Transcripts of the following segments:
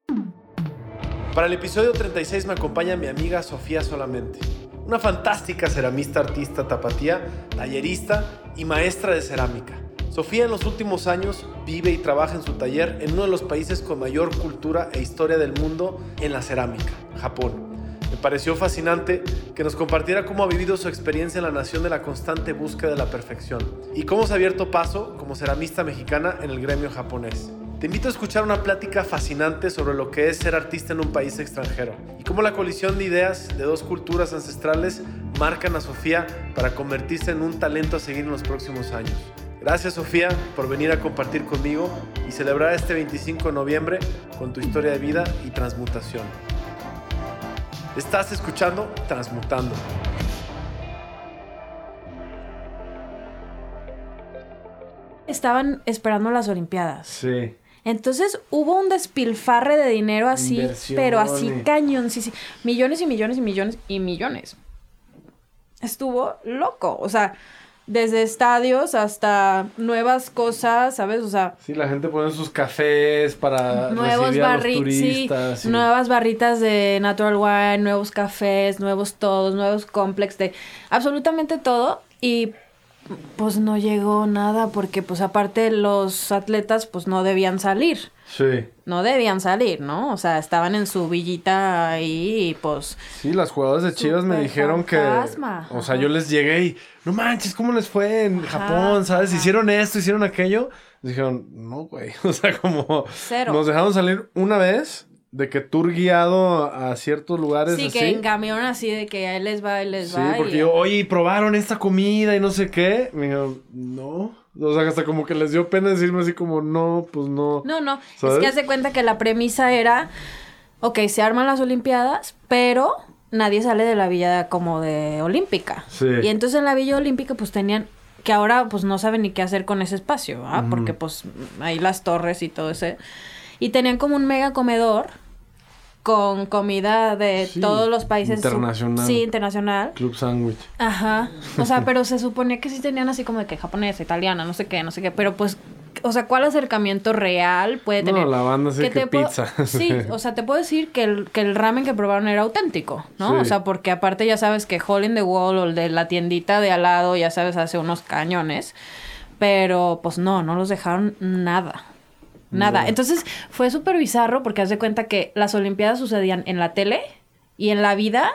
Para el episodio 36 me acompaña mi amiga Sofía Solamente, una fantástica ceramista, artista tapatía, tallerista y maestra de cerámica. Sofía en los últimos años vive y trabaja en su taller en uno de los países con mayor cultura e historia del mundo en la cerámica, Japón. Me pareció fascinante que nos compartiera cómo ha vivido su experiencia en la nación de la constante búsqueda de la perfección y cómo se ha abierto paso como ceramista mexicana en el gremio japonés. Te invito a escuchar una plática fascinante sobre lo que es ser artista en un país extranjero y cómo la colisión de ideas de dos culturas ancestrales marcan a Sofía para convertirse en un talento a seguir en los próximos años. Gracias, Sofía, por venir a compartir conmigo y celebrar este 25 de noviembre con tu historia de vida y transmutación. Estás escuchando Transmutando. Estaban esperando las Olimpiadas. Sí. Entonces hubo un despilfarre de dinero así, pero así cañón, sí, millones y millones y millones y millones. Estuvo loco, o sea, desde estadios hasta nuevas cosas, ¿sabes? O sea, sí, la gente pone sus cafés para recibir a los turistas. Sí, nuevas barritas de natural wine, nuevos cafés, nuevos todos, nuevos complex de absolutamente todo. Y pues no llegó nada porque pues aparte los atletas pues no debían salir. Sí. No debían salir, ¿no? O sea, estaban en su villita ahí y pues... Sí, las jugadoras de Chivas me dijeron fantasma. O sea, yo les llegué y... No manches, ¿cómo les fue en Japón? ¿Sabes? Hicieron esto, hicieron aquello. Dijeron, no, güey. O sea, como... Cero. Nos dejaron salir una vez... De que tour guiado a ciertos lugares sí, así. Que en camión así de que ahí les va, Sí, porque yo, oye, ¿probaron esta comida y no sé qué? Me dijeron, no. O sea, hasta como que les dio pena decirme así como, no, pues no. No. ¿Sabes? Es que haz de cuenta que la premisa era, ok, se arman las Olimpiadas, pero nadie sale de la villa como de olímpica. Sí. Y entonces en la villa olímpica pues tenían, que ahora pues no saben ni qué hacer con ese espacio, ¿ah? Uh-huh. Porque pues ahí las torres y todo ese. Y tenían como un mega comedor con comida de todos los países. Internacional. Sí, internacional. Club Sandwich. Ajá. O sea, pero se suponía que sí tenían así como de que japonesa, italiana, no sé qué. Pero pues, o sea, ¿cuál acercamiento real puede tener? No, la banda sí que pizza. Sí, o sea, te puedo decir que el ramen que probaron era auténtico, ¿no? Sí. O sea, porque aparte ya sabes que Hole in the Wall o el de la tiendita de al lado, ya sabes, hace unos cañones. Pero pues no los dejaron nada. Nada. No. Entonces fue súper bizarro porque haz de cuenta que las Olimpiadas sucedían en la tele y en la vida.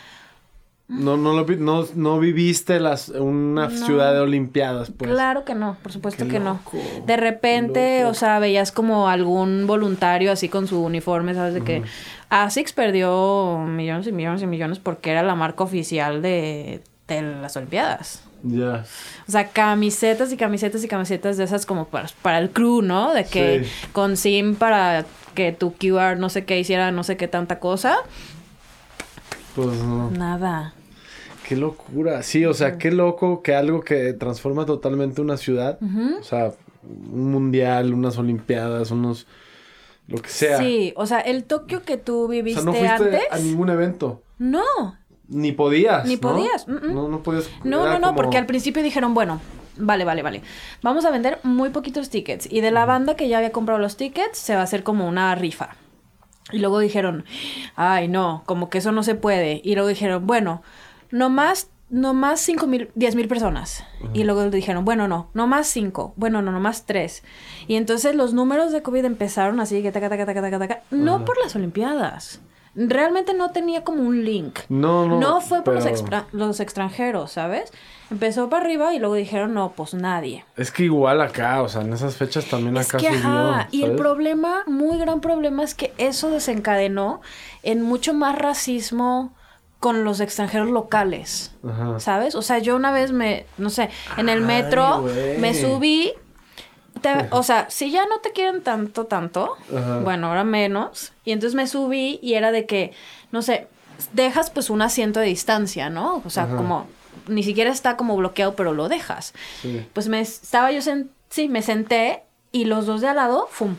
No viviste una ciudad de Olimpiadas, pues. Claro que no, por supuesto que no. De repente, o sea, veías como algún voluntario así con su uniforme, ¿sabes? De que ASICS perdió millones y millones y millones porque era la marca oficial de las Olimpiadas. Ya. Yeah. O sea, camisetas y camisetas y camisetas de esas como para el crew, ¿no? De que con SIM para que tu QR no sé qué hiciera no sé qué tanta cosa. Pues no. Nada. Qué locura. Sí, o sea, qué loco que algo que transforma totalmente una ciudad. O sea, un mundial, unas Olimpiadas, lo que sea. Sí, o sea, el Tokio que tú viviste antes. O sea, no fuiste a ningún evento. No. Ni podías, Ni podías. No podías. No, porque al principio dijeron, bueno, vale. Vamos a vender muy poquitos tickets. Y de la banda que ya había comprado los tickets, se va a hacer como una rifa. Y luego dijeron, ay, no, como que eso no se puede. Y luego dijeron, bueno, no más 10,000 personas. Y luego dijeron, bueno, no más 5. Bueno, no más 3. Y entonces los números de COVID empezaron así, que taca. No por las Olimpiadas. Realmente no tenía como un link. No fue por los extranjeros, ¿sabes? Empezó para arriba y luego dijeron, no, pues nadie. Es que igual acá, o sea, en esas fechas también acá subió, ¿sabes? Y el problema, muy gran problema, es que eso desencadenó en mucho más racismo con los extranjeros locales, ¿sabes? O sea, yo una vez en el metro me subí. O sea, si ya no te quieren tanto, bueno, ahora menos. Y entonces me subí y era de que, no sé, dejas pues un asiento de distancia, ¿no? O sea, como, ni siquiera está como bloqueado, pero lo dejas. Sí. Pues me senté y los dos de al lado, ¡fum!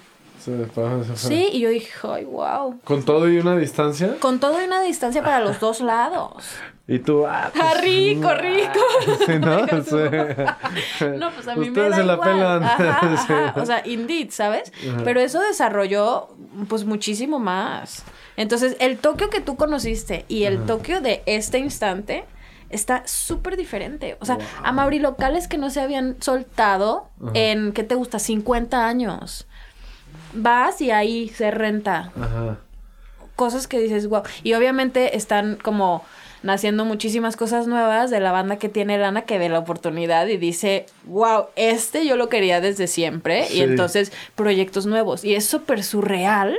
Sí, y yo dije, ay, wow. ¿Con todo y una distancia? Con todo y una distancia para los dos lados. Y tú, rico. Sí, ¿no? Sí. No, pues a mí ustedes me da se la igual. pelan. Ajá. Sí. O sea, indeed, ¿sabes? Ajá. Pero eso desarrolló, pues, muchísimo más. Entonces, el Tokio que tú conociste y el Tokio de este instante está súper diferente. O sea, a locales que no se habían soltado en, ¿qué te gusta? 50 años. Vas y ahí se renta. Ajá. Cosas que dices, wow. Y obviamente están como naciendo muchísimas cosas nuevas de la banda que tiene lana, que ve la oportunidad y dice, wow, yo lo quería desde siempre. Sí. Y entonces, proyectos nuevos. Y es súper surreal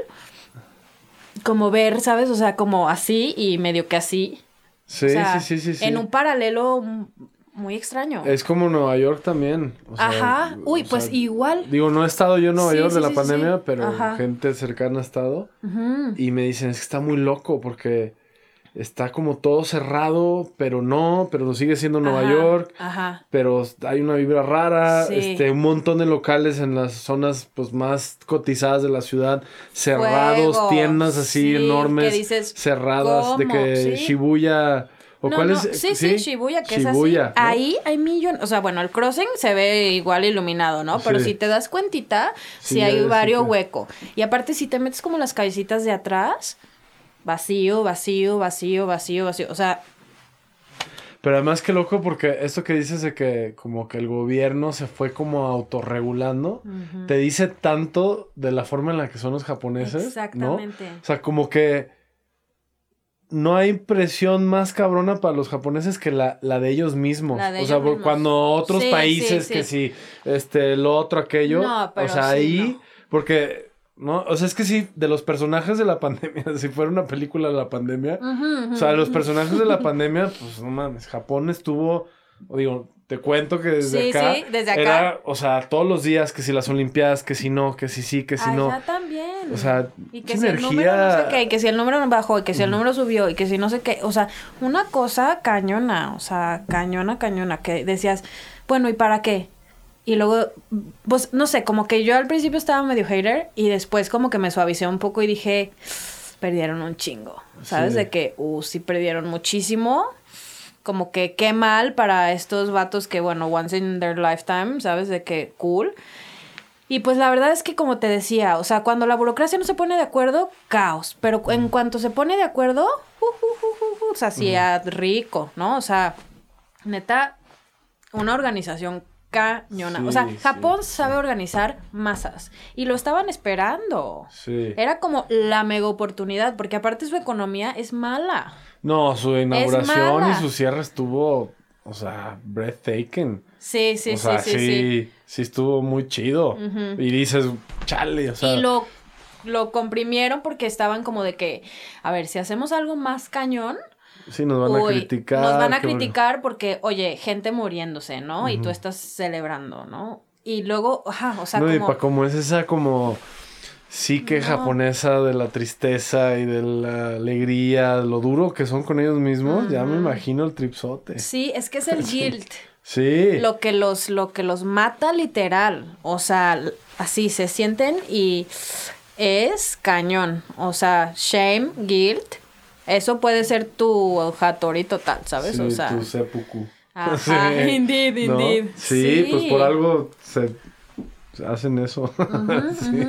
como ver, ¿sabes? O sea, como así y medio que así. Sí, O sea, sí. en un paralelo muy extraño. Es como Nueva York también. O sea, Ajá. Uy, o pues sea, igual. Digo, no he estado yo en Nueva Sí, York sí, de la sí, pandemia, sí. pero Ajá. gente cercana ha estado. Ujú. Y me dicen, es que está muy loco porque está como todo cerrado, pero sigue siendo Nueva Ajá, York. Ajá. Pero hay una vibra rara, Sí. un montón de locales en las zonas pues más cotizadas de la ciudad, cerrados, Fuego. tiendas así Sí, enormes, que dices, cerradas, de ¿cómo? que ¿Sí? Shibuya o No, cuál no, es, sí, Shibuya, que Shibuya, es así. ¿no? Ahí hay millones, o sea, bueno, el crossing se ve igual iluminado, ¿no? Pero Sí. si te das cuentita, Sí, sí hay sí varios que- hueco. Y aparte, si te metes como las callecitas de atrás, vacío. O sea, Pero además qué loco porque esto que dices de que como que el gobierno se fue como autorregulando, te dice tanto de la forma en la que son los japoneses, exactamente. ¿no? O sea, como que no hay presión más cabrona para los japoneses que la de ellos mismos. La de o sea, ellos mismos. cuando otros Sí, países sí, que sí. si lo otro, aquello. No, pero o sea, sí, ahí, no. porque, ¿no? O sea, es que sí, de los personajes de la pandemia, si fuera una película de la pandemia, o sea, los personajes de la pandemia, pues no mames, Japón estuvo, digo, te cuento que desde Sí, acá, sí, desde acá. era, o sea, todos los días, que si las olimpiadas, que si no, que si sí, que si no. Allá también. O sea, y que mucha si el número no sé energía. qué, y que si el número bajó, y que si el número subió, y que si no sé qué. O sea, una cosa cañona, o sea, cañona, que decías, bueno, ¿y para qué? Y luego, pues, no sé, como que yo al principio estaba medio hater, y después como que me suavicé un poco y dije, perdieron un chingo, ¿sabes? Sí. De que, sí perdieron muchísimo. Como que qué mal para estos vatos que, bueno, once in their lifetime, ¿sabes? De que cool. Y pues la verdad es que como te decía, o sea, cuando la burocracia no se pone de acuerdo, caos. Pero en cuanto se pone de acuerdo, o sea, sí, rico, ¿no? O sea, neta, una organización cañona. Sí, o sea, Japón sí. sabe organizar masas. Y lo estaban esperando. Sí. Era como la mega oportunidad, porque aparte su economía es mala. No, su inauguración mala. y su cierre estuvo, o sea, breathtaking. Sí, O sea, sí estuvo muy chido. Y dices, chale, o sea. Y lo comprimieron porque estaban como de que, a ver, si hacemos algo más cañón, Sí, nos van a criticar. nos van a que criticar porque, oye, gente muriéndose, ¿no? Y tú estás celebrando, ¿no? Y luego, o sea, no, y como... como es esa como psique japonesa de la tristeza y de la alegría, lo duro que son con ellos mismos, ya me imagino el tripsote. Sí, es que es el guilt. Sí. Lo que los mata literal. O sea, así se sienten y es cañón. O sea, shame, guilt. Eso puede ser tu Hattori total, ¿sabes? Sí, o sea, tu seppuku. ajá, Sí. indeed. ¿No? Sí, pues por algo se hacen eso. Sí.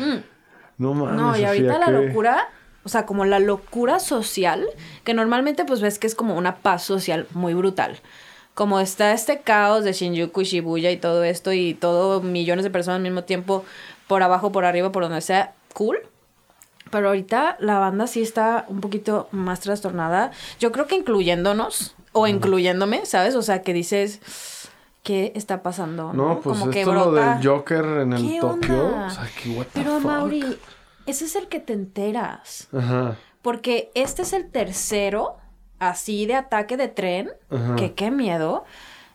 No mames. No, y ahorita Sofía, la ¿qué? locura, o sea, como la locura social, que normalmente pues ves que es como una paz social muy brutal. Como está este caos de Shinjuku y Shibuya y todo esto y todo millones de personas al mismo tiempo, por abajo, por arriba, por donde sea, cool. Pero ahorita la banda sí está un poquito más trastornada. Yo creo que incluyéndonos o incluyéndome, ¿sabes? O sea, que dices, ¿qué está pasando? No, pues como esto que es lo brota. del Joker en el ¿Qué Tokio. onda? O sea, que what the Pero fuck. Mauri, ese es el que te enteras. Ajá. Porque este es el tercero, así de ataque de tren, Ajá. que qué miedo,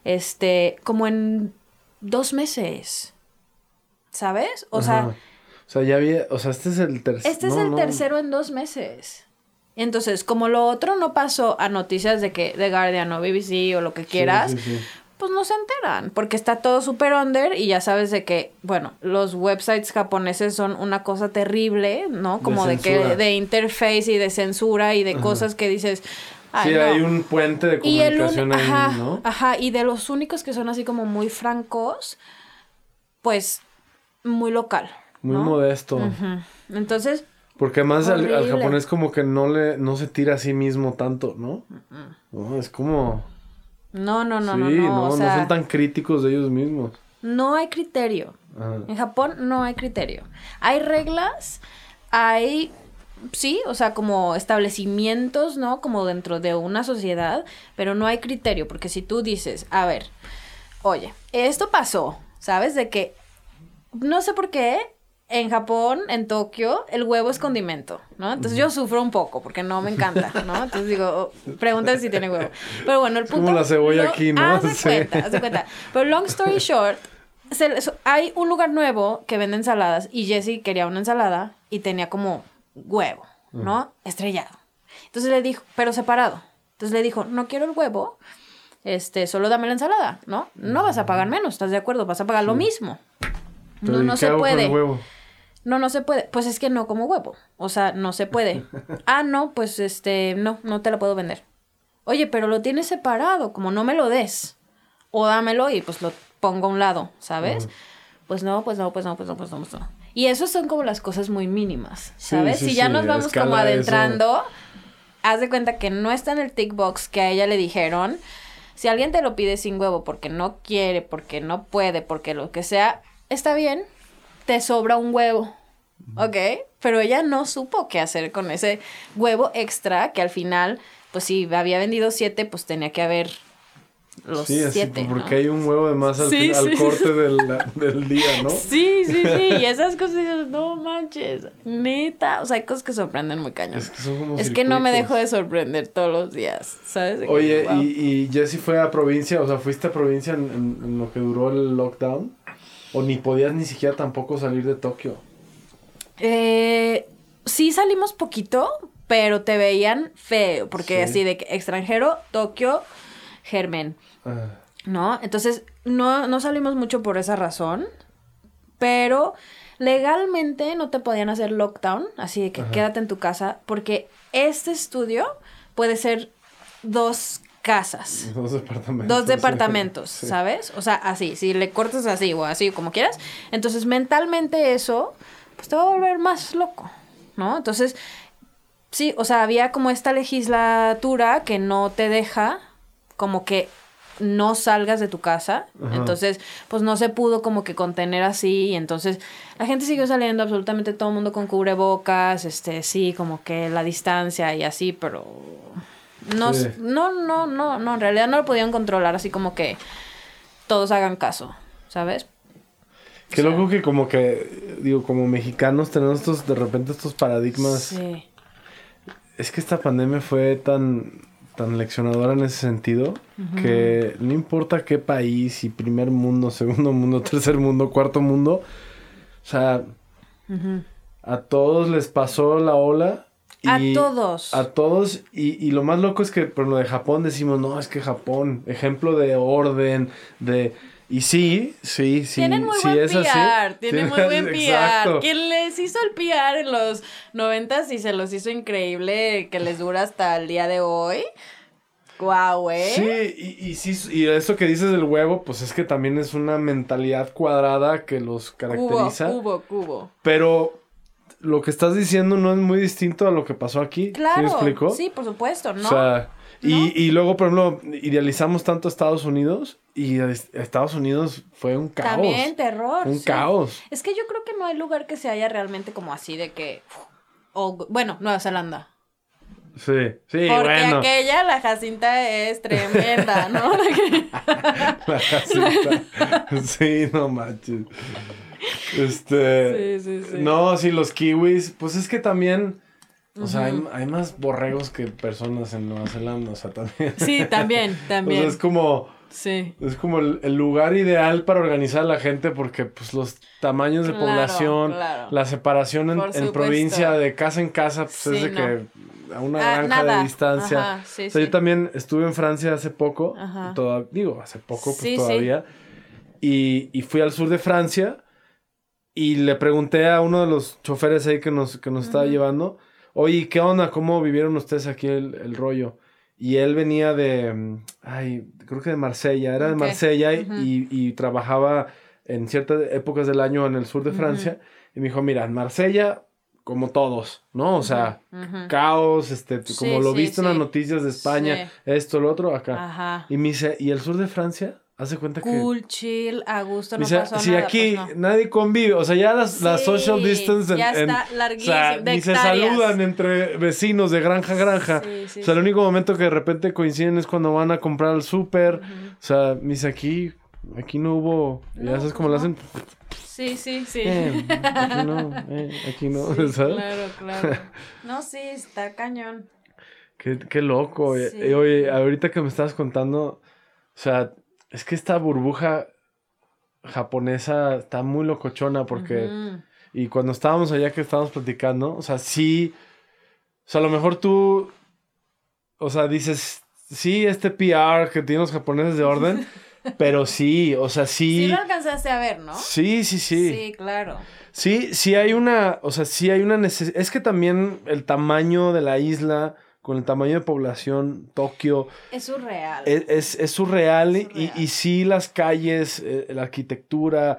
como en 2 meses, ¿sabes? O sea, ya había, o sea, este es el tercero. este es el tercero en 2 meses. Entonces, como lo otro no pasó a noticias de que The Guardian o BBC o lo que quieras, Sí. pues no se enteran, porque está todo súper under y ya sabes de que, bueno, los websites japoneses son una cosa terrible, ¿no? Como de que de interface y de censura y de cosas que dices... Ay, sí, no. Hay un puente de comunicación ahí, ¿no? Ajá, y de los únicos que son así como muy francos, pues muy local, muy modesto. Entonces... Porque además al japonés como que no se tira a sí mismo tanto, ¿no? No, es como... No, o sea, no son tan críticos de ellos mismos. No hay criterio. En Japón no hay criterio. Hay reglas, hay... Sí, o sea, como establecimientos, ¿no? Como dentro de una sociedad, pero no hay criterio, porque si tú dices, a ver, oye, esto pasó, ¿sabes? De que, no sé por qué, en Japón, en Tokio, el huevo es condimento, ¿no? Entonces yo sufro un poco, porque no me encanta, ¿no? Entonces digo, pregúntale si tiene huevo. Pero bueno, el punto... Es como la cebolla aquí, ¿no? Haz de cuenta. Pero long story short, hay un lugar nuevo que vende ensaladas, y Jessie quería una ensalada, y tenía como... huevo, ¿no? Estrellado. Entonces le dijo, pero separado. Entonces le dijo, no quiero el huevo, solo dame la ensalada, ¿no? No vas a pagar menos, ¿estás de acuerdo? Vas a pagar lo mismo. Pero no se puede. Con el huevo? No se puede. Pues es que no como huevo. O sea, no se puede. No, pues no te lo puedo vender. Oye, pero lo tienes separado, como no me lo des. O dámelo y pues lo pongo a un lado, ¿sabes? Pues no. Y eso son como las cosas muy mínimas, ¿sabes? Si ya nos vamos como adentrando, haz de cuenta que no está en el tick box que a ella le dijeron. Si alguien te lo pide sin huevo porque no quiere, porque no puede, porque lo que sea, está bien, te sobra un huevo, ¿ok? Pero ella no supo qué hacer con ese huevo extra que al final, pues si había vendido 7, pues tenía que haber... los 7, ¿no? Porque hay un huevo de más al corte del día, ¿no? Sí, y esas cosas, no manches, neta, o sea, hay cosas que sorprenden muy cañón. Es que son como circuitos. Que no me dejo de sorprender todos los días, ¿sabes? Oye, wow. ¿Y Jessie fue a provincia? O sea, ¿fuiste a provincia en lo que duró el lockdown? ¿O ni podías ni siquiera tampoco salir de Tokio? Sí salimos poquito, pero te veían feo, porque así de extranjero, Tokio, germen. ¿No? Entonces, no salimos mucho por esa razón, pero legalmente no te podían hacer lockdown, así de que quédate en tu casa, porque este estudio puede ser 2 casas. 2 departamentos, sí. ¿Sabes? O sea, así, si le cortas así o así, como quieras, entonces mentalmente eso, pues te va a volver más loco, ¿no? Entonces, sí, o sea, había como esta legislatura que no te deja como que no salgas de tu casa. Entonces, pues no se pudo como que contener así, y entonces la gente siguió saliendo, absolutamente todo el mundo con cubrebocas, sí, como que la distancia y así, pero no, en realidad no lo podían controlar, así como que todos hagan caso, ¿sabes? Qué loco que como que, digo, como mexicanos tenemos de repente estos paradigmas. Sí. Es que esta pandemia fue tan leccionadora en ese sentido, que no importa qué país, si primer mundo, segundo mundo, tercer mundo, cuarto mundo, o sea, a todos les pasó la ola. A todos, y lo más loco es que por lo de Japón decimos, no, es que Japón, ejemplo de orden, y sí. Tienen muy buen PR, tienen muy buen PR. Exacto. Quien les hizo el PR en los 90s y se los hizo increíble, que les dura hasta el día de hoy. Guau, Sí, y eso que dices del huevo, pues es que también es una mentalidad cuadrada que los caracteriza. Cubo. Pero lo que estás diciendo no es muy distinto a lo que pasó aquí. Claro. ¿Sí me explico? Sí, por supuesto, ¿no? O sea, y luego, por ejemplo, idealizamos tanto a Estados Unidos, y Estados Unidos fue un caos. También terror. Un caos. Es que yo creo que no hay lugar que se haya realmente como así de que... bueno, Nueva Zelanda. Sí, porque bueno. Aquella, la Jacinta es tremenda, ¿no? La Jacinta. Sí, no manches. Sí. No, sí, los kiwis, pues es que también, o sea, hay más borregos que personas en Nueva Zelanda, o sea, también. Sí, también. O sea, es como... Sí. Es como el lugar ideal para organizar a la gente, porque pues los tamaños de población, la separación en provincia de casa en casa, pues es de que a una granja de distancia. Ajá, sí, o sea, yo también estuve en Francia hace poco, hace poco, pues todavía, y fui al sur de Francia y le pregunté a uno de los choferes ahí que nos estaba llevando, oye, ¿qué onda? ¿Cómo vivieron ustedes aquí el rollo? Y él venía creo que de Marsella, era de Marsella y trabajaba en ciertas épocas del año en el sur de Francia. Y me dijo, mira, en Marsella, como todos, ¿no? O sea, caos, como lo viste en las noticias de España, esto, lo otro, acá. Ajá. Y me dice, ¿y el sur de Francia? Hace cuenta que... Cool, chill, a gusto, no dice, pasó nada. Si aquí pues no. nadie convive, o sea, ya la social distance... ya está larguísimo, o sea, ni se saludan entre vecinos de granja a granja. Sí, o sea, el único momento que de repente coinciden es cuando van a comprar al súper. O sea, me dice, aquí no hubo... ya sabes cómo lo hacen... Sí. Aquí no, sí, ¿sabes? Claro. No, sí, está cañón. Qué loco. Sí. Oye, ahorita que me estabas contando, o sea, es que esta burbuja japonesa está muy locochona porque... Y cuando estábamos allá que estábamos platicando, o sea, sí... O sea, a lo mejor tú... O sea, dices, sí, este PR que tienen los japoneses de orden... Pero sí, o sea, sí... Sí lo alcanzaste a ver, ¿no? Sí. Sí, claro. Sí hay una... O sea, sí hay una necesidad... Es que también el tamaño de la isla, con el tamaño de población, Tokio... Es surreal. Es surreal. Y sí las calles, la arquitectura,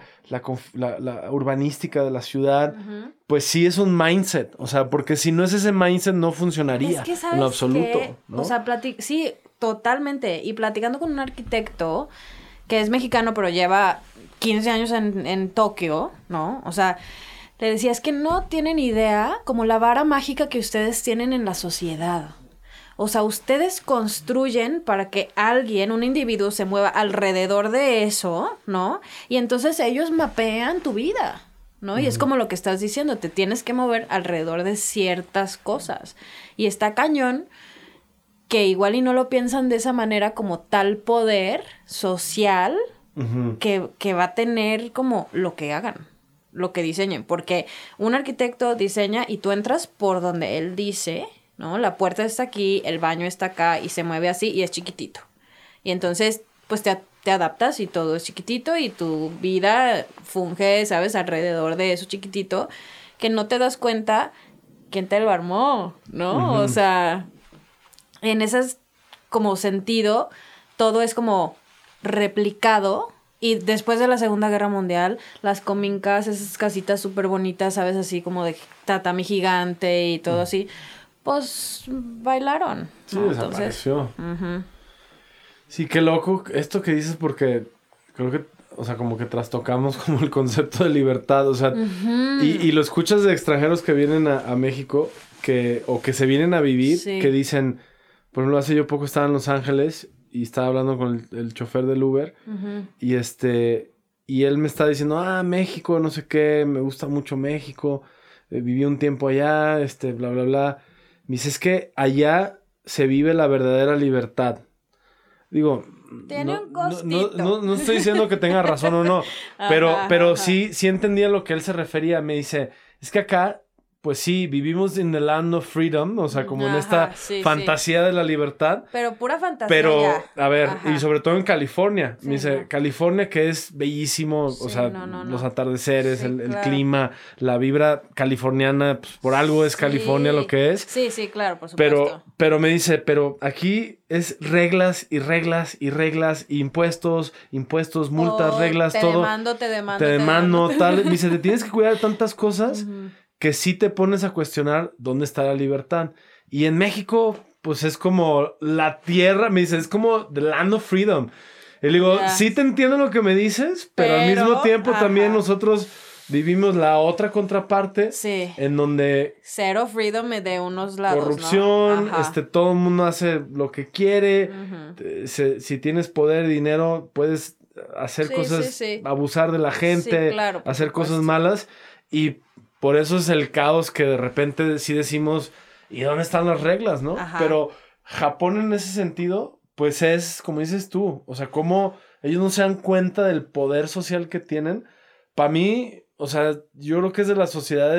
la urbanística de la ciudad... Pues sí es un mindset. O sea, porque si no es ese mindset no funcionaría. Es que, ¿sabes en lo absoluto, qué? ¿no? O sea, sí, totalmente. Y platicando con un arquitecto que es mexicano, pero lleva 15 años en Tokio, ¿no? O sea, le decía, es que no tienen idea como la vara mágica que ustedes tienen en la sociedad. O sea, ustedes construyen para que un individuo, se mueva alrededor de eso, ¿no? Y entonces ellos mapean tu vida, ¿no? Y es como lo que estás diciendo, te tienes que mover alrededor de ciertas cosas. Y está cañón que igual y no lo piensan de esa manera como tal poder social que va a tener como lo que hagan, lo que diseñen. Porque un arquitecto diseña y tú entras por donde él dice, ¿no? La puerta está aquí, el baño está acá y se mueve así y es chiquitito. Y entonces, pues te adaptas y todo es chiquitito y tu vida funge, ¿sabes? Alrededor de eso chiquitito que no te das cuenta quién te lo armó, ¿no? O sea... En ese como sentido, todo es como replicado. Y después de la Segunda Guerra Mundial, las comincas, esas casitas súper bonitas, ¿sabes? Así como de tatami gigante y todo así, pues bailaron. Sí, ¿no? desapareció. Sí, qué loco esto que dices porque creo que, o sea, como que trastocamos como el concepto de libertad, o sea, y lo escuchas de extranjeros que vienen a México o que se vienen a vivir, que dicen... Por ejemplo, hace yo poco estaba en Los Ángeles y estaba hablando con el chofer del Uber y y él me estaba diciendo, México, no sé qué, me gusta mucho México, viví un tiempo allá, bla, bla, bla. Me dice, es que allá se vive la verdadera libertad. Digo, tiene un costito. No estoy diciendo que tenga razón o no, pero sí entendía a lo que él se refería. Me dice, es que acá... Pues sí, vivimos in the land of freedom, o sea, como en esta fantasía de la libertad. Pero pura fantasía. Pero, ya. A ver, y sobre todo en California. Me dice, California que es bellísimo, o sea, los atardeceres, el clima, la vibra californiana, pues por algo es California lo que es. Sí, claro, por supuesto. Pero me dice, pero aquí es reglas y reglas y reglas, impuestos, multas, reglas, todo. Te demando, tal. Me dice, te tienes que cuidar de tantas cosas que sí te pones a cuestionar dónde está la libertad. Y en México, pues es como la tierra, me dice, es como the land of freedom. Y le digo, sí te entiendo lo que me dices, pero al mismo tiempo también nosotros vivimos la otra contraparte. Sí. En donde... Cero freedom de unos lados, corrupción, ¿no? Todo el mundo hace lo que quiere. Si tienes poder y dinero, puedes hacer cosas, abusar de la gente, hacer cosas malas. Y... Por eso es el caos que de repente sí decimos, ¿y dónde están las reglas, no? Pero Japón en ese sentido, pues es, como dices tú, o sea, cómo ellos no se dan cuenta del poder social que tienen. Para mí, o sea, yo creo que es de las sociedades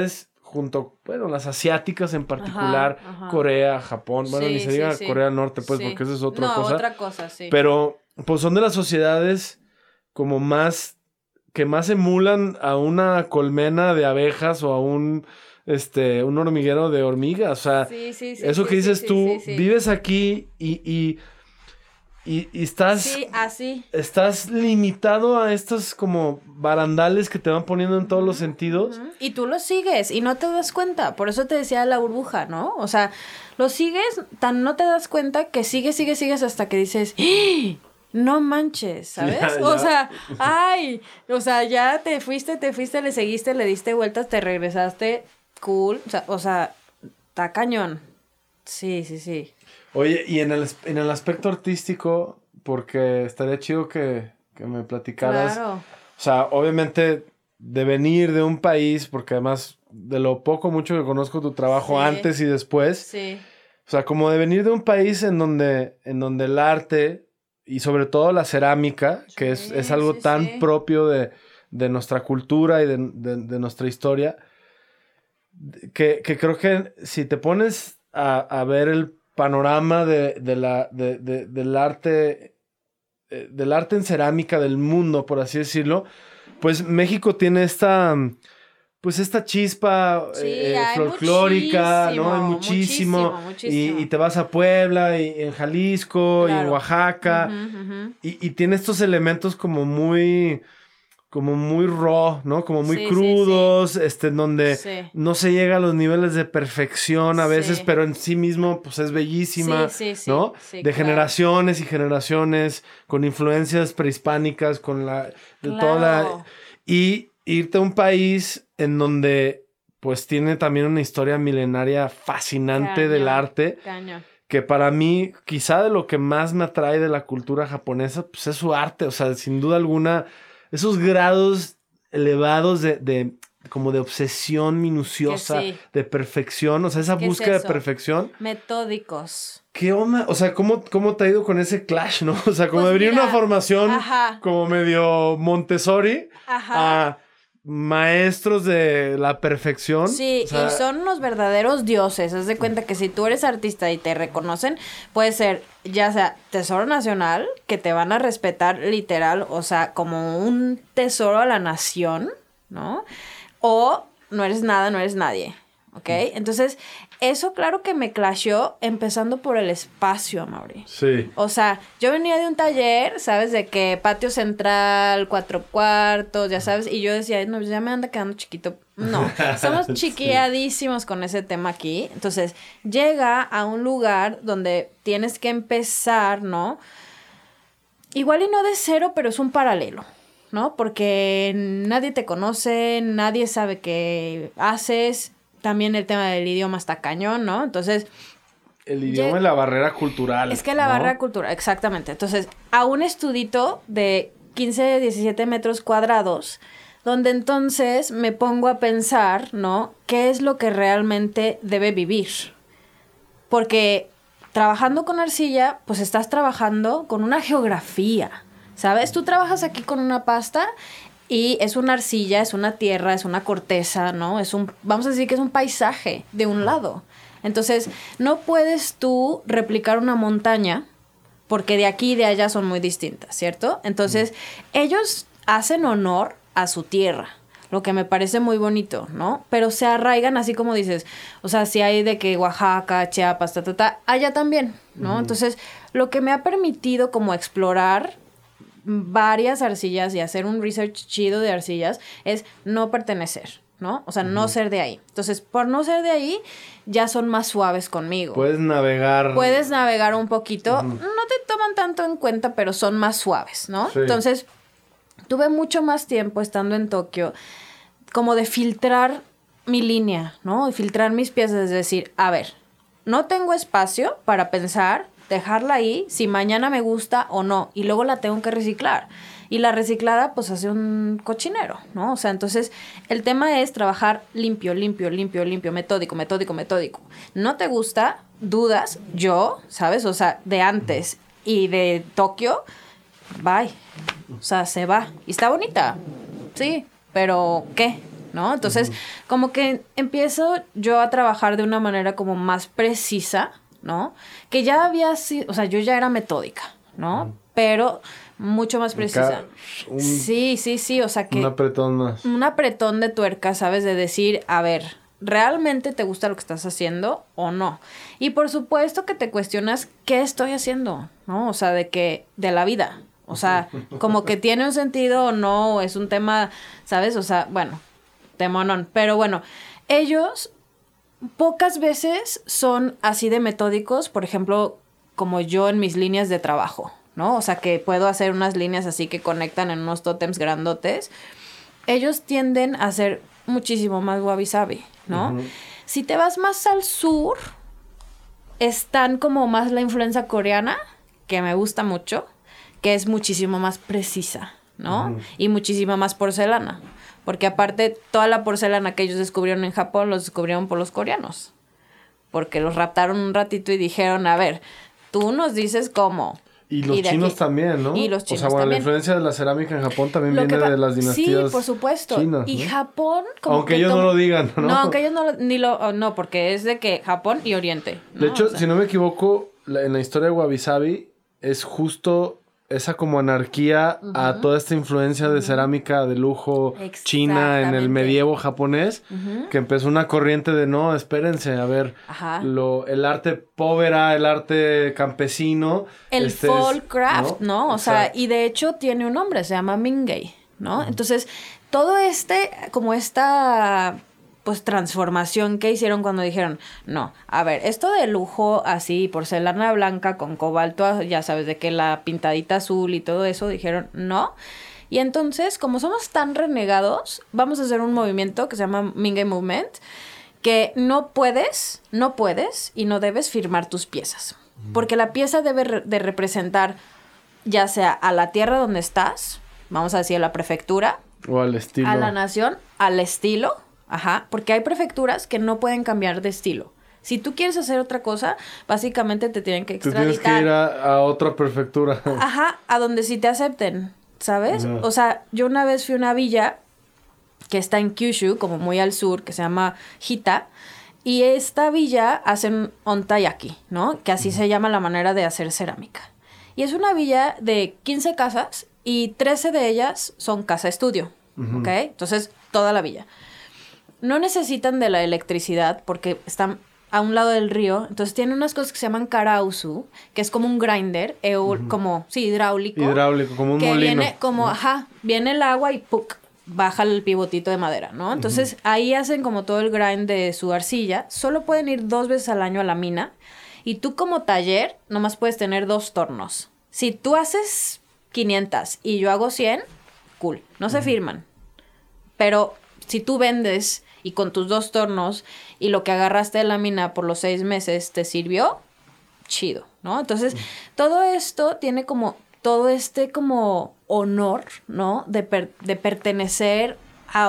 junto, bueno, las asiáticas en particular, Corea, Japón, bueno, ni se diga Corea del Norte, pues, porque eso es otra cosa. No, otra cosa, sí. Pero, pues, son de las sociedades como que más emulan a una colmena de abejas o a un hormiguero de hormigas. O sea, eso que dices tú, vives aquí y estás... Sí, así. Estás limitado a estos como barandales que te van poniendo en todos los sentidos. Y tú lo sigues y no te das cuenta. Por eso te decía la burbuja, ¿no? O sea, lo sigues, tan no te das cuenta que sigues hasta que dices... ¡Ah! No manches, ¿sabes? Ya. O sea, ya te fuiste, le seguiste, le diste vueltas, te regresaste, cool, o sea, está cañón. Sí. Oye, y en el aspecto artístico, porque estaría chido que me platicaras. Claro. O sea, obviamente, de venir de un país, porque además, de lo poco mucho que conozco tu trabajo antes y después. Sí. O sea, como de venir de un país en donde el arte... Y sobre todo la cerámica, que es algo tan propio de nuestra cultura y de nuestra historia, que creo que si te pones a ver el panorama del arte en cerámica del mundo, por así decirlo, pues México tiene esta chispa folclórica, ¿no? Hay muchísimo. Y te vas a Puebla, y en Jalisco, y en Oaxaca, y tiene estos elementos como muy raw, ¿no? Como muy crudos, en donde no se llega a los niveles de perfección a veces, pero en sí mismo, pues, es bellísima, ¿no? De generaciones y generaciones, con influencias prehispánicas, con y irte a un país en donde, pues, tiene también una historia milenaria fascinante del arte. Cañón. Que para mí, quizá de lo que más me atrae de la cultura japonesa, pues, es su arte. O sea, sin duda alguna, esos grados elevados de como de obsesión minuciosa, de perfección. O sea, esa búsqueda de perfección. Metódicos. ¿Qué onda? O sea, ¿cómo te ha ido con ese clash, no? O sea, como de venir una formación como medio Montessori a maestros de la perfección. Sí, o sea, y son unos verdaderos dioses. Haz de cuenta que si tú eres artista y te reconocen, puede ser ya sea tesoro nacional, que te van a respetar literal, o sea, como un tesoro a la nación, ¿no? O no eres nada, no eres nadie, ¿ok? Entonces, eso claro que me clasheó, empezando por el espacio, Amaury. Sí. O sea, yo venía de un taller, ¿sabes? De que patio central, 4 cuartos, ya sabes, y yo decía, no, ya me anda quedando chiquito. No, somos chiqueadísimos con ese tema aquí. Entonces, llega a un lugar donde tienes que empezar, ¿no? Igual y no de cero, pero es un paralelo, ¿no? Porque nadie te conoce, nadie sabe qué haces. También el tema del idioma está cañón, ¿no? Entonces... El idioma es la barrera cultural. Es que la barrera cultural, exactamente. Entonces, a un estudito de 15, 17 metros cuadrados, donde entonces me pongo a pensar, ¿no? ¿Qué es lo que realmente debe vivir? Porque trabajando con arcilla, pues estás trabajando con una geografía, ¿sabes? Tú trabajas aquí con una pasta y es una arcilla, es una tierra, es una corteza, ¿no? Vamos a decir que es un paisaje de un lado. Entonces, no puedes tú replicar una montaña porque de aquí y de allá son muy distintas, ¿cierto? Entonces, ellos hacen honor a su tierra, lo que me parece muy bonito, ¿no? Pero se arraigan así como dices, o sea, si hay de que Oaxaca, Chiapas, allá también, ¿no? Entonces, lo que me ha permitido como explorar varias arcillas y hacer un research chido de arcillas es no pertenecer, ¿no? O sea, no ser de ahí. Entonces, por no ser de ahí, ya son más suaves conmigo. Puedes navegar un poquito. No te toman tanto en cuenta, pero son más suaves, ¿no? Sí. Entonces, tuve mucho más tiempo estando en Tokio como de filtrar mi línea, ¿no? Y filtrar mis piezas, es decir, a ver, no tengo espacio para pensar, dejarla ahí, si mañana me gusta o no, y luego la tengo que reciclar. Y la reciclada, pues, hace un cochinero, ¿no? O sea, entonces, el tema es trabajar limpio, metódico. ¿No te gusta? ¿Dudas? Yo, ¿sabes? O sea, de antes y de Tokio, bye. O sea, se va. Y está bonita, sí, pero ¿qué? ¿no? Entonces, como que empiezo yo a trabajar de una manera como más precisa, ¿no? Que ya había sido, o sea, yo ya era metódica, ¿no? Pero mucho más precisa. Sí, o sea que... Un apretón más. Un apretón de tuerca, ¿sabes? De decir, a ver, ¿realmente te gusta lo que estás haciendo o no? Y por supuesto que te cuestionas, ¿qué estoy haciendo? ¿No? O sea, de la vida. O sea, como que tiene un sentido o no, o es un tema, ¿sabes? O sea, bueno, temonón. Pero bueno, ellos pocas veces son así de metódicos, por ejemplo, como yo en mis líneas de trabajo, ¿no? O sea, que puedo hacer unas líneas así que conectan en unos tótems grandotes. Ellos tienden a ser muchísimo más wabi-sabi, ¿no? Si te vas más al sur, están como más la influencia coreana, que me gusta mucho, que es muchísimo más precisa, ¿no? Y muchísima más porcelana. Porque aparte, toda la porcelana que ellos descubrieron en Japón, los descubrieron por los coreanos. Porque los raptaron un ratito y dijeron, a ver, tú nos dices cómo. Y los chinos también, ¿no? Y los chinos también. O sea, bueno, también. la influencia de la cerámica en Japón también viene de las dinastías. Sí, por supuesto. Chinas, y ¿no? Japón... como aunque ellos no lo digan, ¿no? No, aunque ellos no, porque es de que Japón y Oriente, ¿no? De hecho, o sea, si no me equivoco, en la historia de Wabi Sabi es justo esa como anarquía a toda esta influencia de cerámica de lujo china en el medievo japonés, que empezó una corriente de no, espérense, a ver, el arte povera, el arte campesino. El folk craft, ¿no? O sea, y de hecho tiene un nombre, se llama Mingei, ¿no? Entonces, todo como esta... pues transformación que hicieron cuando dijeron, no, a ver, esto de lujo así, porcelana blanca con cobalto, ya sabes, de que la pintadita azul y todo eso, dijeron, no. Y entonces, como somos tan renegados, vamos a hacer un movimiento que se llama Mingei Movement, que no puedes y no debes firmar tus piezas. Porque la pieza debe de representar ya sea a la tierra donde estás, vamos a decir a la prefectura, o al estilo, a la nación, al estilo. Ajá, porque hay prefecturas que no pueden cambiar de estilo. Si tú quieres hacer otra cosa, básicamente te tienen que extraditar. Tú tienes que ir a otra prefectura. Ajá, a donde sí te acepten, ¿sabes? O sea, yo una vez fui a una villa que está en Kyushu, como muy al sur, que se llama Hita, y esta villa hacen ontayaki, ¿no? Que así se llama la manera de hacer cerámica. Y es una villa de 15 casas y 13 de ellas son casa-estudio, ¿ok? Entonces, toda la villa. No necesitan de la electricidad porque están a un lado del río. Entonces tienen unas cosas que se llaman karausu, que es como un grinder, como, sí, hidráulico. Hidráulico, como un que molino. Viene como, viene el agua y ¡puc! Baja el pivotito de madera, ¿no? Entonces ahí hacen como todo el grind de su arcilla. Solo pueden ir 2 veces al año a la mina. Y tú como taller nomás puedes tener 2 tornos. Si tú haces 500 y yo hago 100, cool. No se firman. Pero si tú vendes y con tus 2 tornos y lo que agarraste de la mina por los 6 meses te sirvió, chido, ¿no? Entonces, todo esto tiene como todo este como honor, ¿no? De pertenecer a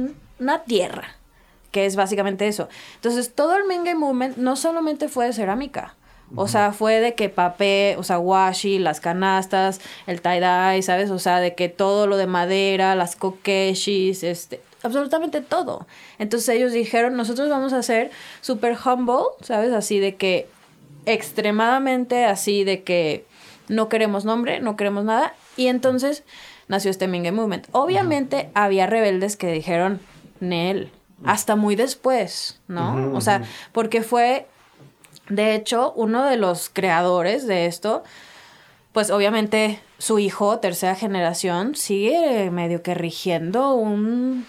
una tierra, que es básicamente eso. Entonces, todo el Mingei Movement no solamente fue de cerámica, o sea, fue de que papel, o sea, washi, las canastas, el tie-dye, ¿sabes? O sea, de que todo lo de madera, las kokeshis, absolutamente todo. Entonces ellos dijeron, nosotros vamos a ser super humble, ¿sabes? Así de que extremadamente así de que no queremos nombre, no queremos nada. Y entonces nació este Mingei Movement. Obviamente había rebeldes que dijeron, Nel, hasta muy después, ¿no? O sea, porque fue, de hecho, uno de los creadores de esto, pues obviamente su hijo, tercera generación, sigue medio que rigiendo un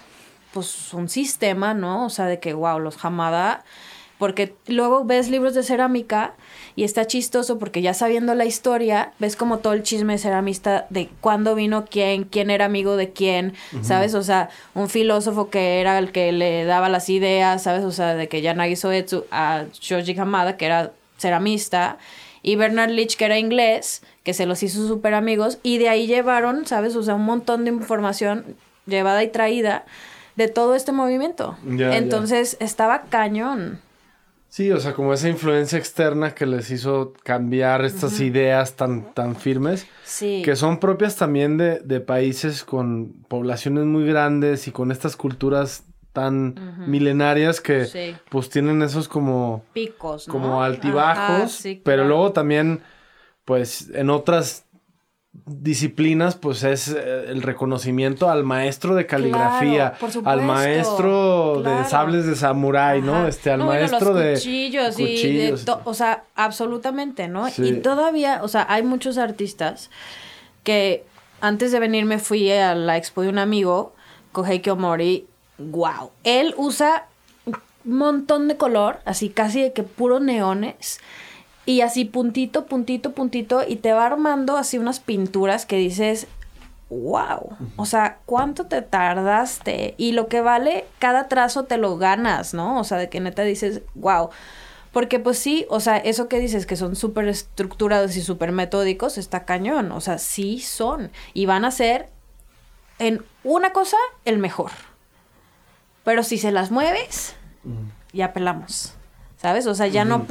sistema, ¿no? O sea, de que, wow, los Hamada, porque luego ves libros de cerámica y está chistoso porque ya sabiendo la historia, ves como todo el chisme ceramista de cuándo vino quién era amigo de quién, ¿sabes? O sea, un filósofo que era el que le daba las ideas, ¿sabes? O sea, de que Yanagi Soetsu a Shoji Hamada, que era ceramista, y Bernard Leach, que era inglés, que se los hizo súper amigos, y de ahí llevaron, ¿sabes? O sea, un montón de información llevada y traída de todo este movimiento. Entonces, estaba cañón. Sí, o sea, como esa influencia externa que les hizo cambiar estas ideas tan firmes, que son propias también de países con poblaciones muy grandes y con estas culturas tan milenarias que pues tienen esos como... picos, ¿no? Como altibajos, sí, claro. Pero luego también, pues, en otras disciplinas, pues es el reconocimiento al maestro de caligrafía, al maestro de sables de samurái, ¿no? Al maestro los de cuchillos o sea, absolutamente, ¿no? Sí. Y todavía, o sea, hay muchos artistas que antes de venirme fui a la expo de un amigo, Kohei Kiyomori, wow, él usa un montón de color, así casi de que puro neones. Y así puntito, puntito, puntito, y te va armando así unas pinturas que dices, wow, o sea, ¿cuánto te tardaste? Y lo que vale, cada trazo te lo ganas, ¿no? O sea, de que neta dices, wow. Porque pues sí, o sea, eso que dices que son súper estructurados y súper metódicos, está cañón. O sea, sí son. Y van a ser en una cosa el mejor. Pero si se las mueves, ya pelamos. ¿Sabes? O sea, ya no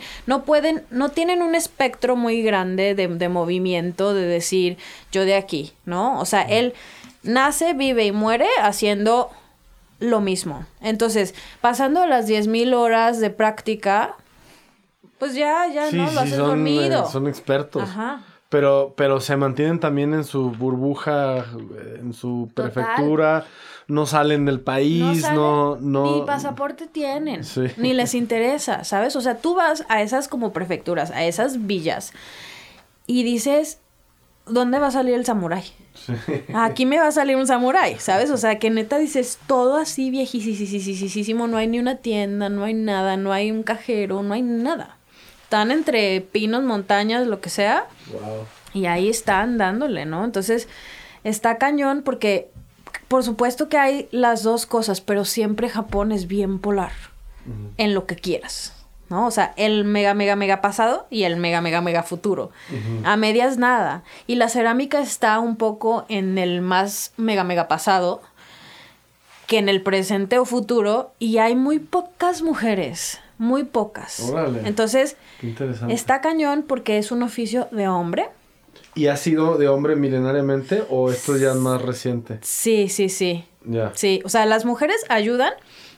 tienen un espectro muy grande de movimiento, de decir, yo de aquí, ¿no? O sea, él nace, vive y muere haciendo lo mismo. Entonces, pasando las 10,000 horas de práctica, pues ya no lo haces dormido. Son expertos. Ajá. Pero se mantienen también en su burbuja, en su prefectura. No salen del país, no... Ni pasaporte tienen, sí. Ni les interesa, ¿sabes? O sea, tú vas a esas como prefecturas, a esas villas, y dices, ¿dónde va a salir el samurái? Sí. Aquí me va a salir un samurái, ¿sabes? O sea, que neta dices, todo así viejísimo, no hay ni una tienda, no hay nada, no hay un cajero, no hay nada. Están entre pinos, montañas, lo que sea, wow. Y ahí están dándole, ¿no? Entonces, está cañón porque... Por supuesto que hay las dos cosas, pero siempre Japón es bien polar en lo que quieras, ¿no? O sea, el mega pasado y el mega futuro. A medias nada. Y la cerámica está un poco en el más mega pasado que en el presente o futuro, y hay muy pocas mujeres, muy pocas. Órale. Entonces, qué interesante. Está cañón porque es un oficio de hombre. ¿Y ha sido de hombre milenariamente o esto ya es más reciente? Sí. Ya. Sí, o sea, las mujeres ayudan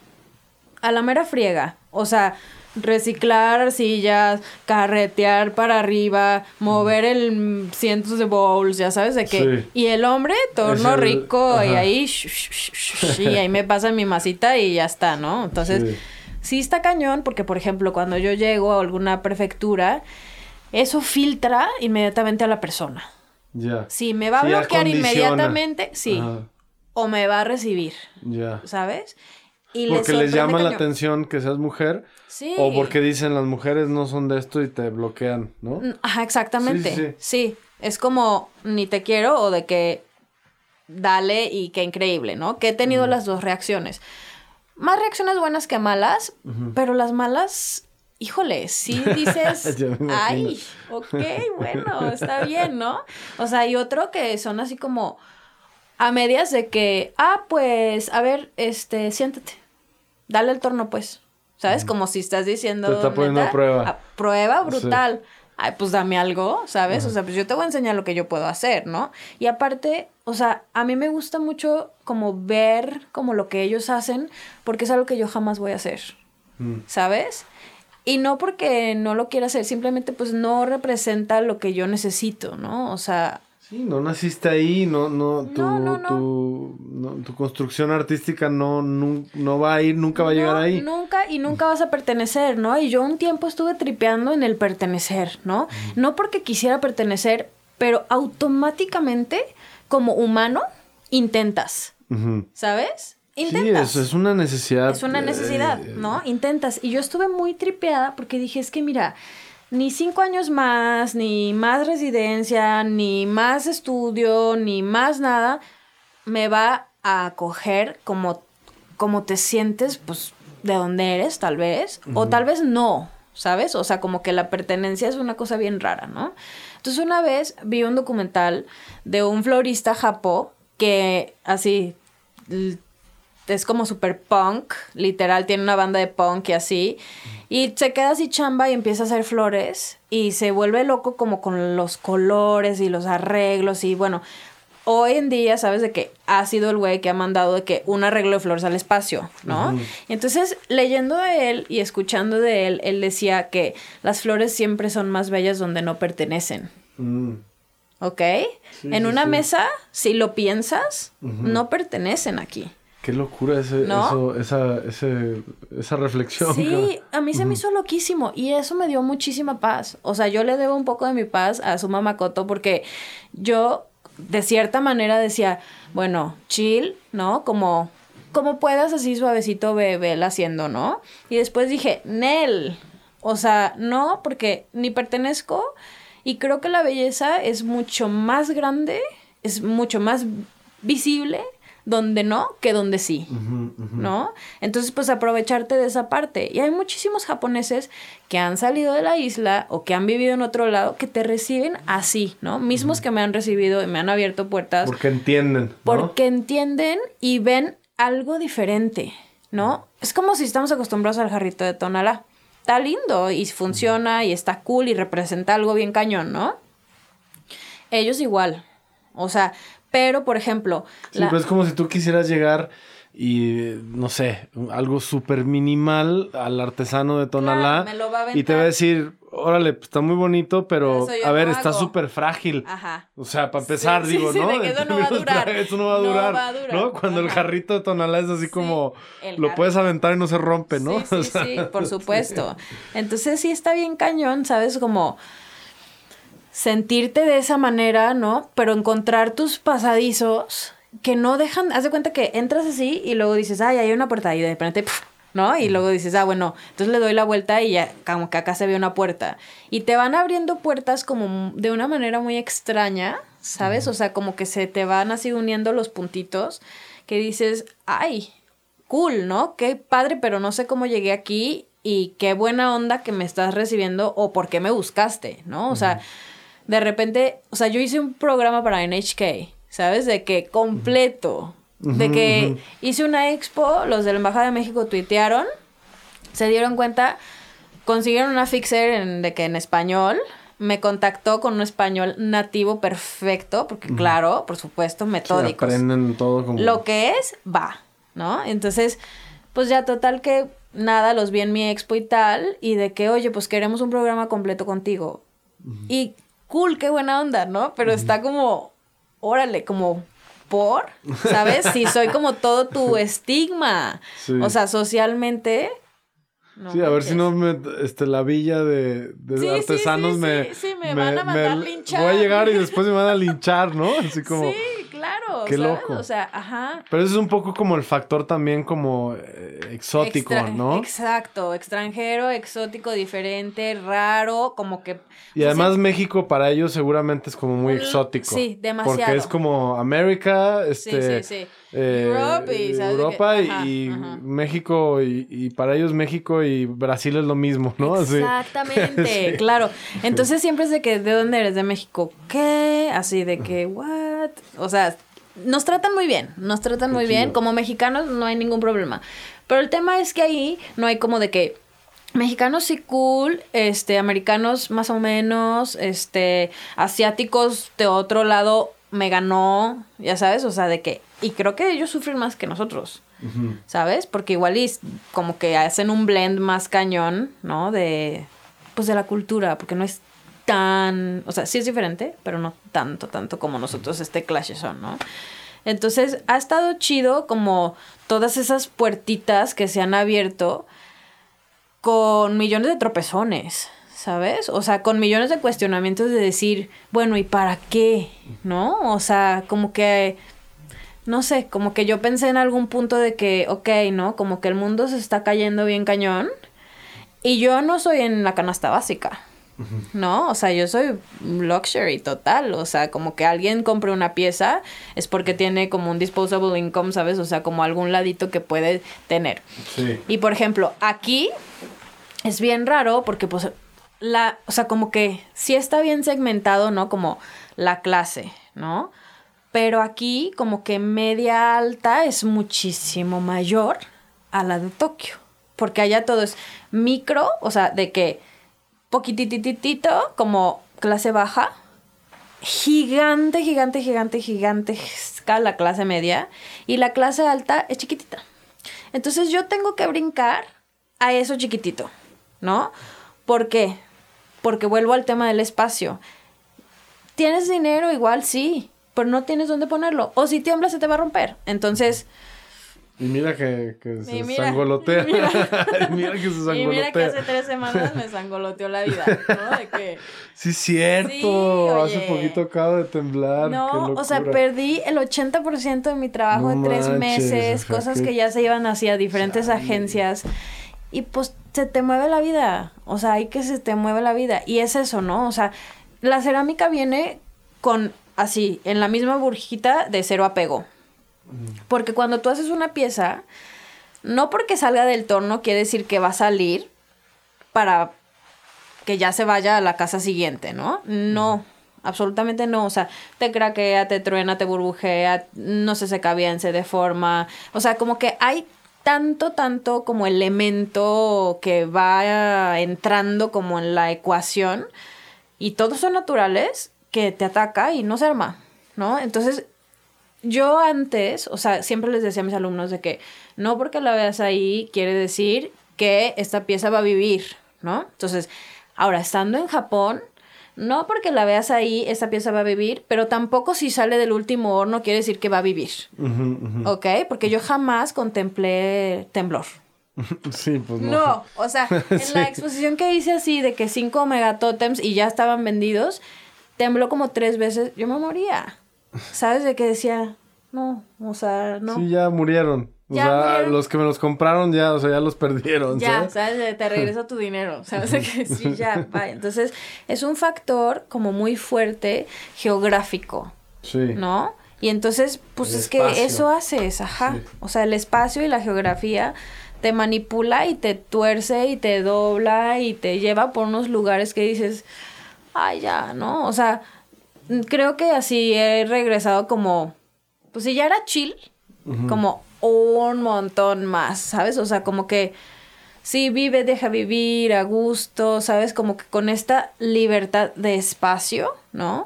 a la mera friega. O sea, reciclar arcillas, carretear para arriba, mover cientos de bowls, ya sabes de qué. Sí. Y el hombre, torno rico, ajá. y ahí, y ahí me pasa mi masita y ya está, ¿no? Entonces, sí está cañón porque, por ejemplo, cuando yo llego a alguna prefectura... Eso filtra inmediatamente a la persona. Ya. Si me va a bloquear inmediatamente, sí. Ajá. O me va a recibir. Ya. ¿Sabes? Y porque les llama la atención que seas mujer. Sí. O porque dicen las mujeres no son de esto y te bloquean, ¿no? Ajá, exactamente. Sí. Es como ni te quiero o de que dale y qué increíble, ¿no? Que he tenido las dos reacciones. Más reacciones buenas que malas, pero las malas... Híjole, sí dices, ay, ok, bueno, está bien, ¿no? O sea, hay otro que son así como a medias de que, pues, a ver, siéntate, dale el torno, pues, ¿sabes? Como si estás diciendo... Te está poniendo a prueba. A prueba brutal. Sí. Ay, pues dame algo, ¿sabes? Ajá. O sea, pues yo te voy a enseñar lo que yo puedo hacer, ¿no? Y aparte, o sea, a mí me gusta mucho como ver como lo que ellos hacen, porque es algo que yo jamás voy a hacer, ¿sabes? Y no porque no lo quiera hacer, simplemente pues no representa lo que yo necesito, ¿no? O sea... Sí, no naciste ahí, tu construcción artística no va a ir, nunca va a llegar ahí. Nunca, y nunca vas a pertenecer, ¿no? Y yo un tiempo estuve tripeando en el pertenecer, ¿no? No porque quisiera pertenecer, pero automáticamente, como humano, intentas, ¿sabes? Intentas. Sí, eso es una necesidad. Es una necesidad, ¿no? Intentas. Y yo estuve muy tripeada porque dije, es que mira, ni 5 años más, ni más residencia, ni más estudio, ni más nada, me va a acoger como te sientes, pues, de donde eres, tal vez. O tal vez no, ¿sabes? O sea, como que la pertenencia es una cosa bien rara, ¿no? Entonces, una vez vi un documental de un florista japó que, así... es como super punk, literal, tiene una banda de punk y así, y se queda así chamba y empieza a hacer flores, y se vuelve loco como con los colores y los arreglos, y bueno, hoy en día, sabes de que ha sido el güey que ha mandado de que un arreglo de flores al espacio, ¿no? Uh-huh. Entonces, leyendo de él y escuchando de él, él decía que las flores siempre son más bellas donde no pertenecen. ¿Ok? Sí, en una mesa, si lo piensas, no pertenecen aquí. Qué locura esa reflexión. Sí, a mí se me hizo loquísimo y eso me dio muchísima paz. O sea, yo le debo un poco de mi paz a Suma Makoto porque yo, de cierta manera, decía, bueno, chill, ¿no? Como puedas, así suavecito, vela haciendo, ¿no? Y después dije, Nel, o sea, no, porque ni pertenezco y creo que la belleza es mucho más grande, es mucho más visible donde no que donde sí, ¿no? Entonces, pues aprovecharte de esa parte. Y hay muchísimos japoneses que han salido de la isla o que han vivido en otro lado que te reciben así, ¿no? Mismos que me han recibido y me han abierto puertas. Porque entienden, ¿no? Porque entienden y ven algo diferente, ¿no? Es como si estamos acostumbrados al jarrito de Tonalá. Está lindo y funciona y está cool y representa algo bien cañón, ¿no? Ellos igual. O sea, pero, por ejemplo... Sí, pero es como si tú quisieras llegar y, no sé, algo súper minimal al artesano de Tonalá. Claro, me lo va a aventar. Y te va a decir, órale, pues está muy bonito, pero a ver, está súper frágil. Ajá. O sea, para empezar, digo, sí, ¿no? De que eso no va a durar. Eso no va a durar, ¿no? Cuando el jarrito de Tonalá es así como, lo puedes aventar y no se rompe, ¿no? Sí, por supuesto. Entonces sí está bien cañón, ¿sabes? Como... sentirte de esa manera, ¿no? Pero encontrar tus pasadizos que no dejan... Haz de cuenta que entras así y luego dices, ay, hay una puerta. Y de repente, ¿no? Y luego dices, bueno, entonces le doy la vuelta y ya como que acá se ve una puerta. Y te van abriendo puertas como de una manera muy extraña, ¿sabes? O sea, como que se te van así uniendo los puntitos que dices, ay, cool, ¿no? Qué padre, pero no sé cómo llegué aquí y qué buena onda que me estás recibiendo o por qué me buscaste, ¿no? O sea... de repente, o sea, yo hice un programa para NHK, ¿sabes? De que completo, de que hice una expo, los de la Embajada de México tuitearon, se dieron cuenta, consiguieron una fixer de que en español, me contactó con un español nativo perfecto, porque claro, por supuesto, metódicos. Sí, aprenden todo como... lo que es, va, ¿no? Entonces, pues ya total que nada, los vi en mi expo y tal, y de que, oye, pues queremos un programa completo contigo. Y... cool, qué buena onda, ¿no? Pero está como, órale, como, ¿por? ¿Sabes? Si soy como todo tu estigma. Sí. O sea, socialmente... no sí, a ver si no la villa de artesanos me van a mandar linchar. Voy a llegar y después me van a linchar, ¿no? Así como... sí, claro. Qué ¿sabes? loco. O sea, ajá. Pero eso es un poco como el factor también como exótico, ¿no? Exacto. Extranjero, exótico, diferente, raro, como que... y además México para ellos seguramente es como muy exótico. Sí, demasiado. Porque es como América, sí. Europa y México y para ellos México y Brasil es lo mismo, ¿no? Exactamente, sí. Claro. Entonces siempre es de que, ¿de dónde eres? ¿De México? ¿Qué? Así de que, ¿what? O sea, nos tratan muy bien, muy bien. Como mexicanos no hay ningún problema. Pero el tema es que ahí no hay como de que mexicanos sí cool, americanos más o menos, asiáticos de otro lado me ganó, ya sabes, o sea, de que... y creo que ellos sufren más que nosotros, ¿sabes? Porque igual como que hacen un blend más cañón, ¿no? De la cultura, porque no es tan... o sea, sí es diferente, pero no tanto como nosotros clash son, ¿no? Entonces, ha estado chido como todas esas puertitas que se han abierto con millones de tropezones, ¿sabes? O sea, con millones de cuestionamientos de decir, bueno, ¿y para qué? ¿No? O sea, como que... no sé, como que yo pensé en algún punto de que, ok, ¿no? Como que el mundo se está cayendo bien cañón y yo no soy en la canasta básica, ¿no? O sea, yo soy luxury total, o sea, como que alguien compre una pieza es porque tiene como un disposable income, ¿sabes? O sea, como algún ladito que puede tener. Sí. Y, por ejemplo, aquí es bien raro porque, pues, o sea, como que sí está bien segmentado, ¿no? Como la clase, ¿no? Pero aquí como que media alta es muchísimo mayor a la de Tokio. Porque allá todo es micro, o sea, de que poquitititito como clase baja gigante, gigante, gigante, gigantesca la clase media y la clase alta es chiquitita. Entonces yo tengo que brincar a eso chiquitito, ¿no? ¿Por qué? Porque vuelvo al tema del espacio. ¿Tienes dinero? Igual sí, pero no tienes dónde ponerlo. O si tiembla se te va a romper. Entonces... Y mira que se sangolotea. Mira que se sangolotea. Y mira que hace 3 semanas me sangoloteó la vida, ¿no? De que... Sí, cierto. Sí, hace poquito acabo de temblar. No, o sea, perdí el 80% de mi trabajo de 3 meses. Cosas que ya se iban hacia diferentes agencias. Y pues se te mueve la vida. O sea, hay que se te mueve la vida. Y es eso, ¿no? O sea, la cerámica viene con, así, en la misma burbujita de 0 apego. Porque cuando tú haces una pieza, no porque salga del torno quiere decir que va a salir para que ya se vaya a la casa siguiente, ¿no? No, absolutamente no. O sea, te craquea, te truena, te burbujea, no se seca bien, se deforma. O sea, como que hay tanto como elemento que va entrando como en la ecuación y todos son naturales que te ataca y no se arma, ¿no? Entonces... Yo antes, o sea, siempre les decía a mis alumnos de que no porque la veas ahí quiere decir que esta pieza va a vivir, ¿no? Entonces, ahora, estando en Japón, no porque la veas ahí esta pieza va a vivir, pero tampoco si sale del último horno quiere decir que va a vivir, ¿ok? Porque yo jamás contemplé temblor. Sí, pues no. No, o sea, en la exposición que hice así de que 5 megatótems y ya estaban vendidos, tembló como 3 veces, yo me moría. ¿Sabes? De que decía, no, o sea, no. Sí, ya murieron. O sea, murieron. Los que me los compraron ya, o sea, ya los perdieron. Ya, ¿sabes? Te regreso tu dinero. ¿Sabes? De que sí, ya, vaya. Entonces, es un factor como muy fuerte geográfico. Sí. ¿No? Y entonces, pues el es espacio. Que eso haces, ajá. Sí. O sea, el espacio y la geografía te manipula y te tuerce y te dobla y te lleva por unos lugares que dices, ay, ya, ¿no? O sea... Creo que así he regresado como... Pues si ya era chill, como un montón más, ¿sabes? O sea, como que... Sí, vive, deja vivir, a gusto, ¿sabes? Como que con esta libertad de espacio, ¿no?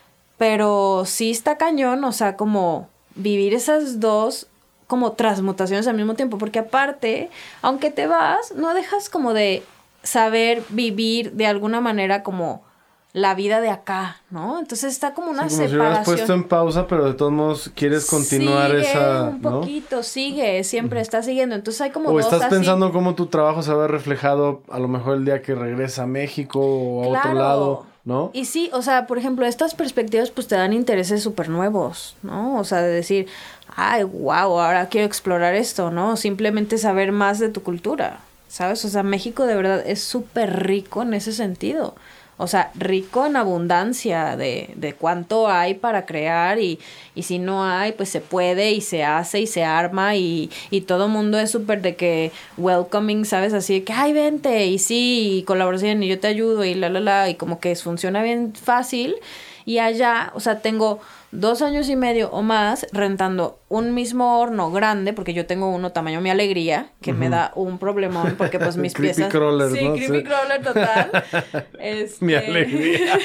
Pero sí está cañón, o sea, como vivir esas dos como transmutaciones al mismo tiempo. Porque aparte, aunque te vas, no dejas como de saber vivir de alguna manera como... la vida de acá, ¿no? Entonces está como una separación. Como si hubieras puesto en pausa, pero de todos modos quieres continuar sigue esa, un poquito, ¿no? Sigue, siempre está siguiendo. Entonces hay como o dos estás así... pensando cómo tu trabajo se va reflejado a lo mejor el día que regresa a México o a otro lado, ¿no? Y sí, o sea, por ejemplo, estas perspectivas pues te dan intereses súper nuevos, ¿no? O sea, de decir, ay, wow, ahora quiero explorar esto, ¿no? Simplemente saber más de tu cultura, ¿sabes? O sea, México de verdad es súper rico en ese sentido. O sea, rico en abundancia de cuánto hay para crear y si no hay, pues se puede y se hace y se arma y todo mundo es súper de que welcoming, ¿sabes? Así de que, ay, vente y sí, y colaboración y yo te ayudo y y como que funciona bien fácil. Y allá, o sea, tengo 2 años y medio o más rentando un mismo horno grande, porque yo tengo uno tamaño Mi Alegría, que me da un problemón, porque pues mis creepy piezas... Crawler, sí, ¿no? creepy crawler total. Mi Alegría.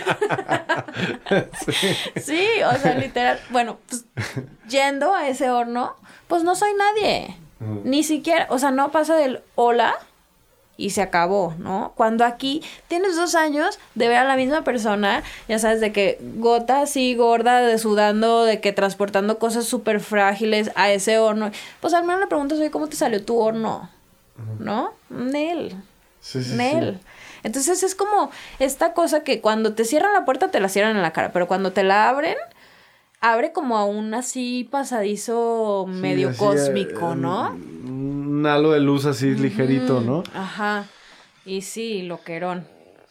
Sí, o sea, literal, bueno, pues yendo a ese horno, pues no soy nadie. Ni siquiera, o sea, no pasa del hola... y se acabó, ¿no? Cuando aquí tienes 2 años de ver a la misma persona, ya sabes, de que gota así gorda, de sudando, de que transportando cosas súper frágiles a ese horno. Pues al menos le preguntas, oye, ¿cómo te salió tu horno? ¿No? Nel. Sí. Entonces es como esta cosa que cuando te cierran la puerta te la cierran en la cara, pero cuando te la abren, abre como a un así pasadizo medio así, cósmico, ¿no? Un halo de luz así ligerito, ¿no? Ajá. Y sí, loquerón.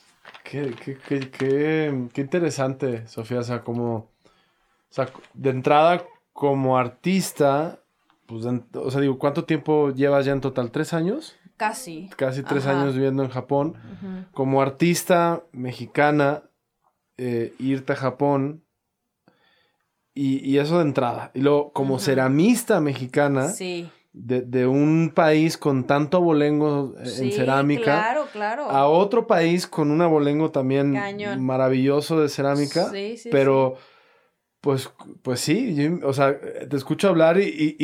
Qué interesante, Sofía. O sea, de entrada, como artista, pues, o sea, digo, ¿cuánto tiempo llevas ya en total? ¿3 años? Casi 3 años viviendo en Japón. Como artista mexicana, irte a Japón... Y eso de entrada. Y luego, como ceramista mexicana, sí. de un país con tanto abolengo en cerámica claro. a otro país con un abolengo también Cañón. maravilloso de cerámica, pero pues sí, o sea, te escucho hablar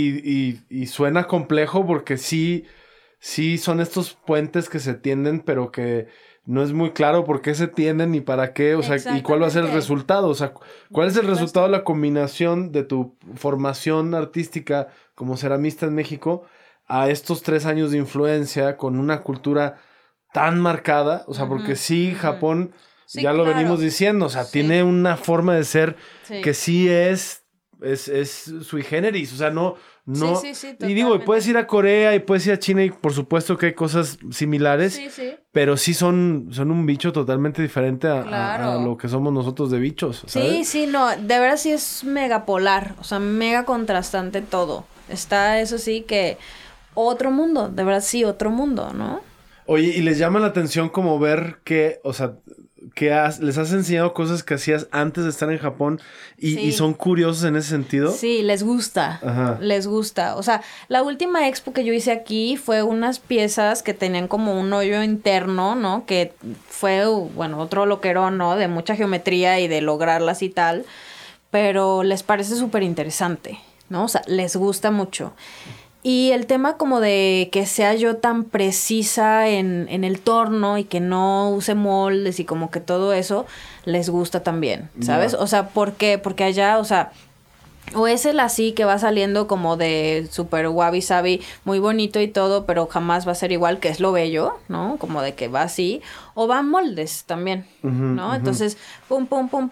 y suena complejo porque sí son estos puentes que se tienden, pero que no es muy claro por qué se tienden ni para qué, o sea, y cuál va a ser el resultado, o sea, cuál es el resultado de la combinación de tu formación artística como ceramista en México a estos 3 años de influencia con una cultura tan marcada, o sea, porque Japón, ya lo venimos diciendo, o sea, tiene una forma de ser que sí es sui generis, o sea, no, y digo, y puedes ir a Corea y puedes ir a China y por supuesto que hay cosas similares, pero sí son un bicho totalmente diferente a lo que somos nosotros de bichos, ¿sabes? Sí, no, de verdad sí es mega polar, o sea, mega contrastante todo. Está eso sí que otro mundo, de verdad sí, otro mundo, ¿no? Oye, ¿y les llama la atención como ver que, o sea, les has enseñado cosas que hacías antes de estar en Japón y son curiosos en ese sentido? Sí, les gusta. Ajá. Les gusta. O sea, la última expo que yo hice aquí fue unas piezas que tenían como un hoyo interno, ¿no? Que fue, bueno, otro loquerón, ¿no? De mucha geometría y de lograrlas y tal. Pero les parece súper interesante, ¿no? O sea, les gusta mucho. Y el tema como de que sea yo tan precisa en el torno y que no use moldes y como que todo eso les gusta también, ¿sabes? Yeah. O sea, ¿por qué? Porque allá, o sea, o es el así que va saliendo como de súper wabi sabi, muy bonito y todo, pero jamás va a ser igual, que es lo bello, ¿no? Como de que va así. O van moldes también, ¿no? Entonces, pum,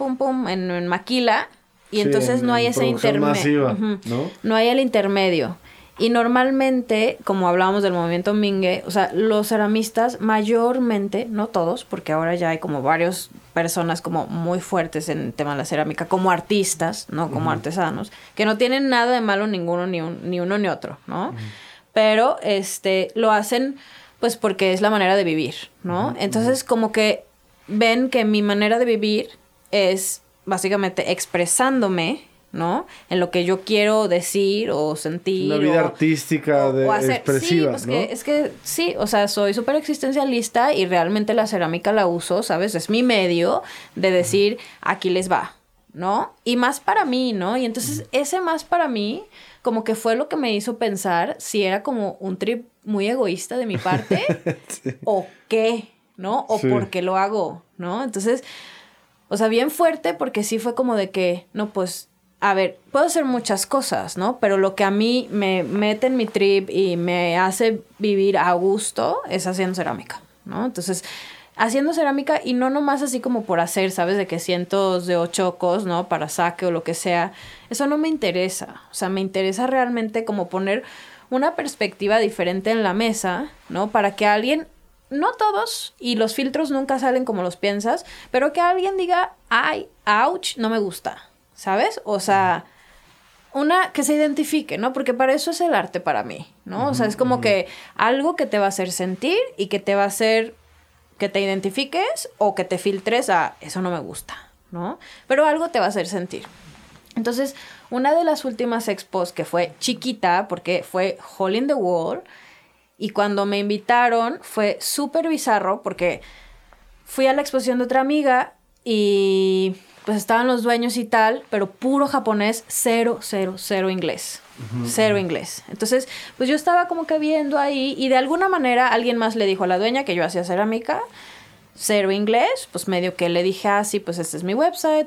en maquila. Y entonces no hay ese intermedio. ¿No? No hay el intermedio. Y normalmente, como hablábamos del movimiento Mingue, o sea, los ceramistas mayormente, no todos, porque ahora ya hay como varias personas como muy fuertes en el tema de la cerámica, como artistas, ¿no? Como artesanos, que no tienen nada de malo ninguno, ni uno ni otro, ¿no? Pero, lo hacen, pues, porque es la manera de vivir, ¿no? Entonces, como que ven que mi manera de vivir es básicamente expresándome, ¿no? En lo que yo quiero decir o sentir. Una vida artística, o hacer, expresiva, sí, pues ¿no? Es que sí, o sea, soy súper existencialista y realmente la cerámica la uso, ¿sabes? Es mi medio de decir, aquí les va, ¿no? Y más para mí, ¿no? Y entonces ese más para mí como que fue lo que me hizo pensar si era como un trip muy egoísta de mi parte o qué, ¿no? O por qué lo hago, ¿no? Entonces, o sea, bien fuerte porque sí fue como de que, no, pues, a ver, puedo hacer muchas cosas, ¿no? Pero lo que a mí me mete en mi trip y me hace vivir a gusto es haciendo cerámica, ¿no? Entonces, haciendo cerámica y no nomás así como por hacer, ¿sabes? De que cientos de ochocos, ¿no? Para saque o lo que sea. Eso no me interesa. O sea, me interesa realmente como poner una perspectiva diferente en la mesa, ¿no? Para que alguien, no todos, y los filtros nunca salen como los piensas, pero que alguien diga, ay, ouch, no me gusta, ¿sabes? O sea, que se identifique, ¿no? Porque para eso es el arte para mí, ¿no? O sea, es como que algo que te va a hacer sentir y que te va a hacer que te identifiques o que te filtres a eso no me gusta, ¿no? Pero algo te va a hacer sentir. Entonces, una de las últimas expos que fue chiquita, porque fue Hole in the Wall, y cuando me invitaron fue súper bizarro porque fui a la exposición de otra amiga y pues estaban los dueños y tal, pero puro japonés, cero inglés. Cero inglés. Entonces, pues yo estaba como que viendo ahí y de alguna manera alguien más le dijo a la dueña que yo hacía cerámica, cero inglés, pues medio que le dije, sí, pues este es mi website,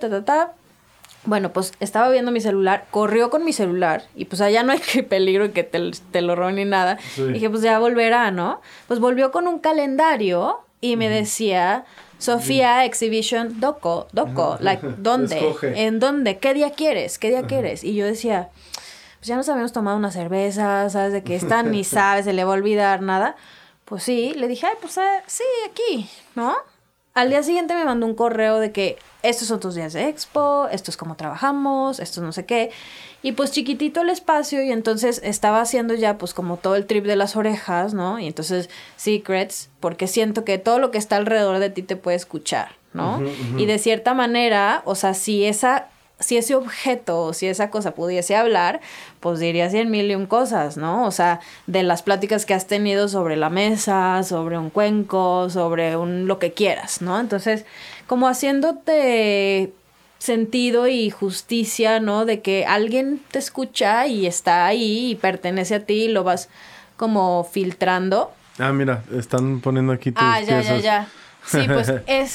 Bueno, pues estaba viendo mi celular, corrió con mi celular y pues allá no hay peligro que te lo roben ni nada. Sí. Dije, pues ya volverá, ¿no? Pues volvió con un calendario y me decía, Sofía Exhibition Doko, like, ¿dónde? Escoge. ¿En dónde? ¿Qué día quieres? ¿Qué día quieres? Y yo decía, pues ya nos habíamos tomado una cerveza, ¿sabes? De que esta ni sabe, se le va a olvidar nada. Pues sí, le dije, pues sí, aquí, ¿no? Al día siguiente me mandó un correo de que estos son tus días de expo, esto es cómo trabajamos, esto no sé qué. Y pues chiquitito el espacio y entonces estaba haciendo ya pues como todo el trip de las orejas, ¿no? Y entonces secrets, porque siento que todo lo que está alrededor de ti te puede escuchar, ¿no? Y de cierta manera, o sea, si esa si ese objeto o si esa cosa pudiese hablar, pues diría 100,000,000 cosas, ¿no? O sea, de las pláticas que has tenido sobre la mesa, sobre un cuenco, sobre lo que quieras, ¿no? Entonces, como haciéndote sentido y justicia, ¿no? De que alguien te escucha y está ahí y pertenece a ti y lo vas como filtrando. Ah, mira, están poniendo aquí tus piezas. Ya. Sí, pues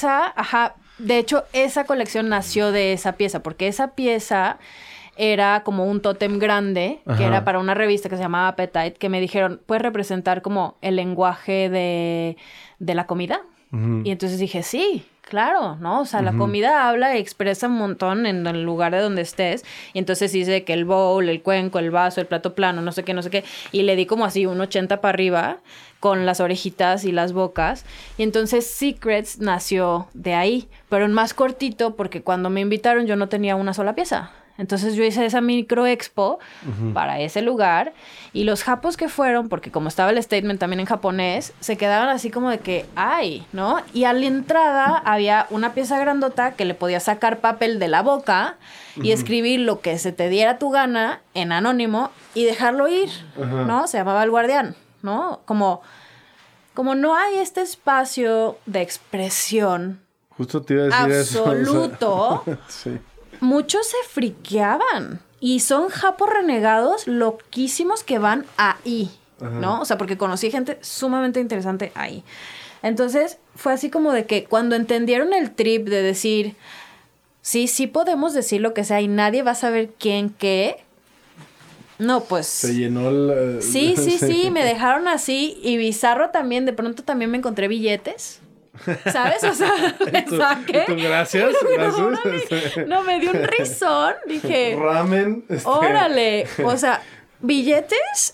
de hecho, esa colección nació de esa pieza, porque esa pieza era como un tótem grande, que era para una revista que se llamaba Appetite, que me dijeron, ¿puedes representar como el lenguaje de la comida? Y entonces dije, sí, claro, ¿no? O sea, la comida habla y expresa un montón en el lugar de donde estés. Y entonces dice que el bowl, el cuenco, el vaso, el plato plano, no sé qué. Y le di como así un 80 para arriba con las orejitas y las bocas. Y entonces Secrets nació de ahí, pero en más cortito porque cuando me invitaron yo no tenía una sola pieza. Entonces yo hice esa micro expo para ese lugar y los japos que fueron, porque como estaba el statement también en japonés, se quedaban así como de que, ¡ay! ¿no? Y a la entrada había una pieza grandota que le podías sacar papel de la boca y escribir lo que se te diera tu gana en anónimo y dejarlo ir, ¿no? Se llamaba El Guardián, ¿no? Como no hay este espacio de expresión justo te iba a decir absoluto, eso. Sí. Muchos se friqueaban y son japos renegados loquísimos que van ahí, ¿no? O sea, porque conocí gente sumamente interesante ahí. Entonces, fue así como de que cuando entendieron el trip de decir, sí podemos decir lo que sea y nadie va a saber quién qué, no, pues... Se llenó Sí, me dejaron así y bizarro también, de pronto también me encontré billetes. ¿Sabes? O sea, me saqué. ¿Y tú, gracias? No, me dio un risón. Dije... Ramen. Órale. O sea, billetes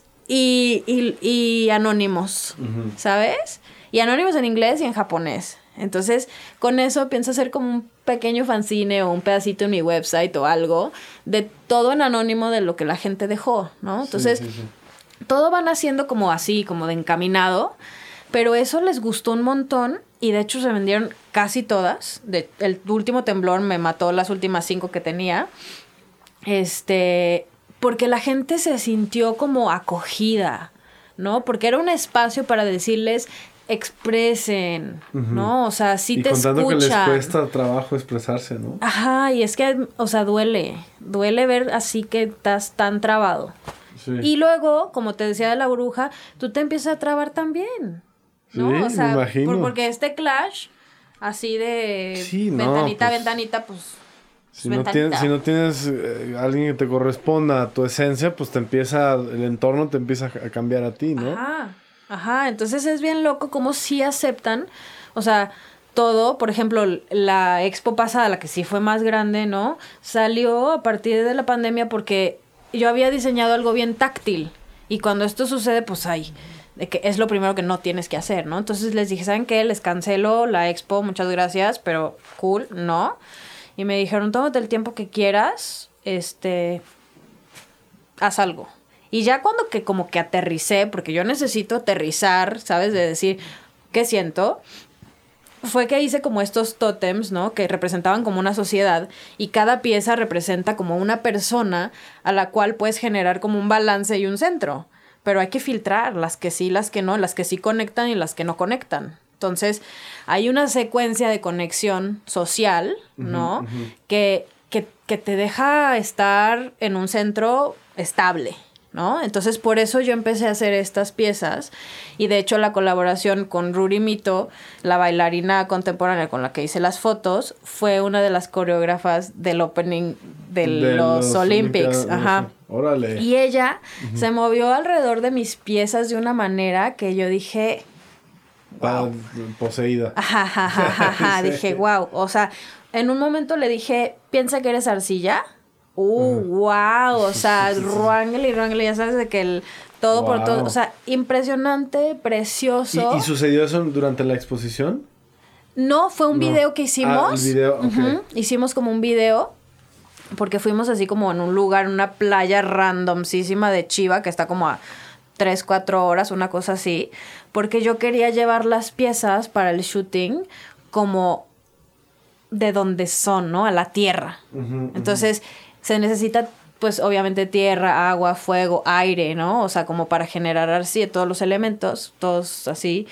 y anónimos, ¿sabes? Y anónimos en inglés y en japonés. Entonces, con eso pienso hacer como un pequeño fanzine o un pedacito en mi website o algo de todo en anónimo de lo que la gente dejó, ¿no? Entonces, todo van haciendo como así, como de encaminado, pero eso les gustó un montón y de hecho se vendieron casi todas. El último temblor me mató las últimas 5 que tenía. Porque la gente se sintió como acogida, ¿no? Porque era un espacio para decirles expresen, ¿no? O sea, sí te escuchan. Y contando que les cuesta trabajo expresarse, ¿no? Ajá, y es que, o sea, duele ver así que estás tan trabado. Sí. Y luego, como te decía de la bruja, tú te empiezas a trabar también, ¿no? Sí, o sea, me imagino. Porque este clash, así de ventanita, pues... Si no tienes alguien que te corresponda a tu esencia, pues el entorno te empieza a cambiar a ti, ¿no? Ajá, entonces es bien loco cómo sí aceptan, o sea, todo, por ejemplo, la expo pasada, la que sí fue más grande, ¿no? Salió a partir de la pandemia porque yo había diseñado algo bien táctil y cuando esto sucede, pues de que es lo primero que no tienes que hacer, ¿no? Entonces les dije, ¿saben qué? Les cancelo la expo, muchas gracias, pero cool, ¿no? Y me dijeron, tómate el tiempo que quieras, haz algo. Y ya cuando que como que aterricé, porque yo necesito aterrizar, ¿sabes? De decir, ¿qué siento? Fue que hice como estos tótems, ¿no? Que representaban como una sociedad y cada pieza representa como una persona a la cual puedes generar como un balance y un centro. Pero hay que filtrar las que sí, las que no, las que sí conectan y las que no conectan. Entonces, hay una secuencia de conexión social, ¿no? Que te deja estar en un centro estable, ¿no? Entonces, por eso yo empecé a hacer estas piezas. Y, de hecho, la colaboración con Ruri Mito, la bailarina contemporánea con la que hice las fotos, fue una de las coreógrafas del opening de los Olympics. Ajá. Órale. Y ella se movió alrededor de mis piezas de una manera que yo dije... Wow. Poseída. Ajá. Dije, wow. O sea, en un momento le dije, piensa que eres arcilla. Wow. O sea, ruangale, ya sabes, de que todo por todo. O sea, impresionante, precioso. ¿Y sucedió eso durante la exposición? No, fue un video que hicimos. El video, ok. Hicimos como un video. Porque fuimos así como en un lugar, una playa randomísima de Chiba, que está como a 3-4 horas, una cosa así, porque yo quería llevar las piezas para el shooting como de donde son, ¿no? A la tierra. Entonces, se necesita, pues, obviamente tierra, agua, fuego, aire, ¿no? O sea, como para generar así todos los elementos, todos así.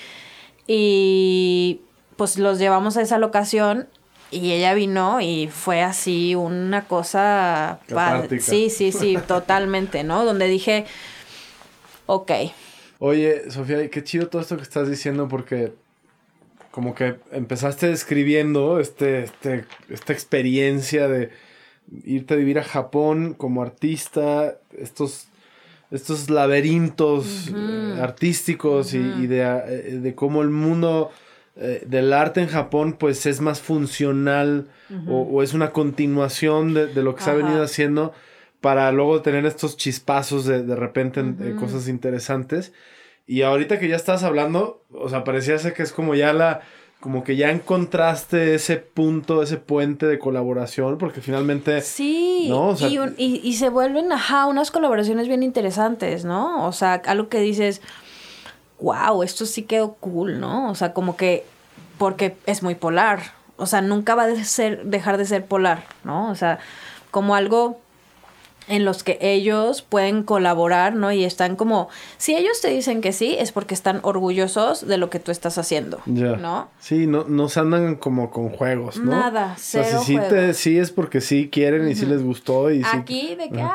Y, pues, los llevamos a esa locación y ella vino y fue así una cosa... Sí, totalmente, ¿no? Donde dije, ok. Oye, Sofía, qué chido todo esto que estás diciendo porque como que empezaste describiendo esta experiencia de irte a vivir a Japón como artista, estos laberintos artísticos y de cómo el mundo del arte en Japón pues es más funcional o es una continuación de lo que se ha venido haciendo para luego tener estos chispazos de repente cosas interesantes. Y ahorita que ya estás hablando, o sea, parecía ser que es como ya como que ya encontraste ese punto, ese puente de colaboración, porque finalmente... Sí, ¿no? O sea, y se vuelven, unas colaboraciones bien interesantes, ¿no? O sea, algo que dices, wow, esto sí quedó cool, ¿no? O sea, como que, porque es muy polar, o sea, nunca va a dejar de ser polar, ¿no? O sea, como algo en los que ellos pueden colaborar, ¿no? Y están como... Si ellos te dicen que sí, es porque están orgullosos de lo que tú estás haciendo, ¿no? Sí, no se andan como con juegos, ¿no? Nada, cero o sea, si sí es porque sí quieren y sí les gustó y aquí sí... de que,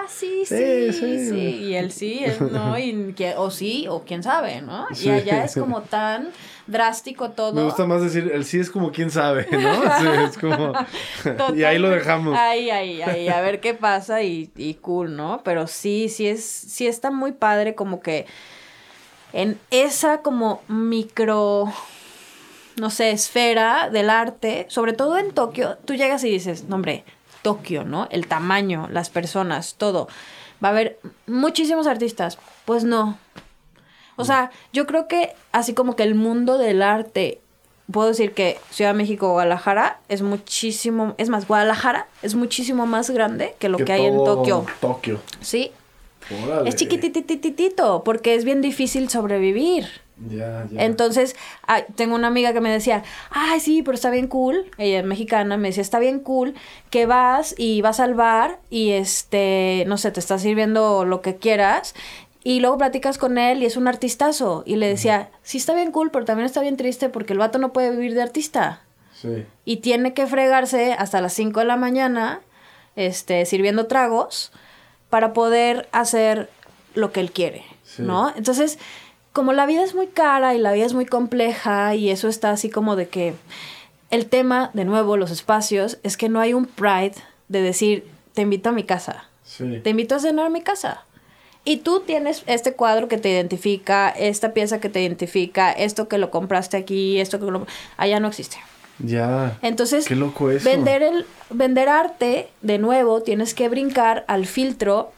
sí, y él sí, él no, o sí, o quién sabe, ¿no? Sí. Y allá es como tan drástico todo. Me gusta más decir, el sí es como quién sabe, ¿no? Sí, es como... y ahí lo dejamos. Ahí, a ver qué pasa y cool, ¿no? Pero sí está muy padre como que en esa como micro, no sé, esfera del arte, sobre todo en Tokio, tú llegas y dices, no hombre, Tokio, ¿no? El tamaño, las personas, todo. Va a haber muchísimos artistas. Pues no. O sea, yo creo que así como que el mundo del arte, puedo decir que Ciudad de México, Guadalajara, es muchísimo... Es más, Guadalajara es muchísimo más grande que lo que hay en Tokio. Sí. Órale. Es chiquitititito, porque es bien difícil sobrevivir. Ya. Entonces, tengo una amiga que me decía, sí, pero está bien cool, ella es mexicana, me decía, está bien cool que vas al bar y no sé, te está sirviendo lo que quieras y luego platicas con él y es un artistazo. Y le decía, sí está bien cool, pero también está bien triste porque el vato no puede vivir de artista. Sí. Y tiene que fregarse hasta las 5 de la mañana, sirviendo tragos para poder hacer lo que él quiere, ¿no? Entonces, como la vida es muy cara y la vida es muy compleja y eso está así como de que el tema, de nuevo, los espacios, es que no hay un pride de decir, te invito a mi casa. Sí. Te invito a cenar a mi casa. Y tú tienes este cuadro que te identifica, esta pieza que te identifica, esto que lo compraste aquí, esto que allá no existe. Ya. Entonces, qué loco eso. Vender arte, de nuevo, tienes que brincar al filtro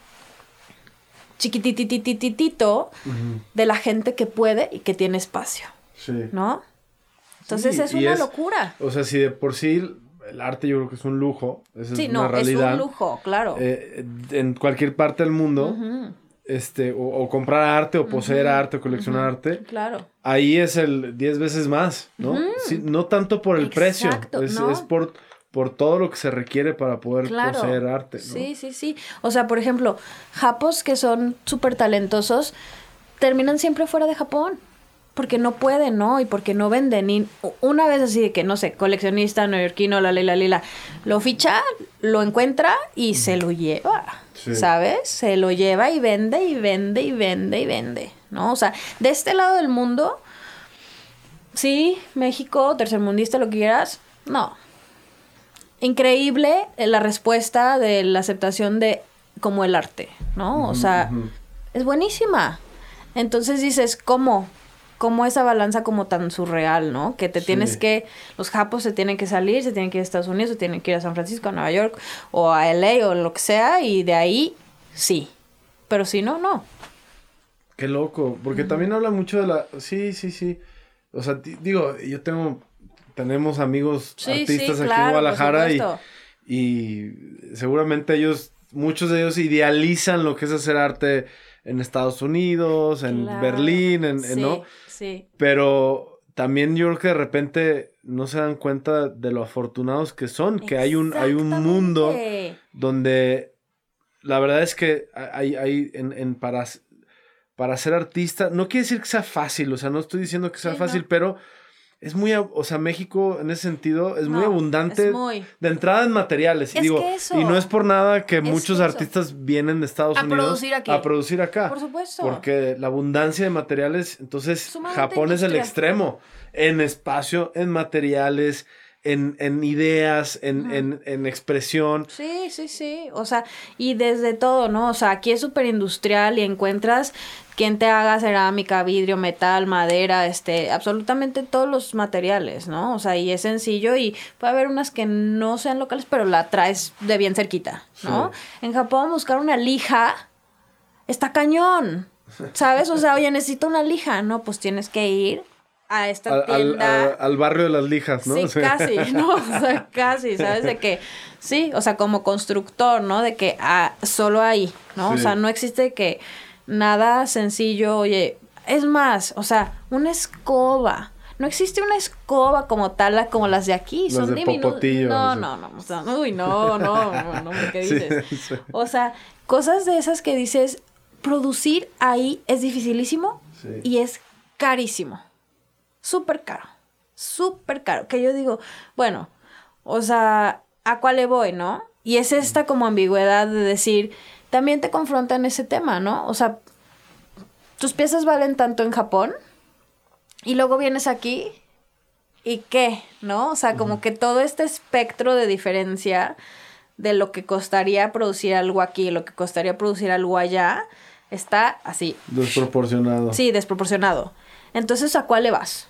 chiquititititito de la gente que puede y que tiene espacio. Sí. ¿No? Entonces es una locura. O sea, si de por sí el arte yo creo que es un lujo. Esa es una realidad. Es un lujo, claro. En cualquier parte del mundo. O comprar arte, o poseer arte, o coleccionar arte. Claro. Ahí es el 10 veces más, ¿no? Sí, no tanto por el precio. Es por todo lo que se requiere para poder poseer arte, ¿no? Sí. O sea, por ejemplo, japos que son súper talentosos terminan siempre fuera de Japón. Porque no pueden, ¿no? Y porque no venden. Y una vez así de que, no sé, coleccionista neoyorquino, la, lo ficha, lo encuentra y se lo lleva. Sí. ¿Sabes? Se lo lleva y vende, ¿no? O sea, de este lado del mundo, sí, México, tercermundista, lo que quieras, no. Increíble la respuesta de la aceptación de como el arte, ¿no? O sea, es buenísima. Entonces dices, ¿cómo esa balanza como tan surreal, ¿no? Que te tienes que... Los japos se tienen que salir, se tienen que ir a Estados Unidos, se tienen que ir a San Francisco, a Nueva York, o a LA, o lo que sea, y de ahí, sí. Pero si no, no. Qué loco, porque también habla mucho de la... Sí. O sea, digo, tenemos amigos artistas aquí en Guadalajara y seguramente muchos de ellos idealizan lo que es hacer arte en Estados Unidos, en Berlín, ¿no? Sí. Pero también yo creo que de repente no se dan cuenta de lo afortunados que son, que hay un mundo donde la verdad es que para ser artista, no quiere decir que sea fácil, o sea, no estoy diciendo que sea fácil, pero es muy, o sea, México en ese sentido es muy abundante de entrada en materiales. Y no es por nada que muchos artistas vienen de Estados Unidos a producir acá. Por supuesto. Porque la abundancia de materiales, entonces Japón es el extremo en espacio, en materiales, en ideas, en expresión. Sí. O sea, y desde todo, ¿no? O sea, aquí es súper industrial y encuentras quien te haga cerámica, vidrio, metal, madera, absolutamente todos los materiales, ¿no? O sea, y es sencillo y puede haber unas que no sean locales, pero la traes de bien cerquita, ¿no? Sí. En Japón buscar una lija está cañón, ¿sabes? O sea, oye, necesito una lija, ¿no? Pues tienes que ir a esta tienda. Al barrio de las lijas, ¿no? Sí, casi, ¿no? O sea, casi, ¿sabes? De que, sí, o sea, como constructor, ¿no? De que solo ahí, ¿no? Sí. O sea, no existe que nada sencillo, oye, es más, o sea, una escoba. No existe una escoba como tal, como las de aquí. Las son diminutas. No. O sea, uy, no, ¿qué dices? Sí. O sea, cosas de esas que dices, producir ahí es dificilísimo y es carísimo. Súper caro. Que yo digo, bueno, o sea, ¿a cuál le voy, no? Y es esta como ambigüedad de decir, también te confrontan ese tema, ¿no? O sea, tus piezas valen tanto en Japón y luego vienes aquí y ¿qué? ¿No? O sea, como que todo este espectro de diferencia de lo que costaría producir algo aquí y lo que costaría producir algo allá está así. Desproporcionado. Sí, desproporcionado. Entonces, ¿a cuál le vas?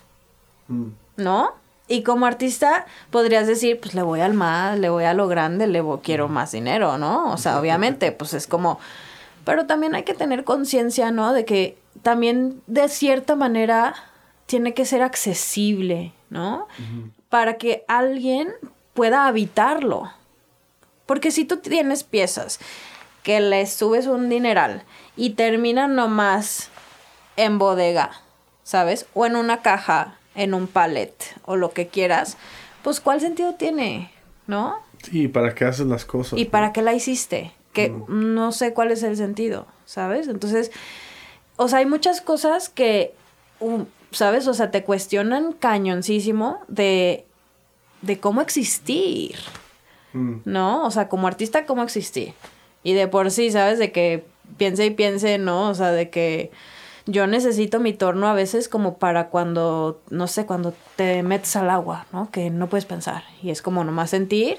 ¿No? Y como artista podrías decir, pues le voy al más, le voy a lo grande, quiero más dinero, ¿no? O sea, obviamente, pues es como... Pero también hay que tener conciencia, ¿no? De que también de cierta manera tiene que ser accesible, ¿no? Para que alguien pueda habitarlo. Porque si tú tienes piezas que les subes un dineral y terminan nomás en bodega, ¿sabes? O en una caja, en un pallet o lo que quieras, pues ¿cuál sentido tiene? ¿No? Sí, ¿para qué haces las cosas? ¿Y para qué la hiciste? Que no sé cuál es el sentido, ¿sabes? Entonces, o sea, hay muchas cosas que, ¿sabes? O sea, te cuestionan cañoncísimo de cómo existir, ¿no? O sea, como artista, cómo existir. Y de por sí, ¿sabes? De que piense, ¿no? O sea, de que yo necesito mi torno a veces como para cuando, no sé, cuando te metes al agua, ¿no? Que no puedes pensar. Y es como nomás sentir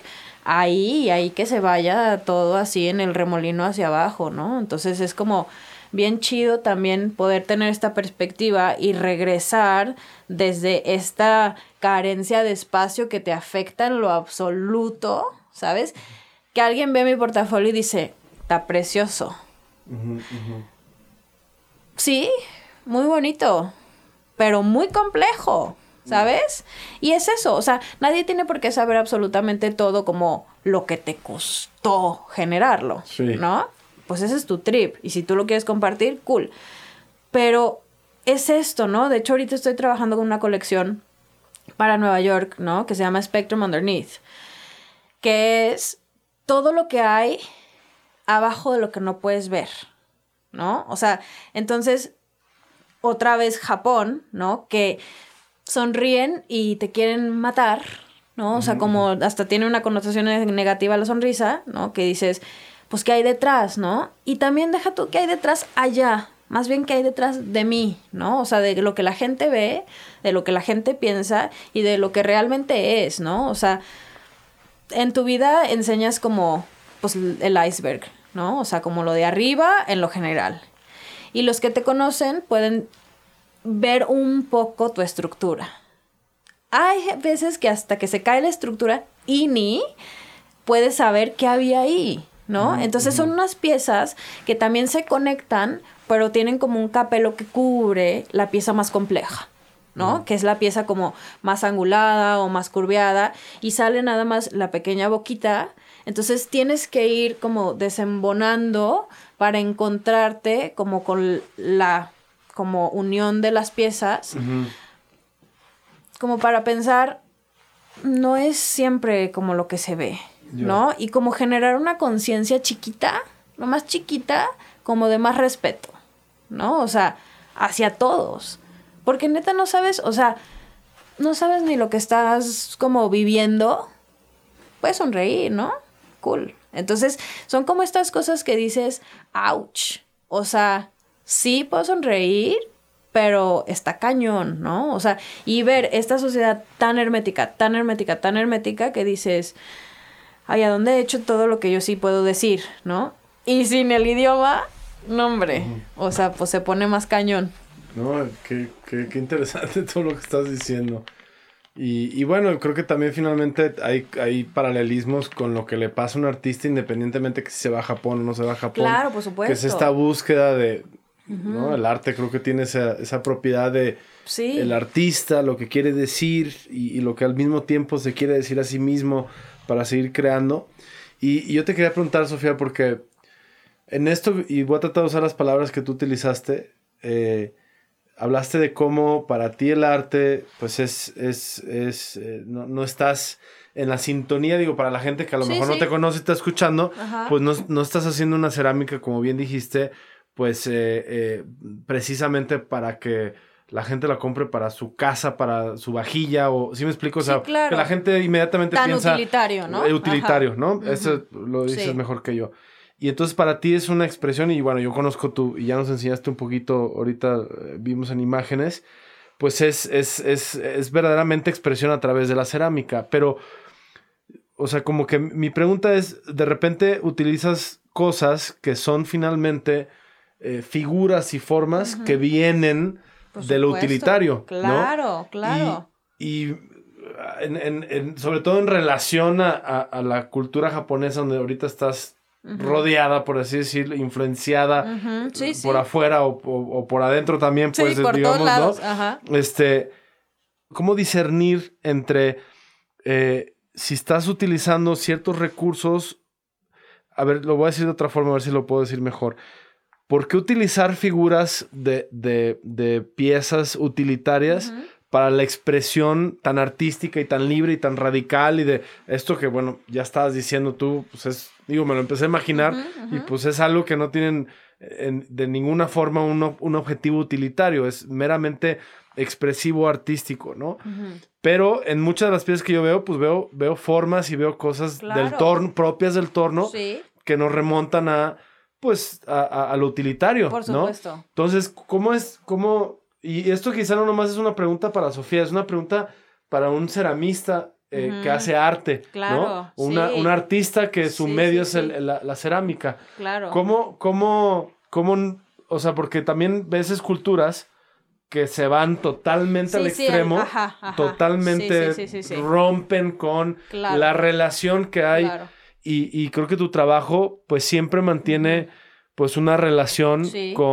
ahí que se vaya todo así en el remolino hacia abajo, ¿no? Entonces es como bien chido también poder tener esta perspectiva y regresar desde esta carencia de espacio que te afecta en lo absoluto, ¿sabes? Que alguien ve mi portafolio y dice, está precioso. Sí, muy bonito, pero muy complejo, ¿sabes? Y es eso, o sea, nadie tiene por qué saber absolutamente todo como lo que te costó generarlo, ¿no? Pues ese es tu trip, y si tú lo quieres compartir, cool. Pero es esto, ¿no? De hecho, ahorita estoy trabajando con una colección para Nueva York, ¿no? Que se llama Spectrum Underneath, que es todo lo que hay abajo de lo que no puedes ver, ¿no? O sea, entonces, otra vez Japón, ¿no? Que sonríen y te quieren matar, ¿no? O sea, como hasta tiene una connotación negativa la sonrisa, ¿no? Que dices, pues, ¿qué hay detrás, no? Y también deja tú, ¿qué hay detrás allá? Más bien, ¿qué hay detrás de mí, no? O sea, de lo que la gente ve, de lo que la gente piensa y de lo que realmente es, ¿no? O sea, en tu vida enseñas como, pues, el iceberg, ¿no? O sea, como lo de arriba en lo general. Y los que te conocen pueden ver un poco tu estructura. Hay veces que hasta que se cae la estructura y ni puedes saber qué había ahí, ¿no? Entonces son unas piezas que también se conectan, pero tienen como un capelo que cubre la pieza más compleja, ¿no? Que es la pieza como más angulada o más curveada y sale nada más la pequeña boquita. Entonces tienes que ir como desembonando para encontrarte como con la como unión de las piezas como para pensar, no es siempre como lo que se ve, ¿no? Y como generar una conciencia chiquita, no más chiquita, como de más respeto, ¿no? O sea, hacia todos. Porque neta no sabes, o sea, no sabes ni lo que estás como viviendo. Puedes sonreír, ¿no? Cool. Entonces, son como estas cosas que dices, ouch. O sea, sí puedo sonreír, pero está cañón, ¿no? O sea, y ver esta sociedad tan hermética, que dices, ay, ¿a dónde he hecho todo lo que yo sí puedo decir, ¿no? Y sin el idioma, no, hombre. O sea, pues se pone más cañón. No, qué interesante todo lo que estás diciendo. Y bueno, creo que también finalmente hay paralelismos con lo que le pasa a un artista independientemente que si se va a Japón o no se va a Japón. Claro, por supuesto. Que es esta búsqueda de... ¿no? El arte creo que tiene esa propiedad de el artista, lo que quiere decir y lo que al mismo tiempo se quiere decir a sí mismo para seguir creando. Y yo te quería preguntar, Sofía, porque en esto, y voy a tratar de usar las palabras que tú utilizaste, hablaste de cómo para ti el arte pues no estás en la sintonía, digo, para la gente que a lo mejor no te conoce y está escuchando, pues no estás haciendo una cerámica, como bien dijiste, pues precisamente para que la gente la compre para su casa, para su vajilla, o ¿sí me explico? O sea, claro, que la gente inmediatamente piensa... utilitario, ¿no? Utilitario, ¿no? Eso lo dices mejor que yo. Y entonces para ti es una expresión, y bueno, yo conozco y ya nos enseñaste un poquito, ahorita vimos en imágenes, pues es verdaderamente expresión a través de la cerámica, pero, o sea, como que mi pregunta es, de repente utilizas cosas que son finalmente... figuras y formas que vienen de lo utilitario, claro, ¿no? Claro. Y sobre todo en relación a la cultura japonesa, donde ahorita estás rodeada, por así decirlo, influenciada por afuera o por adentro también, pues, por digamos, todos lados. ¿no? Ajá. ¿Cómo discernir entre si estás utilizando ciertos recursos? A ver, lo voy a decir de otra forma, a ver si lo puedo decir mejor. ¿Por qué utilizar figuras de piezas utilitarias para la expresión tan artística y tan libre y tan radical? Y de esto que, bueno, ya estabas diciendo tú, pues me lo empecé a imaginar, y pues es algo que no tienen de ninguna forma un objetivo utilitario, es meramente expresivo artístico, ¿no? Pero en muchas de las piezas que yo veo, pues veo formas y veo cosas del torno, propias del torno, que nos remontan a lo utilitario, por supuesto, ¿no? Entonces, y esto quizá no nomás es una pregunta para Sofía, es una pregunta para un ceramista que hace arte, claro, ¿no? Un artista que su medio es la cerámica. Claro. ¿Cómo, o sea, porque también ves esculturas que se van totalmente al extremo, totalmente rompen con la relación que hay. Claro. Y creo que tu trabajo, pues, siempre mantiene, pues, una relación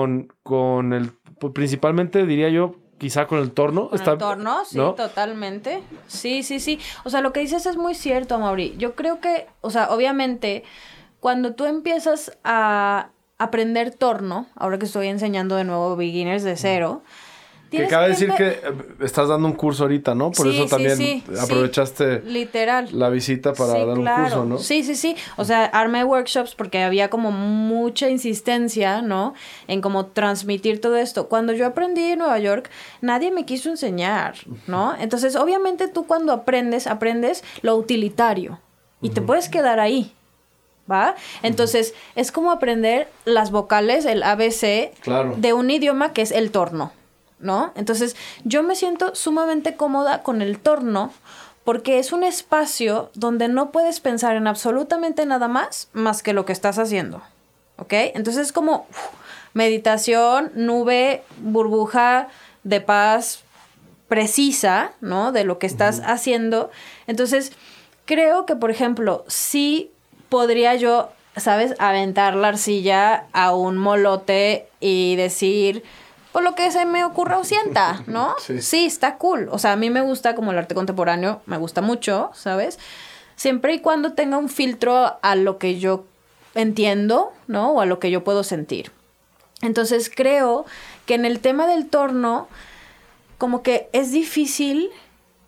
con el... Pues, principalmente, diría yo, quizá con el torno. Con el torno, sí, ¿no? Totalmente. Sí. O sea, lo que dices es muy cierto, Mauri. Yo creo que, o sea, obviamente, cuando tú empiezas a aprender torno, ahora que estoy enseñando de nuevo beginners de cero... Que cabe decir que estás dando un curso ahorita, ¿no? Por eso también aprovechaste literal la visita para dar un curso, ¿no? Sí. O sea, armé workshops porque había como mucha insistencia, ¿no? En cómo transmitir todo esto. Cuando yo aprendí en Nueva York, nadie me quiso enseñar, ¿no? Entonces, obviamente tú cuando aprendes lo utilitario y te puedes quedar ahí, ¿va? Entonces, es como aprender las vocales, el ABC, de un idioma que es el torno, ¿no? Entonces, yo me siento sumamente cómoda con el torno porque es un espacio donde no puedes pensar en absolutamente nada más que lo que estás haciendo, ¿ok? Entonces, es como meditación, nube, burbuja de paz precisa, ¿no? De lo que estás haciendo. Entonces, creo que, por ejemplo, sí podría yo, ¿sabes? Aventar la arcilla a un molote y decir... por lo que se me ocurra o sienta, ¿no? Sí, está cool. O sea, a mí me gusta como el arte contemporáneo, me gusta mucho, ¿sabes? Siempre y cuando tenga un filtro a lo que yo entiendo, ¿no? O a lo que yo puedo sentir. Entonces, creo que en el tema del torno, como que es difícil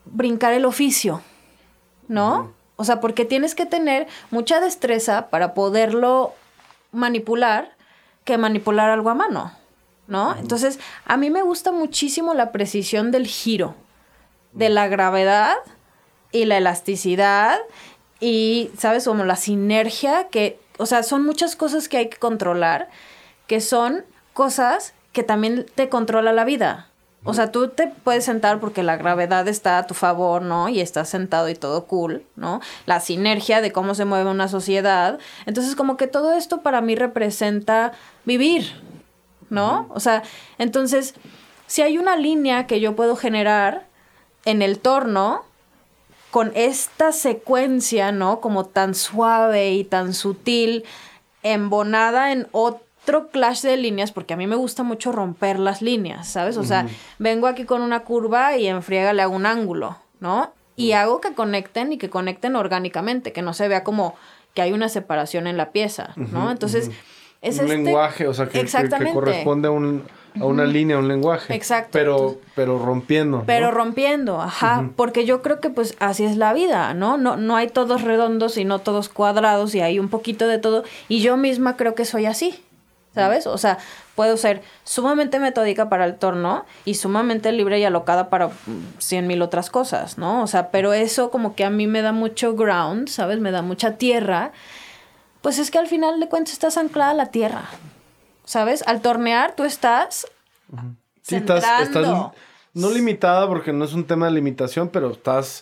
brincar el oficio, ¿no? O sea, porque tienes que tener mucha destreza para poderlo manipular que manipular algo a mano, ¿no? Entonces, a mí me gusta muchísimo la precisión del giro, de la gravedad y la elasticidad y, ¿sabes? Como la sinergia que, o sea, son muchas cosas que hay que controlar, que son cosas que también te controla la vida. O sea, tú te puedes sentar porque la gravedad está a tu favor, ¿no? Y estás sentado y todo cool, ¿no? La sinergia de cómo se mueve una sociedad. Entonces, como que todo esto para mí representa vivir, ¿no? O sea, entonces, si hay una línea que yo puedo generar en el torno con esta secuencia, ¿no? Como tan suave y tan sutil, embonada en otro clash de líneas, porque a mí me gusta mucho romper las líneas, ¿sabes? O sea, vengo aquí con una curva y en friega le hago un ángulo, ¿no? Y hago que conecten y que conecten orgánicamente, que no se vea como que hay una separación en la pieza, ¿no? Entonces, es un lenguaje, o sea, que corresponde a una línea, un lenguaje. Exacto. Pero rompiendo. Pero ¿no? rompiendo, ajá. Porque yo creo que pues así es la vida, ¿no? No hay todos redondos y no todos cuadrados y hay un poquito de todo. Y yo misma creo que soy así, ¿sabes? O sea, puedo ser sumamente metódica para el torno y sumamente libre y alocada para 100,000 otras cosas, ¿no? O sea, pero eso como que a mí me da mucho ground, ¿sabes? Me da mucha tierra. Pues es que al final de cuentas estás anclada a la tierra, ¿sabes? Al tornear tú estás centrando. Estás no limitada porque no es un tema de limitación, pero estás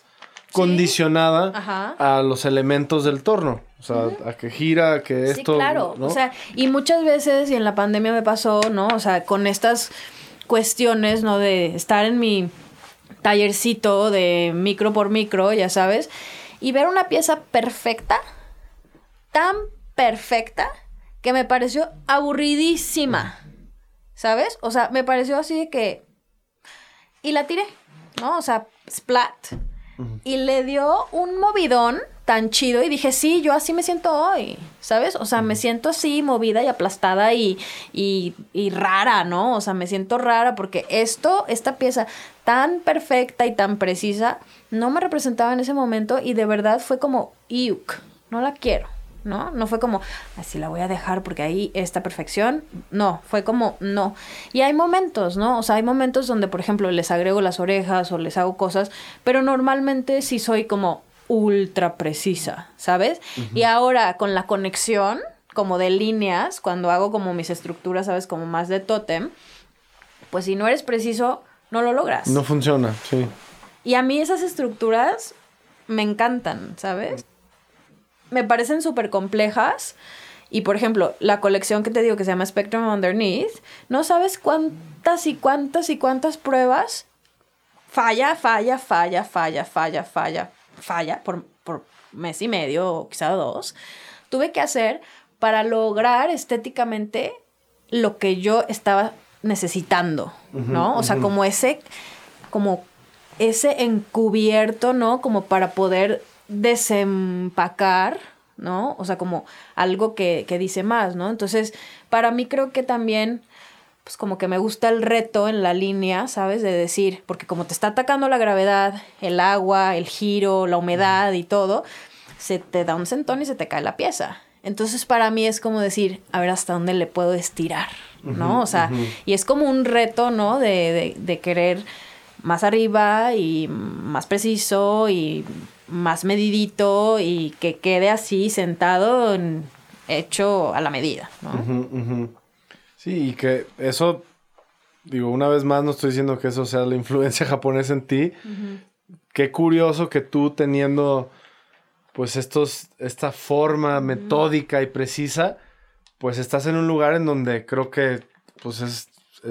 condicionada a los elementos del torno. O sea, a que gira, a que esto... Sí, claro. ¿no? O sea, y muchas veces, y en la pandemia me pasó, ¿no? O sea, con estas cuestiones, ¿no? De estar en mi tallercito de micro por micro, ya sabes, y ver una pieza perfecta, tan perfecta, que me pareció aburridísima, ¿sabes? O sea, me pareció así de que... Y la tiré, ¿no? O sea, splat. Y le dio un movidón tan chido y dije, sí, yo así me siento hoy, ¿sabes? O sea, me siento así movida y aplastada y rara, ¿no? O sea, me siento rara porque esta pieza tan perfecta y tan precisa no me representaba en ese momento y de verdad fue como, iuk, no la quiero, ¿no? No fue como, así la voy a dejar porque ahí esta perfección. No, fue como, no. Y hay momentos, ¿no? O sea, hay momentos donde, por ejemplo, les agrego las orejas o les hago cosas, pero normalmente sí soy como ultra precisa, ¿sabes? Y ahora con la conexión, como de líneas, cuando hago como mis estructuras, ¿sabes? Como más de tótem, pues si no eres preciso, no lo logras. No funciona, sí. Y a mí esas estructuras me encantan, ¿sabes? Me parecen súper complejas. Y, por ejemplo, la colección que te digo que se llama Spectrum Underneath, no sabes cuántas y cuántas y cuántas pruebas falla por mes y medio o quizá 2. Tuve que hacer para lograr estéticamente lo que yo estaba necesitando, ¿no? O sea, como ese encubierto, ¿no? Como para poder desempacar, ¿no? O sea, como algo que dice más, ¿no? Entonces, para mí creo que también, pues como que me gusta el reto en la línea, ¿sabes? De decir, porque como te está atacando la gravedad, el agua, el giro, la humedad y todo, se te da un sentón y se te cae la pieza. Entonces, para mí es como decir, a ver hasta dónde le puedo estirar, ¿no? O sea, y es como un reto, ¿no? De querer más arriba y más preciso y más medidito y que quede así sentado, hecho a la medida, ¿no? Sí, y que eso, digo, una vez más no estoy diciendo que eso sea la influencia japonesa en ti. Qué curioso que tú teniendo, pues, esta forma metódica y precisa, pues estás en un lugar en donde creo que, pues,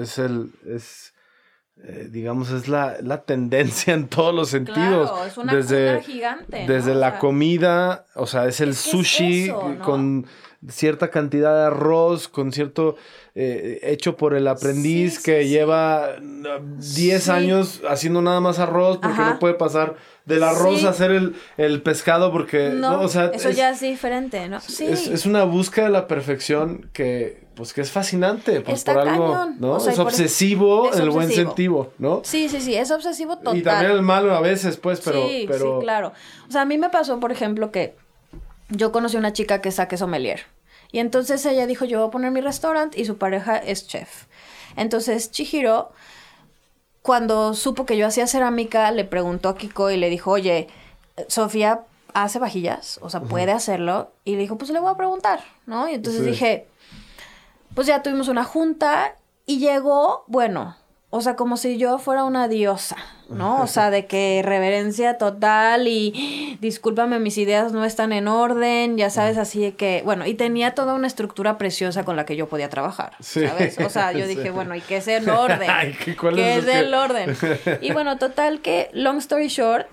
digamos, es la tendencia en todos los sentidos. Claro, es una cultura gigante, desde ¿no? la comida, o sea, es el sushi eso, ¿no? con cierta cantidad de arroz, con cierto hecho por el aprendiz que lleva 10 años haciendo nada más arroz porque no puede pasar del arroz Sí. a hacer el pescado porque... No, o sea, eso ya es diferente, ¿no? Sí. Es una búsqueda de la perfección que es fascinante. Pues Está por algo, cañón. ¿no? O sea, es obsesivo es en el buen obsesivo. sentido, ¿no? Sí, es obsesivo total. Y también el malo a veces, pues, pero... Sí, claro. O sea, a mí me pasó, por ejemplo, que yo conocí a una chica que es sommelier. Y entonces ella dijo, yo voy a poner mi restaurante y su pareja es chef. Entonces Chihiro, cuando supo que yo hacía cerámica, le preguntó a Kiko y le dijo, oye, Sofía hace vajillas, o sea, ¿puede hacerlo? Y le dijo, pues le voy a preguntar, ¿no? Y entonces dije, pues ya tuvimos una junta y llegó, bueno, o sea, como si yo fuera una diosa, ¿no? O sea, de que reverencia total y discúlpame, mis ideas no están en orden, ya sabes, así de que, bueno, y tenía toda una estructura preciosa con la que yo podía trabajar, ¿sabes? O sea, yo dije, bueno, ¿y qué es el orden? Ay, ¿Qué es el orden? Y bueno, total que, long story short,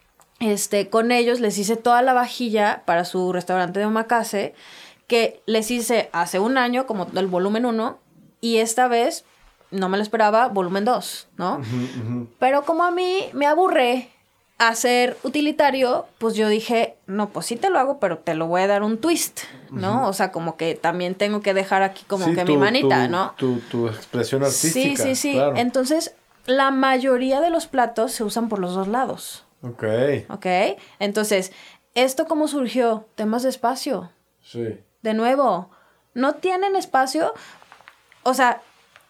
con ellos les hice toda la vajilla para su restaurante de omakase, que les hice hace un año, como el volumen 1, y esta vez... no me lo esperaba, volumen 2, ¿no? Pero como a mí me aburre hacer utilitario, pues yo dije, no, pues sí te lo hago, pero te lo voy a dar un twist, ¿no? O sea, como que también tengo que dejar aquí como que mi manita, ¿no? Tu expresión artística. Sí. Claro. Entonces, la mayoría de los platos se usan por los dos lados. Ok. Entonces, ¿esto cómo surgió? Temas de espacio. Sí. De nuevo, no tienen espacio, o sea...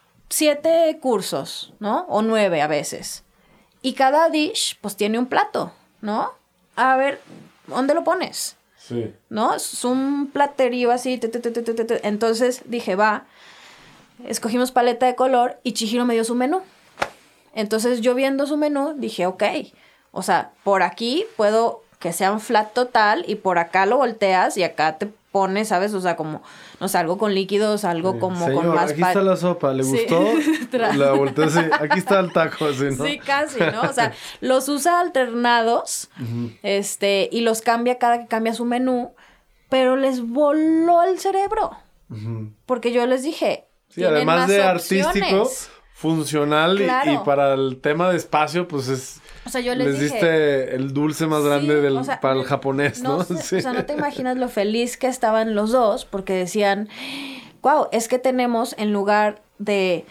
7 cursos, ¿no? O 9 a veces. Y cada dish, pues, tiene un plato, ¿no? A ver, ¿dónde lo pones? Sí. ¿No? Es un platerío así. Entonces dije, va. Escogimos paleta de color y Chihiro me dio su menú. Entonces yo viendo su menú dije, ok. O sea, por aquí puedo que sea un flat total y por acá lo volteas y acá te pones, ¿sabes? O sea, como, no sé, algo con líquidos, algo como Señor, con más... aquí está la sopa, ¿le gustó? La volteé así, aquí está el taco, así, ¿no? Sí, casi, ¿no? O sea, los usa alternados, y los cambia cada que cambia su menú, pero les voló el cerebro. Porque yo les dije, sí, además de artístico, opciones. Funcional Claro. y para el tema de espacio, pues es... O sea, yo les dije, diste el dulce más grande o sea, para el japonés, ¿no? Sí. O sea, no te imaginas lo feliz que estaban los dos porque decían, wow, es que tenemos en lugar de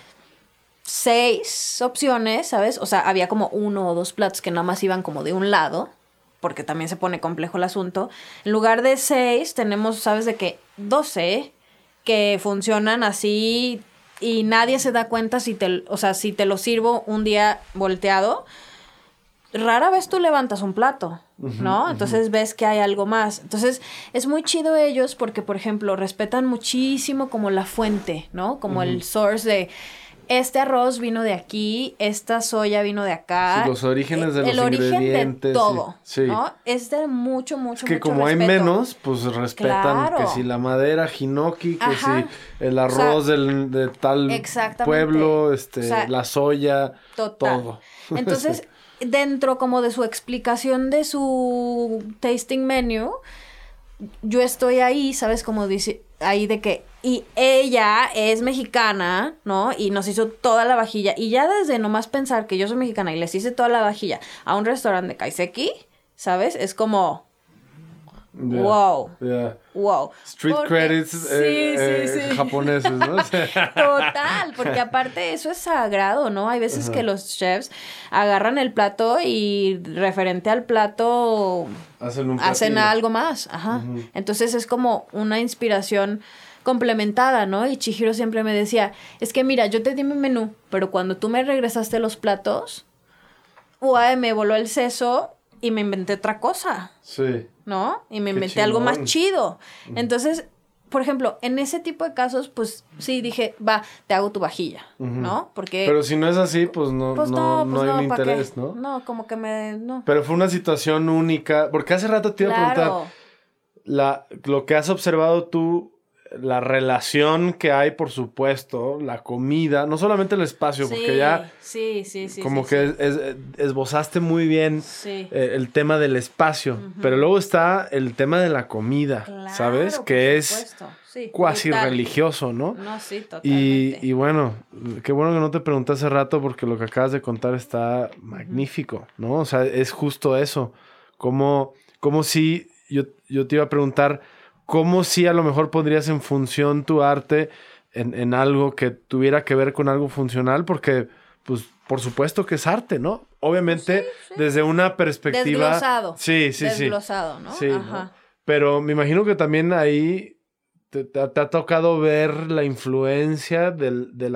6 opciones, ¿sabes? O sea, había como 1 o 2 platos que nada más iban como de un lado, porque también se pone complejo el asunto. En lugar de 6 tenemos, ¿sabes? De que 12 que funcionan así y nadie se da cuenta si te lo sirvo un día volteado. Rara vez tú levantas un plato, ¿no? Entonces ves que hay algo más. Entonces es muy chido ellos porque, por ejemplo, respetan muchísimo como la fuente, ¿no? Como el source de este arroz vino de aquí, esta soya vino de acá. Sí, los orígenes de los ingredientes. El origen de todo, sí. ¿no? Es de mucho que mucho como respeto. hay menos, pues respetan Claro. que si la madera hinoki, que Ajá. si el arroz de tal pueblo, o sea, la soya, total. todo. Entonces, dentro como de su explicación de su tasting menu, yo estoy ahí, ¿sabes? Como dice, ahí de que, y ella es mexicana, ¿no? Y nos hizo toda la vajilla. Y ya desde nomás pensar que yo soy mexicana y les hice toda la vajilla a un restaurante de kaiseki, ¿sabes? Es como, Yeah, wow, yeah. wow. Street Porque- credits sí. japoneses, ¿no? Total, porque aparte eso es sagrado, ¿no? Hay veces que los chefs agarran el plato y referente al plato Hacen un hacen platillo. algo más, ajá. Entonces es como una inspiración complementada, ¿no? Y Chihiro siempre me decía, es que mira, yo te di mi menú, pero cuando tú me regresaste los platos, uy, me voló el seso y me inventé otra cosa, Sí. ¿no? Y me Qué inventé algo más chingón. chido. Entonces, por ejemplo, en ese tipo de casos, pues sí dije, va, te hago tu vajilla, ¿no? Porque... Pero si no es así, pues no hay un ¿pa' qué? interés, ¿no? No, como que no. Pero fue una situación única, porque hace rato te iba a preguntar, lo que has observado tú, la relación que hay, por supuesto, la comida, no solamente el espacio, porque ya Sí. como que esbozaste muy bien Sí. el tema del espacio, pero luego está el tema de la comida, Claro, ¿sabes? por Que es supuesto. sí, cuasi brutal. religioso, ¿no? No, sí, totalmente. Y bueno, qué bueno que no te pregunté hace rato porque lo que acabas de contar está magnífico, ¿no? O sea, es justo eso. Como si, yo te iba a preguntar, ¿cómo si a lo mejor pondrías en función tu arte en algo que tuviera que ver con algo funcional? Porque, pues, por supuesto que es arte, ¿no? Obviamente, Sí. desde una perspectiva... Desglosado. Sí. Desglosado, ¿no? Sí, Ajá. ¿no? Pero me imagino que también ahí te ha tocado ver la influencia de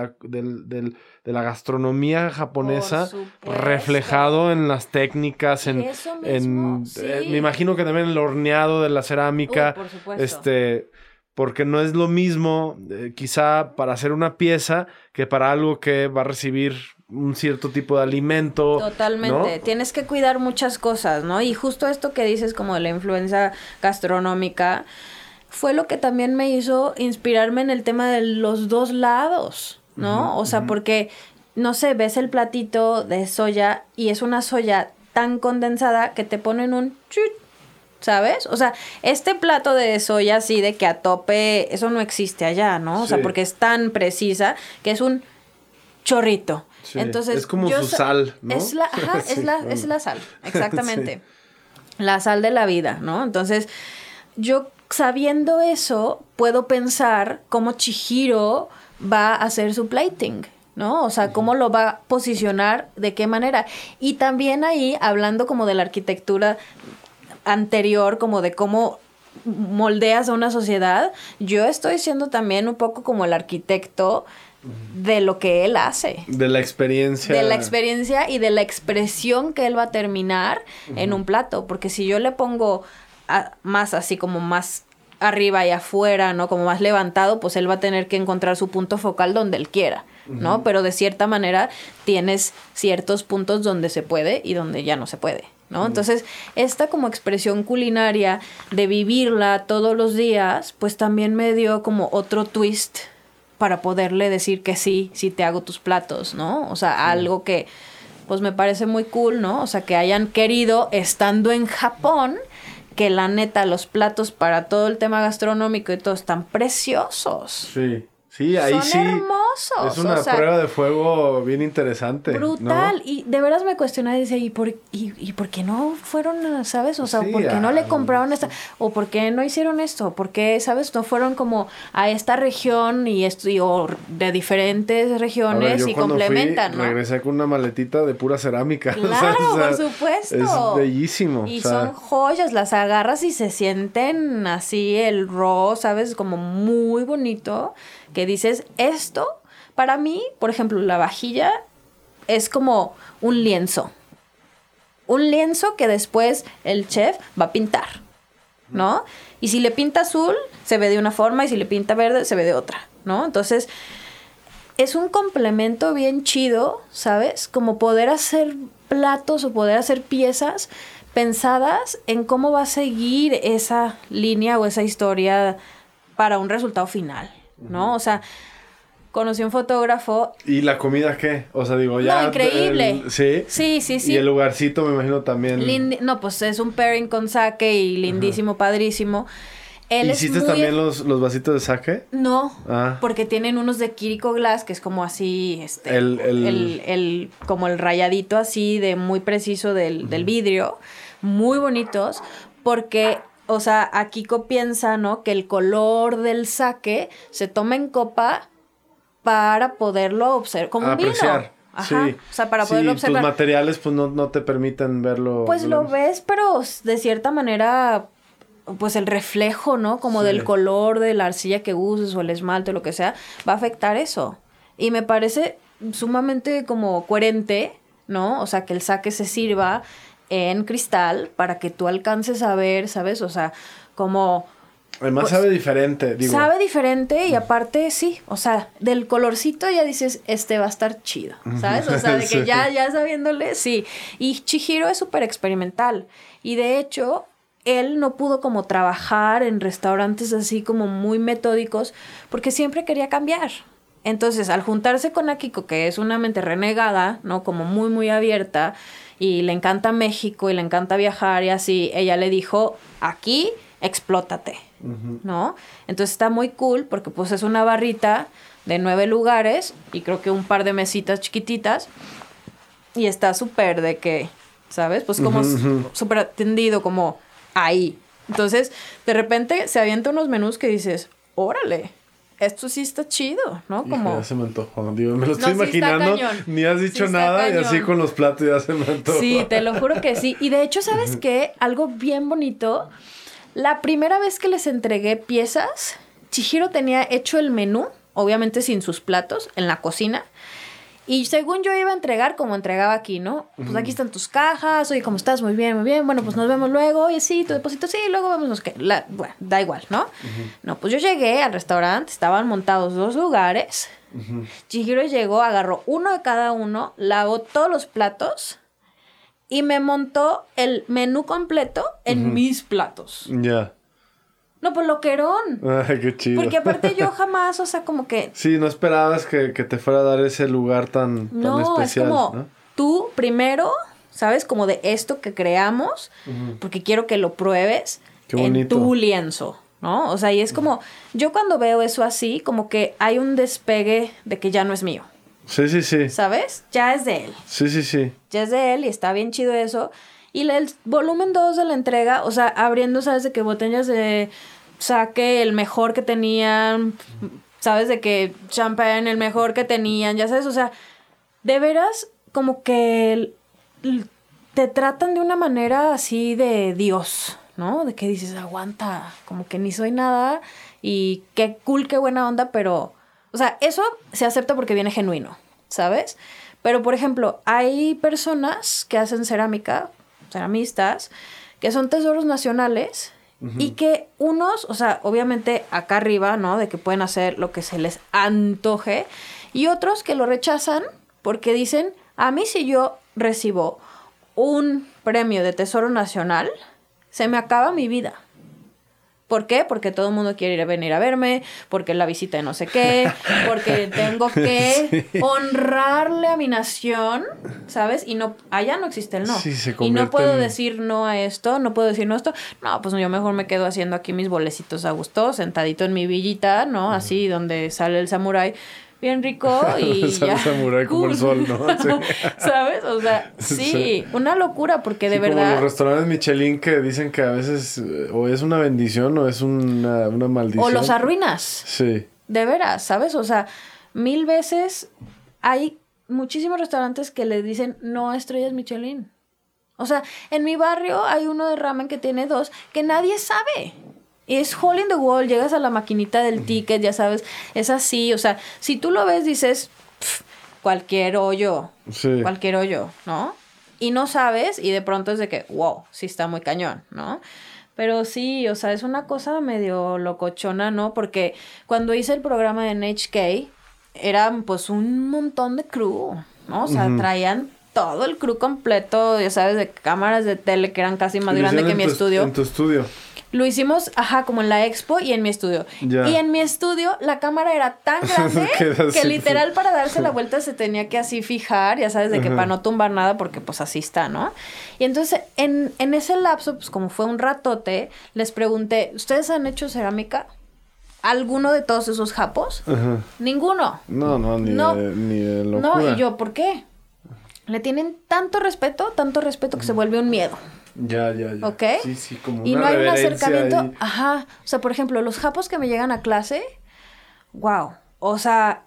la gastronomía japonesa Por supuesto. reflejado en las técnicas, Y eso mismo, sí. me imagino que también el horneado de la cerámica, Por supuesto. porque no es lo mismo quizá para hacer una pieza que para algo que va a recibir un cierto tipo de alimento. Totalmente. ¿no? Tienes que cuidar muchas cosas, ¿no? Y justo esto que dices como de la influencia gastronómica fue lo que también me hizo inspirarme en el tema de los dos lados, ¿no? O sea, porque, no sé, ves el platito de soya y es una soya tan condensada que te ponen un chut, ¿sabes? O sea, este plato de soya así de que a tope, eso no existe allá, ¿no? O sea, Sí. porque es tan precisa que es un chorrito. Sí, Entonces, es como su sal, ¿no? Es la, ajá, Sí, es la sal, exactamente. Sí. La sal de la vida, ¿no? Entonces, yo sabiendo eso, puedo pensar cómo Chihiro va a hacer su plating, ¿no? O sea, cómo lo va a posicionar, de qué manera. Y también ahí, hablando como de la arquitectura anterior, como de cómo moldeas a una sociedad, yo estoy siendo también un poco como el arquitecto de lo que él hace. De la experiencia. De la experiencia y de la expresión que él va a terminar en un plato. Porque si yo le pongo más así como más arriba y afuera, ¿no? Como más levantado, pues él va a tener que encontrar su punto focal donde él quiera, ¿no? Pero de cierta manera tienes ciertos puntos donde se puede y donde ya no se puede, ¿no? Entonces, esta como expresión culinaria de vivirla todos los días, pues también me dio como otro twist para poderle decir que sí te hago tus platos, ¿no? O sea, algo que pues me parece muy cool, ¿no? O sea, que hayan querido, estando en Japón, que la neta, los platos para todo el tema gastronómico y todo están preciosos. Sí. Sí, ahí son sí. hermosos. Es una prueba de fuego bien interesante. Brutal. ¿no? Y de veras me cuestionaba y decía, ¿y por qué no fueron, sabes? O sea, sí, ¿por qué no le compraron esta? ¿O por qué no hicieron esto? ¿Por qué, sabes? No fueron como a esta región o de diferentes regiones y complementan, ¿no? Regresé con una maletita de pura cerámica. Claro, por supuesto. Es bellísimo. Y son joyas, las agarras y se sienten así el raw, ¿sabes? Como muy bonito. Que dices, esto, para mí, por ejemplo, la vajilla es como un lienzo. Un lienzo que después el chef va a pintar, ¿no? Y si le pinta azul, se ve de una forma, y si le pinta verde, se ve de otra, ¿no? Entonces, es un complemento bien chido, ¿sabes? Como poder hacer platos o poder hacer piezas pensadas en cómo va a seguir esa línea o esa historia para un resultado final, ¿no? O sea, conocí un fotógrafo. ¿Y la comida qué? O sea, digo, ya... No, increíble. ¿Sí? Sí. Y el lugarcito, me imagino, también... No, pues es un pairing con sake y lindísimo, padrísimo. ¿Hiciste también los vasitos de sake? No, porque tienen unos de Kiriko Glass, que es como así, como el rayadito así de muy preciso del vidrio, muy bonitos, porque... O sea, Akiko piensa, ¿no? Que el color del sake se toma en copa para poderlo observar, como un vino. Ajá. Sí. O sea, para poderlo observar. Tus materiales, pues, no te permiten verlo. Pues lo ves, pero de cierta manera, pues el reflejo, ¿no? Como del color de la arcilla que uses o el esmalte o lo que sea, va a afectar eso. Y me parece sumamente como coherente, ¿no? O sea, que el sake se sirva en cristal para que tú alcances a ver, ¿sabes? O sea, como... Además sabe diferente, digo. Sabe diferente y aparte, sí, o sea, del colorcito ya dices, va a estar chido, ¿sabes? O sea, de que ya sabiéndole, sí. Y Chihiro es súper experimental y de hecho, él no pudo como trabajar en restaurantes así como muy metódicos porque siempre quería cambiar. Entonces, al juntarse con Akiko, que es una mente renegada, ¿no? Como muy, muy abierta, y le encanta México y le encanta viajar y así, ella le dijo, aquí explótate, ¿no? Entonces está muy cool porque pues es una barrita de 9 lugares y creo que un par de mesitas chiquititas y está súper de que, ¿sabes? Pues como súper atendido, como ahí. Entonces, de repente se avienta unos menús que dices, órale, esto sí está chido, ¿no? Como... Híjole, ya se me antojó. Digo, me lo estoy imaginando, ni has dicho nada y así con los platos ya se me antojó. Sí, te lo juro que sí. Y de hecho, ¿sabes qué? Algo bien bonito. La primera vez que les entregué piezas, Chihiro tenía hecho el menú, obviamente sin sus platos, en la cocina. Y según yo iba a entregar como entregaba aquí, ¿no? Pues aquí están tus cajas, oye, ¿cómo estás? Muy bien, muy bien. Bueno, pues nos vemos luego. Oye, sí, tu depósito, sí, luego vemos los que... Bueno, da igual, ¿no? No, pues yo llegué al restaurante, estaban montados 2 lugares. Chihiro llegó, agarró uno de cada uno, lavó todos los platos y me montó el menú completo en mis platos. Ya. No, pues loquerón. Ay, qué chido. Porque aparte yo jamás, o sea, como que... Sí, no esperabas que te fuera a dar ese lugar tan especial. Es como, ¿no? tú primero, ¿sabes? Como de esto que creamos, porque quiero que lo pruebes en tu lienzo, ¿no? O sea, y es como, yo cuando veo eso así, como que hay un despegue de que ya no es mío. Sí, sí, sí. ¿Sabes? Ya es de él. Sí, sí, sí. Ya es de él y está bien chido eso. Y el volumen 2 de la entrega, o sea, abriendo, ¿sabes? De que botellas de sake, el mejor que tenían, ¿sabes? De que champán, el mejor que tenían, ya sabes, o sea, de veras, como que te tratan de una manera así de Dios, ¿no? De que dices, aguanta, como que ni soy nada y qué cool, qué buena onda, pero, o sea, eso se acepta porque viene genuino, ¿sabes? Pero, por ejemplo, hay personas que hacen cerámica, ceramistas, que son tesoros nacionales y que unos, o sea, obviamente acá arriba, ¿no? De que pueden hacer lo que se les antoje y otros que lo rechazan porque dicen, a mí si yo recibo un premio de tesoro nacional, se me acaba mi vida. ¿Por qué? Porque todo el mundo quiere ir a venir a verme, porque la visita de no sé qué, porque tengo que honrarle a mi nación, ¿sabes? Y no, allá no existe el no. Sí, y no puedo decir no a esto, no puedo decir no a esto. No, pues yo mejor me quedo haciendo aquí mis bolecitos a gusto, sentadito en mi villita, ¿no? Así donde sale el samurái. Bien rico y ya. Samurái como el sol, ¿no? Sí. ¿Sabes? O sea, sí, una locura porque de verdad... Como los restaurantes Michelin que dicen que a veces o es una bendición o es una maldición. O los arruinas. Sí. De veras, ¿sabes? O sea, 1000 veces hay muchísimos restaurantes que le dicen no estrellas Michelin. O sea, en mi barrio hay uno de ramen que tiene 2 que nadie sabe. Es hole in the wall, llegas a la maquinita del ticket, ya sabes, es así, o sea, si tú lo ves dices, cualquier hoyo, ¿no? Y no sabes, y de pronto es de que, wow, sí está muy cañón, ¿no? Pero sí, o sea, es una cosa medio locochona, ¿no? Porque cuando hice el programa en NHK, eran pues un montón de crew, ¿no? O sea, traían todo el crew completo, ya sabes, de cámaras de tele que eran casi más grandes que mi estudio. En tu estudio. Lo hicimos, como en la expo y en mi estudio. Ya. Y en mi estudio la cámara era tan grande que literal para darse la vuelta se tenía que así fijar, ya sabes, de que para no tumbar nada porque pues así está, ¿no? Y entonces en ese lapso, pues como fue un ratote, les pregunté, ¿ustedes han hecho cerámica? ¿Alguno de todos esos japos? Ninguno. No, ni de locura. No, y yo, ¿por qué? Le tienen tanto respeto que se vuelve un miedo. Ya. ¿Ok? Sí, como y una no hay un reverencia acercamiento. ahí. Ajá. O sea, por ejemplo, los japos que me llegan a clase, wow. O sea,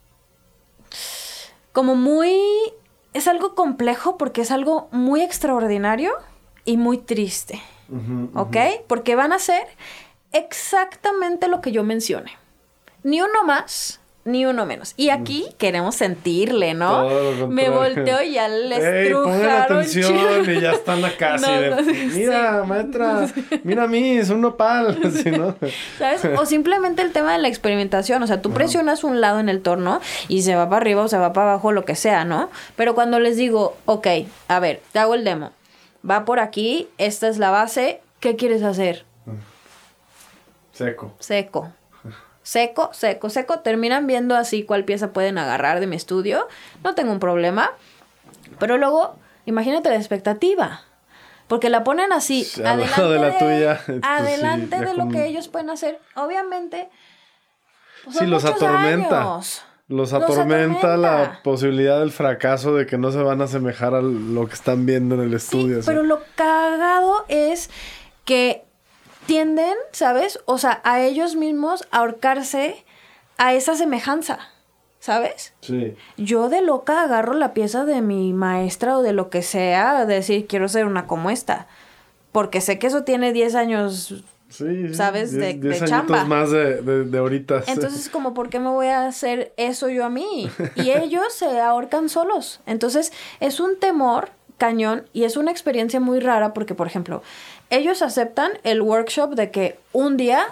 como muy... Es algo complejo porque es algo muy extraordinario y muy triste. ¿Ok? Porque van a hacer exactamente lo que yo mencione. Ni uno más, ni uno menos. Y aquí queremos sentirle, ¿no? Me volteo y ya le estrujaron. Atención y ya están acá así mira, maestra, mira a mí, es un nopal. Así, ¿no? ¿Sabes? O simplemente el tema de la experimentación. O sea, tú presionas un lado en el torno y se va para arriba o se va para abajo, lo que sea, ¿no? Pero cuando les digo, ok, a ver, te hago el demo. Va por aquí, esta es la base. ¿Qué quieres hacer? Seco. Terminan viendo así cuál pieza pueden agarrar de mi estudio. No tengo un problema. Pero luego, imagínate la expectativa. Porque la ponen así, Sí, al lado de la tuya. Pues adelante sí, de ya lo con- que ellos pueden hacer. Obviamente, pues, Sí, son los muchos atormenta. años. Los atormenta la posibilidad del fracaso de que no se van a asemejar a lo que están viendo en el estudio. Sí, pero lo cagado es que tienden, ¿sabes? O sea, a ellos mismos a ahorcarse a esa semejanza, ¿sabes? Sí. Yo de loca agarro la pieza de mi maestra o de lo que sea, de decir, quiero ser una como esta. Porque sé que eso tiene 10 años, Sí, ¿sabes? De 10 chamba. añitos más de ahorita. Entonces, como, ¿por qué me voy a hacer eso yo a mí? Y ellos se ahorcan solos. Entonces, es un temor cañón y es una experiencia muy rara porque, por ejemplo, ellos aceptan el workshop de que un día,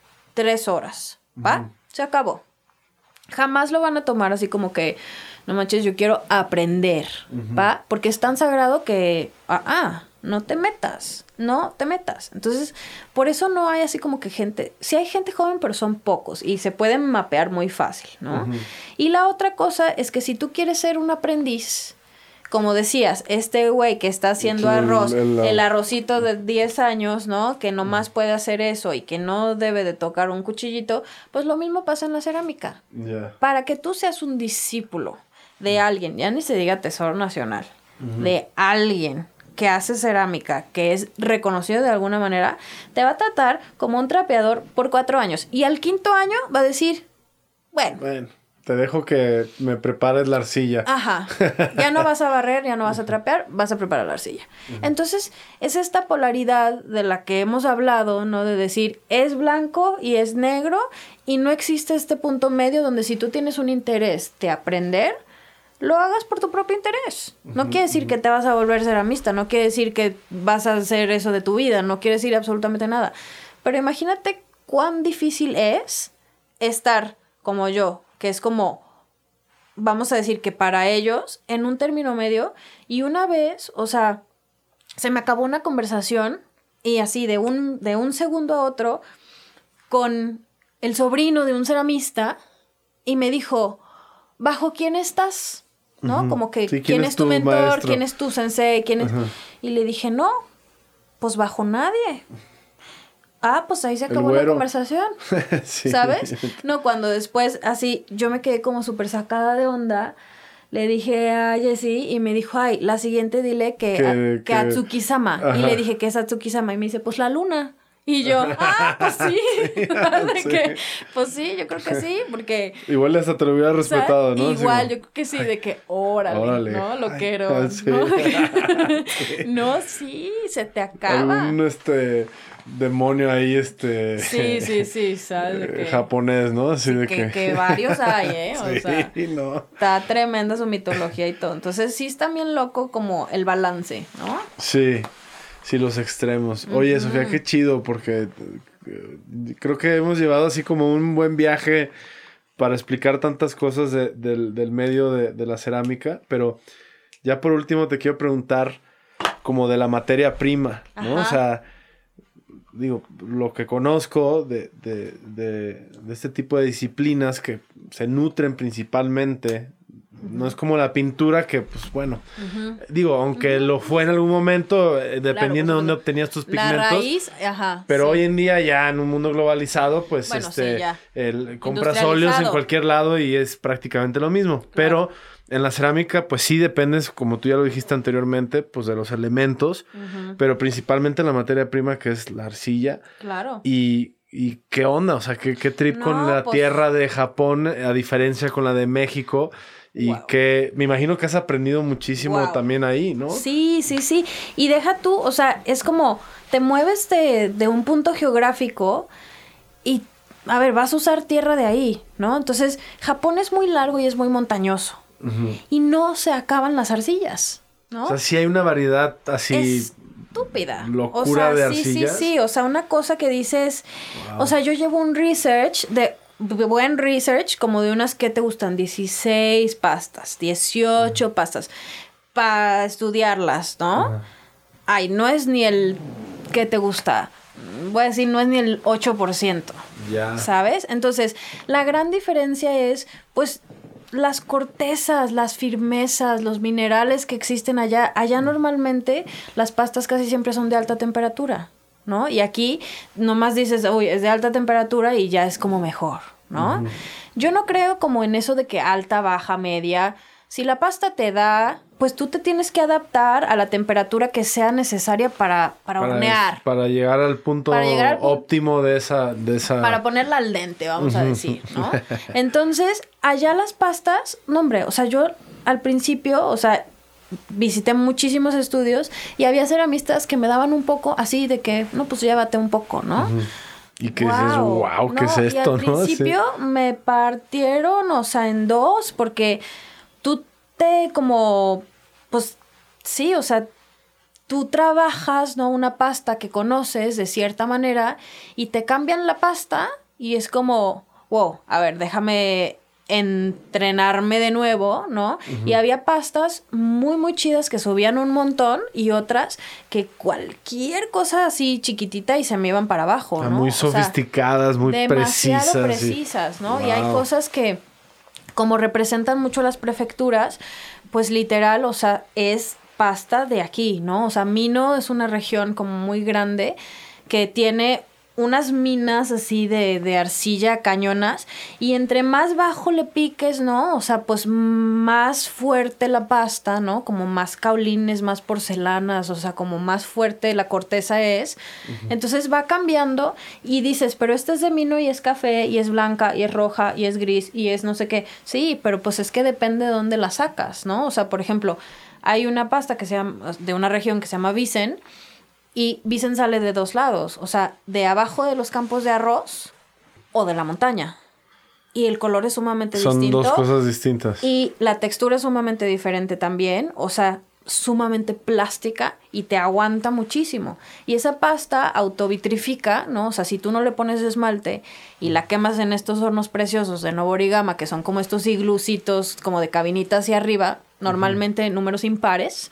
3 horas, ¿va? Se acabó. Jamás lo van a tomar así como que, no manches, yo quiero aprender, ¿va? Porque es tan sagrado que, no te metas, no te metas. Entonces, por eso no hay así como que gente, sí hay gente joven, pero son pocos y se pueden mapear muy fácil, ¿no? Y la otra cosa es que si tú quieres ser un aprendiz, como decías, este güey que está haciendo Sí, arroz, el arrocito de 10 años, ¿no? Que nomás puede hacer eso y que no debe de tocar un cuchillito, pues lo mismo pasa en la cerámica. Ya. Para que tú seas un discípulo de alguien, ya ni se diga tesoro nacional, de alguien que hace cerámica, que es reconocido de alguna manera, te va a tratar como un trapeador por 4 años. Y al 5.º año va a decir, bueno, te dejo que me prepares la arcilla. Ajá, ya no vas a barrer, ya no vas a trapear, vas a preparar la arcilla. Entonces, es esta polaridad de la que hemos hablado, ¿no? De decir, es blanco y es negro, y no existe este punto medio donde si tú tienes un interés de aprender, lo hagas por tu propio interés. No quiere decir que te vas a volver ceramista, no quiere decir que vas a hacer eso de tu vida, no quiere decir absolutamente nada. Pero imagínate cuán difícil es estar como yo, que es como, vamos a decir que para ellos, en un término medio, y una vez, o sea, se me acabó una conversación, y así de un segundo a otro, con el sobrino de un ceramista, y me dijo, ¿bajo quién estás? ¿No? Como que, Sí, ¿quién es tu mentor? maestro? ¿Quién es tu sensei? ¿Quién es? Y le dije, no, pues bajo nadie. Pues ahí se acabó la conversación. Sí. ¿Sabes? No, cuando después, así, yo me quedé como súper sacada de onda. Le dije a Jessie y me dijo, ay, la siguiente dile que Atsuki-sama. Ajá. Y le dije que es Atsuki-sama. Y me dice, pues la luna. Y yo, pues sí. Sí. Pues sí, yo creo que sí, porque... Igual hasta te lo hubiera respetado, ¿no? Igual, Así yo creo que sí, de que órale. ¿No? Lo quiero. Sí. ¿No? No, sí, se te acaba. Algún demonio ahí, Sí, ¿sabes? De que, japonés, ¿no? Así de que varios hay, ¿eh? O sí, sea, no. está tremenda su mitología y todo. Entonces, sí está bien loco como el balance, ¿no? Sí, los extremos. Oye, Sofía, qué chido, porque creo que hemos llevado así como un buen viaje para explicar tantas cosas del medio de la cerámica, pero ya por último te quiero preguntar como de la materia prima, ¿no? Ajá. O sea, digo, lo que conozco de este tipo de disciplinas que se nutren principalmente, no es como la pintura que, pues bueno, digo, aunque lo fue en algún momento, dependiendo de dónde obtenías tus pigmentos. La raíz, Pero sí. hoy en día ya en un mundo globalizado, pues Bueno, sí, ya. compras óleos en Industrializado. cualquier lado y es prácticamente lo mismo. Claro. Pero en la cerámica, pues sí dependes, como tú ya lo dijiste anteriormente, pues de los elementos, pero principalmente la materia prima que es la arcilla. Claro. Y qué onda, o sea, qué trip No, con la pues... tierra de Japón, a diferencia con la de México. Y que me imagino que has aprendido muchísimo también ahí, ¿no? Sí. Y deja tú, o sea, es como te mueves de un punto geográfico y, a ver, vas a usar tierra de ahí, ¿no? Entonces, Japón es muy largo y es muy montañoso. Y no se acaban las arcillas, ¿no? O sea, sí hay una variedad así... Estúpida. Locura de arcillas. Sí. O sea, una cosa que dices... Wow. O sea, yo llevo un research buen research, como de unas que te gustan, 16 pastas, 18 pastas, para estudiarlas, ¿no? Ay, no es ni el, ¿qué te gusta? Voy a decir, no es ni el 8%, ¿sabes? Entonces, la gran diferencia es, pues, las cortezas, las firmezas, los minerales que existen allá. Allá normalmente las pastas casi siempre son de alta temperatura, ¿no? Y aquí nomás dices, uy, es de alta temperatura y ya es como mejor, ¿no? Uh-huh. Yo no creo como en eso de que alta, baja, media. Si la pasta te da, pues tú te tienes que adaptar a la temperatura que sea necesaria para hornear. Para llegar al punto óptimo de esa... Para ponerla al dente, vamos a decir, ¿no? Entonces, allá las pastas, no hombre, o sea, yo al principio, o sea, visité muchísimos estudios y había ceramistas que me daban un poco así de que, no, pues llévate un poco, ¿no? Uh-huh. Y que dices, wow, ¿qué es esto, no? Y al principio me partieron, o sea, en dos, porque tú te como, pues, sí, o sea, tú trabajas, ¿no? Una pasta que conoces de cierta manera y te cambian la pasta y es como, wow, a ver, déjame entrenarme de nuevo, ¿no? Uh-huh. Y había pastas muy, muy chidas que subían un montón y otras que cualquier cosa así chiquitita y se me iban para abajo, ¿no? Muy sofisticadas, muy demasiado precisas, ¿no? Wow. Y hay cosas que, como representan mucho las prefecturas, pues literal, o sea, es pasta de aquí, ¿no? O sea, Mino es una región como muy grande que tiene unas minas así de arcilla cañonas y entre más bajo le piques, ¿no? O sea, pues más fuerte la pasta, ¿no? Como más caolines, más porcelanas, o sea, como más fuerte la corteza es. Uh-huh. Entonces va cambiando y dices, pero esta es de Mino y es café y es blanca y es roja y es gris y es no sé qué. Sí, pero pues es que depende de dónde la sacas, ¿no? O sea, por ejemplo, hay una pasta que se llama, de una región que se llama Vicen. Y Vicen sale de dos lados, o sea, de abajo de los campos de arroz o de la montaña. Y el color es sumamente distinto. Son dos cosas distintas. Y la textura es sumamente diferente también, o sea, sumamente plástica y te aguanta muchísimo. Y esa pasta autovitrifica, ¿no? O sea, si tú no le pones esmalte y la quemas en estos hornos preciosos de Noborigama, que son como estos iglucitos como de cabinita hacia arriba, normalmente números impares,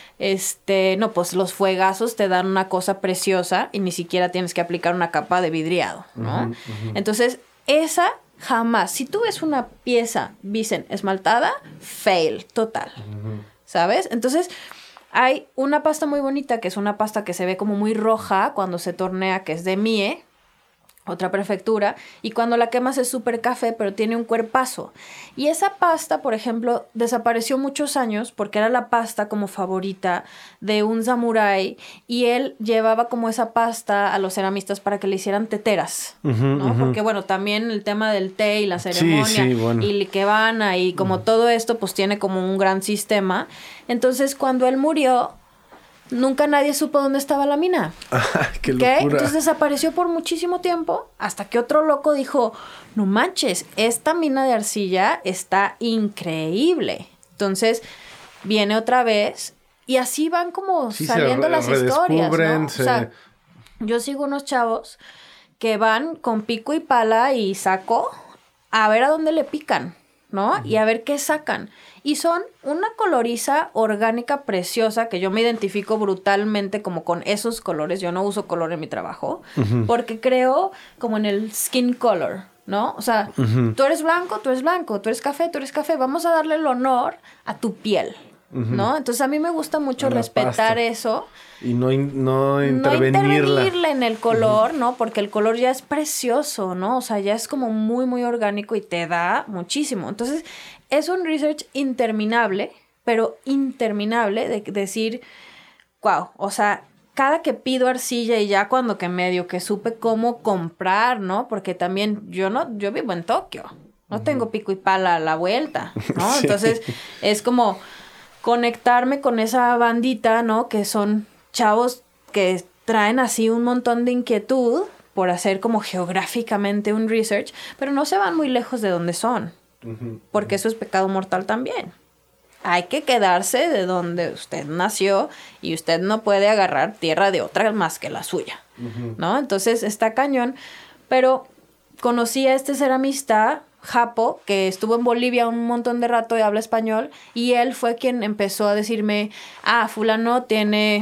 no, pues los fuegazos te dan una cosa preciosa y ni siquiera tienes que aplicar una capa de vidriado, ¿no? Uh-huh, uh-huh. Entonces, esa jamás. Si tú ves una pieza Vicen esmaltada, fail, total. Uh-huh. ¿Sabes? Entonces, hay una pasta muy bonita, que es una pasta que se ve como muy roja cuando se tornea, que es de Mie, otra prefectura, y cuando la quemas es súper café, pero tiene un cuerpazo. Y esa pasta, por ejemplo, desapareció muchos años porque era la pasta como favorita de un samurái y él llevaba como esa pasta a los ceramistas para que le hicieran teteras, uh-huh, ¿no? Uh-huh. Porque, bueno, también el tema del té y la ceremonia bueno. Y l'ikebana y como todo esto, pues tiene como un gran sistema. Entonces, cuando él murió, nunca nadie supo dónde estaba la mina. ¡Qué locura! Entonces desapareció por muchísimo tiempo hasta que otro loco dijo, no manches, esta mina de arcilla está increíble. Entonces viene otra vez y así van como saliendo las historias, ¿no? O sea, yo sigo unos chavos que van con pico y pala y saco a ver a dónde le pican, ¿no? Uh-huh. Y a ver qué sacan. Y son una coloriza orgánica preciosa que yo me identifico brutalmente como con esos colores. Yo no uso color en mi trabajo uh-huh. porque creo como en el skin color, ¿no? O sea, uh-huh. tú eres blanco, tú eres blanco, tú eres café, tú eres café. Vamos a darle el honor a tu piel, uh-huh. ¿no? Entonces a mí me gusta mucho respetar eso. Y no intervenirle. No intervenirle en el color, uh-huh. ¿no? Porque el color ya es precioso, ¿no? O sea, ya es como muy, muy orgánico y te da muchísimo. Entonces, es un research interminable, pero interminable de decir, wow, o sea, cada que pido arcilla y ya cuando que medio que supe cómo comprar, ¿no? Porque también yo vivo en Tokio, no uh-huh. tengo pico y pala a la vuelta, ¿no? Sí. Entonces, es como conectarme con esa bandita, ¿no? Que son chavos que traen así un montón de inquietud por hacer como geográficamente un research, pero no se van muy lejos de donde son. Uh-huh. Porque eso es pecado mortal también. Hay que quedarse de donde usted nació y usted no puede agarrar tierra de otra más que la suya, uh-huh. ¿no? Entonces está cañón, pero conocí a este ceramista japo que estuvo en Bolivia un montón de rato y habla español y él fue quien empezó a decirme, fulano tiene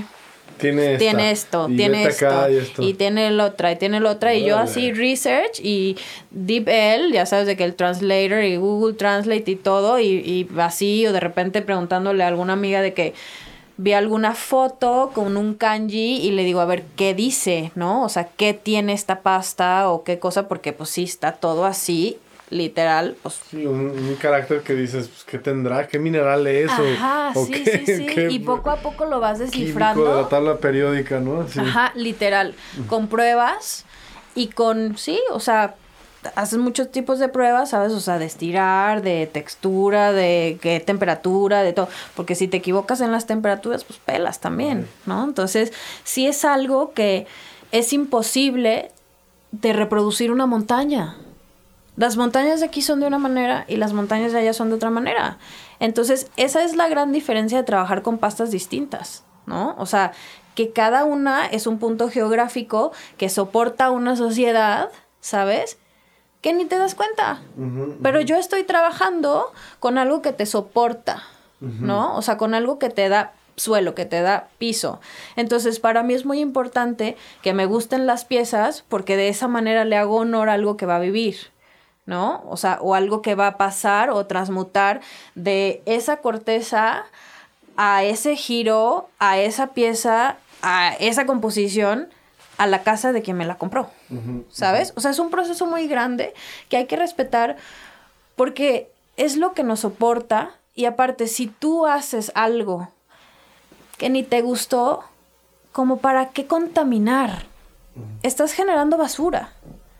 tiene esto, tiene esto, y tiene el otra, y tiene el otra, y yo así research, y DeepL, ya sabes de que el translator, y Google Translate y todo, y así, o de repente preguntándole a alguna amiga de que vi alguna foto con un kanji, y le digo, a ver, ¿qué dice? ¿No? O sea, ¿qué tiene esta pasta, o qué cosa? Porque pues sí, está todo así, literal, pues... Sí, un carácter que dices, pues, ¿qué tendrá? ¿Qué mineral es? Ajá, o sí, qué, sí. qué Y poco a poco lo vas descifrando. Químico de la tabla periódica, ¿no? Sí. Ajá, literal. Con pruebas y con, sí, o sea, haces muchos tipos de pruebas, ¿sabes? O sea, de estirar, de textura, de qué temperatura, de todo. Porque si te equivocas en las temperaturas, pues pelas también, ¿no? Entonces, sí es algo que es imposible de reproducir una montaña. Las montañas de aquí son de una manera y las montañas de allá son de otra manera. Entonces, esa es la gran diferencia de trabajar con pastas distintas, ¿no? O sea, que cada una es un punto geográfico que soporta una sociedad, ¿sabes? Que ni te das cuenta. Pero yo estoy trabajando con algo que te soporta, ¿no? O sea, con algo que te da suelo, que te da piso. Entonces, para mí es muy importante que me gusten las piezas porque de esa manera le hago honor a algo que va a vivir, ¿no? O sea, o algo que va a pasar o transmutar de esa corteza a ese giro, a esa pieza, a esa composición, a la casa de quien me la compró, ¿sabes? O sea, es un proceso muy grande que hay que respetar porque es lo que nos soporta y aparte, si tú haces algo que ni te gustó, ¿como para qué contaminar? Estás generando basura.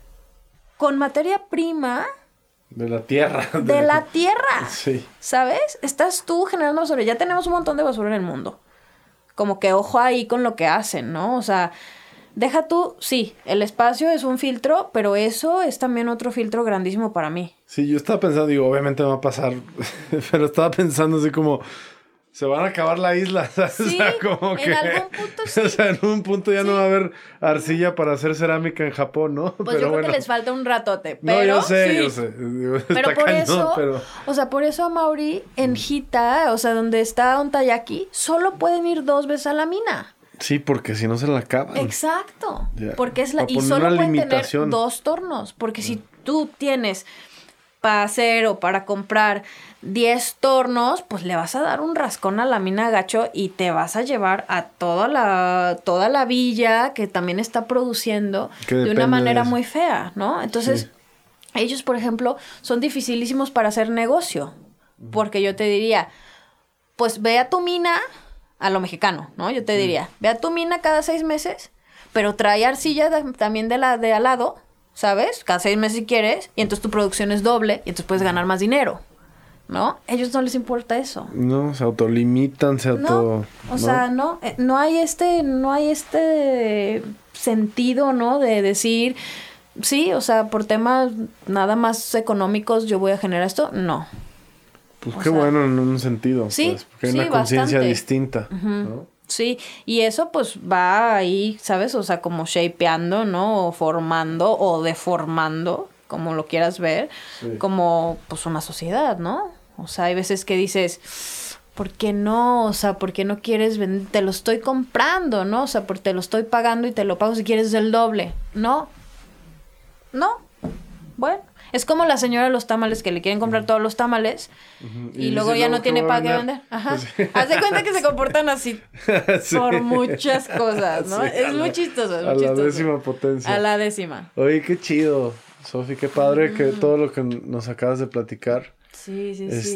Con materia prima... De la tierra. De la tierra. Sí. ¿Sabes? Estás tú generando basura. Ya tenemos un montón de basura en el mundo. Como que ojo ahí con lo que hacen, ¿no? O sea, deja tú... Sí, el espacio es un filtro, pero eso es también otro filtro grandísimo para mí. Sí, yo estaba pensando, digo, obviamente me va a pasar, pero estaba pensando así como... Se van a acabar la isla, ¿sabes? Sí, o sea, como que, en algún punto sí. O sea, en un punto ya no va a haber arcilla para hacer cerámica en Japón, ¿no? Pues pero yo creo bueno. que les falta un ratote, No, pero yo sé, sí. yo sé. Digo, Pero está por cañón, eso, pero... o sea, por eso a Mauri en Hita, o sea, donde está Ontayaki, solo pueden ir 2 veces a la mina. Sí, porque si no se la acaban. Exacto. Ya. Porque es la... Para Y poner solo una pueden limitación. tener 2 tornos. Porque si tú tienes para hacer o para comprar 10 tornos, pues le vas a dar un rascón a la mina gacho y te vas a llevar a toda la villa que también está produciendo de una manera muy fea, ¿no? Entonces, ellos, por ejemplo, son dificilísimos para hacer negocio. Porque yo te diría, pues ve a tu mina, a lo mexicano, ¿no? Yo te diría, ve a tu mina cada 6 meses, pero trae arcilla también de al lado, ¿sabes? Cada 6 meses si quieres, y entonces tu producción es doble, y entonces puedes ganar más dinero, ¿no? A ellos no les importa eso. No, se autolimitan, No, o sea, no hay este sentido, ¿no? De decir, sí, o sea, por temas nada más económicos yo voy a generar esto, no. Pues qué bueno en un sentido, sí, pues, porque hay una conciencia distinta, ¿no? Sí, y eso pues va ahí, ¿sabes? O sea, como shapeando, ¿no? O formando o deformando, como lo quieras ver, como pues una sociedad, ¿no? O sea, hay veces que dices, ¿por qué no? O sea, ¿por qué no quieres vender? Te lo estoy comprando, ¿no? O sea, porque te lo estoy pagando y te lo pago si quieres el doble. No. Bueno. Es como la señora de los tamales que le quieren comprar todos los tamales y luego ya no tiene para qué vender. Ajá. Pues haz de cuenta que se comportan así por muchas cosas, ¿no? Es muy chistoso. A la 10ª potencia. A la 10ª. Oye, qué chido, Sofi, qué padre que todo lo que nos acabas de platicar. Sí.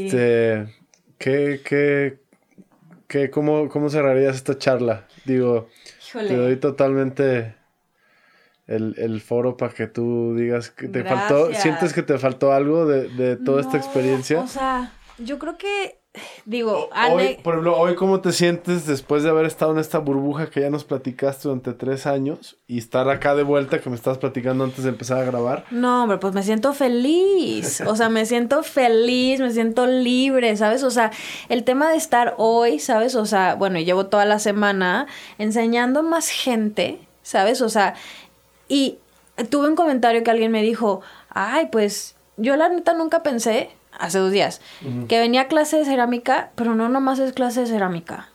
¿Cómo cerrarías esta charla? Digo, Híjole. Te doy totalmente el foro para que tú digas que te faltó, ¿sientes que te faltó algo de toda esta experiencia? O sea, yo creo que, digo, hoy, por ejemplo, hoy ¿cómo te sientes después de haber estado en esta burbuja que ya nos platicaste durante 3 años y estar acá de vuelta que me estabas platicando antes de empezar a grabar? No, hombre, pues me siento feliz, o sea, me siento feliz, me siento libre, ¿sabes? O sea, el tema de estar hoy, ¿sabes? O sea, bueno, llevo toda la semana enseñando a más gente, ¿sabes? O sea, y tuve un comentario que alguien me dijo, ay, pues yo la neta nunca pensé, hace 2 días, que venía a clase de cerámica, pero no nomás es clase de cerámica.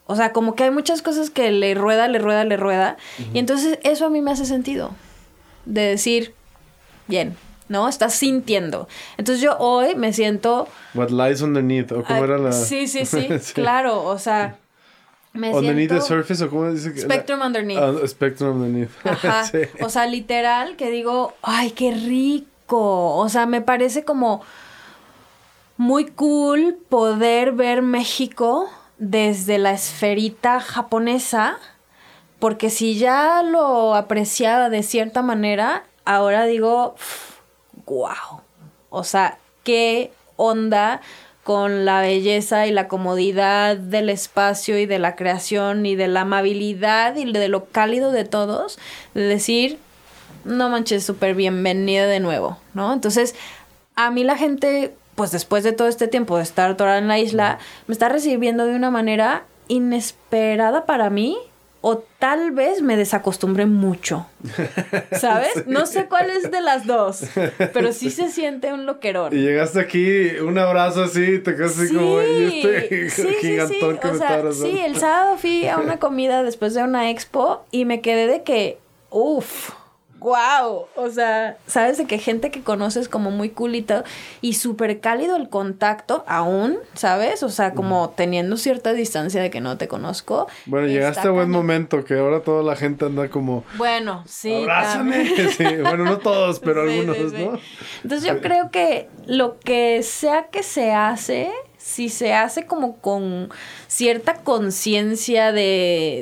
O sea, como que hay muchas cosas que le rueda. Y entonces eso a mí me hace sentido. De decir, bien, ¿no? Estás sintiendo. Entonces yo hoy me siento... What lies underneath, o cómo era la... Sí, claro, o sea... Me underneath siento... the surface, o cómo dice que... Spectrum underneath. Spectrum underneath. Ajá. Sí. O sea, literal, que digo, ay, qué rico. O sea, me parece como muy cool poder ver México desde la esferita japonesa, porque si ya lo apreciaba de cierta manera, ahora digo, wow. O sea, qué onda con la belleza y la comodidad del espacio y de la creación y de la amabilidad y de lo cálido de todos, de decir, no manches, súper bienvenida de nuevo, ¿no? Entonces, a mí la gente, pues después de todo este tiempo de estar atorada en la isla, me está recibiendo de una manera inesperada para mí, o tal vez me desacostumbré mucho, ¿sabes? Sí. No sé cuál es de las dos, pero sí se siente un loquerón. Y llegaste aquí, un abrazo así, te quedas así como, y gigantón que o me sea, está abrazando. Sí, el sábado fui a una comida después de una expo y me quedé de que, ¡guau! O sea, sabes de que gente que conoces como muy culito y súper cálido el contacto aún, ¿sabes? O sea, como teniendo cierta distancia de que no te conozco. Bueno, llegaste a buen momento, que ahora toda la gente anda como... Bueno, sí. ¡Abrázame! Sí, bueno, no todos, pero sí, algunos, sí. ¿No? Entonces yo creo que lo que sea que se hace, si se hace como con cierta conciencia de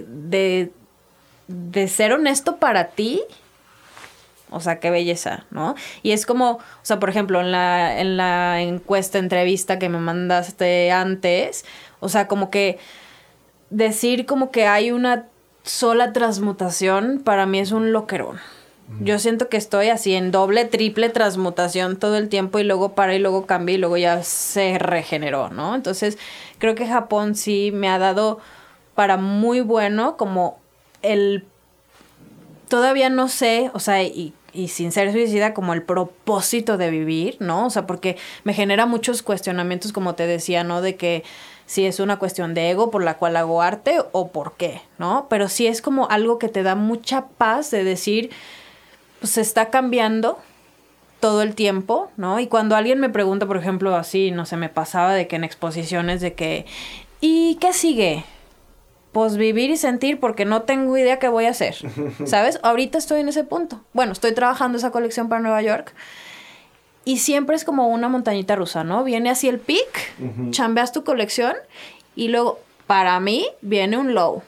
ser honesto para ti... O sea, qué belleza, ¿no? Y es como, o sea, por ejemplo, en la entrevista que me mandaste antes, o sea, como que decir como que hay una sola transmutación, para mí es un loquerón. Yo siento que estoy así en doble, triple transmutación todo el tiempo y luego para y luego cambia y luego ya se regeneró, ¿no? Entonces, creo que Japón sí me ha dado para muy bueno como el... Todavía no sé, o sea, y sin ser suicida, como el propósito de vivir, ¿no? O sea, porque me genera muchos cuestionamientos, como te decía, ¿no? De que si es una cuestión de ego por la cual hago arte o por qué, ¿no? Pero sí es como algo que te da mucha paz de decir, pues se está cambiando todo el tiempo, ¿no? Y cuando alguien me pregunta, por ejemplo, así, no sé, me pasaba de que en exposiciones de que, ¿y qué sigue? Pues vivir y sentir, porque no tengo idea qué voy a hacer, ¿sabes? Ahorita estoy en ese punto. Bueno, estoy trabajando esa colección para Nueva York y siempre es como una montañita rusa, ¿no? Viene así el peak, chambeas tu colección y luego, para mí, viene un low.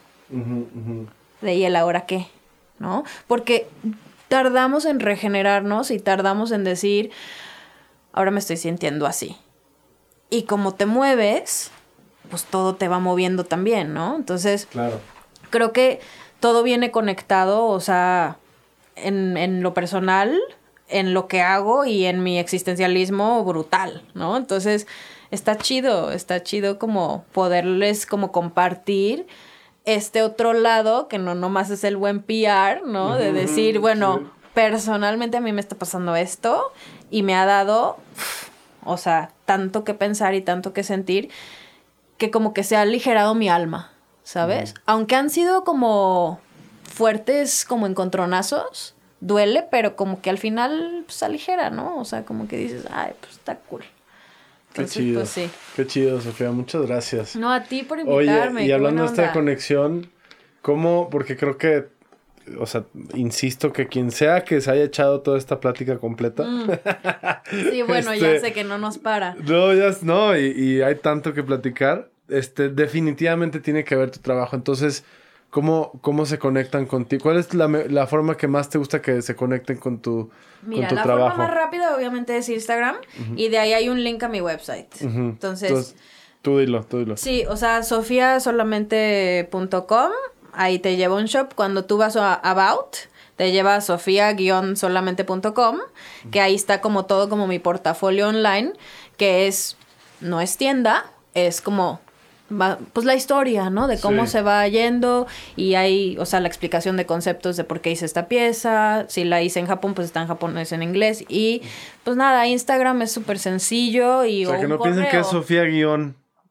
De ahí el ahora qué, ¿no? Porque tardamos en regenerarnos y tardamos en decir, ahora me estoy sintiendo así. Y como te mueves... pues todo te va moviendo también, ¿no? Entonces, claro. Creo que todo viene conectado, o sea, en lo personal, en lo que hago y en mi existencialismo brutal, ¿no? Entonces, está chido como poderles como compartir este otro lado, que no nomás es el buen PR, ¿no? De decir, bueno, sí. Personalmente a mí me está pasando esto y me ha dado, o sea, tanto que pensar y tanto que sentir, que como que se ha aligerado mi alma, ¿sabes? Aunque han sido como fuertes como encontronazos, duele, pero como que al final pues aligera, ¿no? O sea, como que dices, ay, pues está cool. Entonces, qué chido, pues, sí. Qué chido, Sofía, muchas gracias. No, a ti por invitarme. Oye, y hablando de esta conexión, ¿cómo? Porque creo que, o sea, insisto que quien sea que se haya echado toda esta plática completa. Sí, bueno, ya sé que no nos para. No, y hay tanto que platicar. Definitivamente tiene que ver tu trabajo. Entonces, ¿cómo se conectan contigo? ¿Cuál es la forma que más te gusta que se conecten con tu trabajo? La forma más rápida obviamente es Instagram. Y de ahí hay un link a mi website. Entonces, tú dilo. Sí, o sea, sofiasolamente.com. Ahí te lleva un shop. Cuando tú vas a About, te lleva a sofia-solamente.com, que ahí está como todo como mi portafolio online, que no es tienda, es como pues la historia, ¿no? De cómo se va yendo y hay, o sea, la explicación de conceptos de por qué hice esta pieza. Si la hice en Japón, pues está en japonés, en inglés. Y pues nada, Instagram es súper sencillo y o sea, que no piensen que es Sofía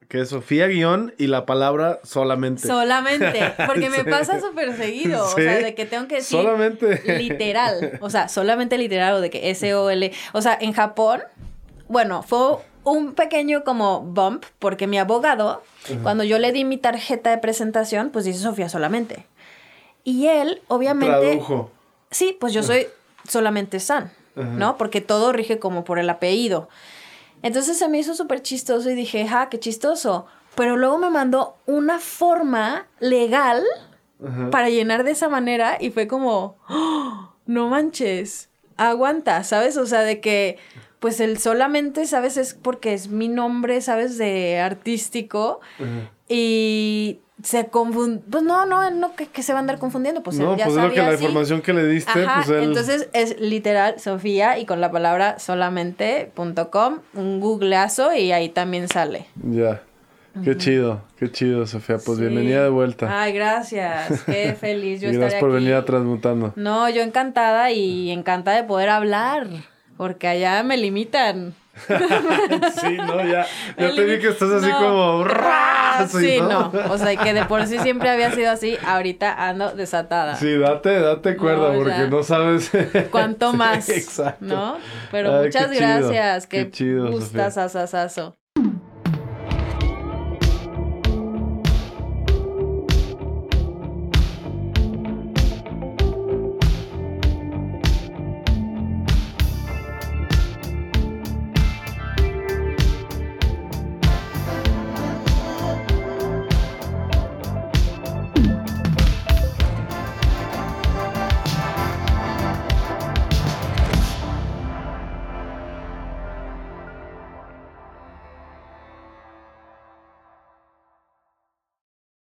Que es Sofía guión y la palabra solamente. Solamente, porque me pasa súper seguido, Sí. o sea, de que tengo que decir Solamente. literal, o sea, solamente literal o de que S-O-L, o sea, en Japón, bueno, fue un pequeño como bump, porque mi abogado, cuando yo le di mi tarjeta de presentación, pues dice Sofía solamente, y él, obviamente, Tradujo. sí, pues yo soy solamente San, ¿no? Porque todo rige como por el apellido. Entonces se me hizo súper chistoso y dije, qué chistoso. Pero luego me mandó una forma legal para llenar de esa manera y fue como, ¡oh! No manches, aguanta, ¿sabes? O sea, de que, pues el solamente, ¿sabes? Es porque es mi nombre, ¿sabes? De artístico. Y se confunde, pues no, que se va a andar confundiendo, pues No, él ya pues es sabía lo que la así. información que le diste, Ajá, pues él... entonces es literal Sofía y con la palabra solamente.com, un googleazo y ahí también sale. Ya. Qué chido, Sofía. Pues Sí. bienvenida de vuelta. Ay, gracias, qué feliz yo Y estaré gracias por aquí. venir a Transmutando. No, yo encantada y encantada de poder hablar, porque allá me limitan. Sí, no, ya te vi que estás así No. como... Sí, no, o sea, que de por sí siempre había sido así, ahorita ando desatada. Sí, date cuerda, No, porque ya. no sabes... ¿Cuánto más? Sí, exacto. ¿No? Pero Ay, muchas qué chido, gracias, qué chido, gustas, Sofía. asasazo.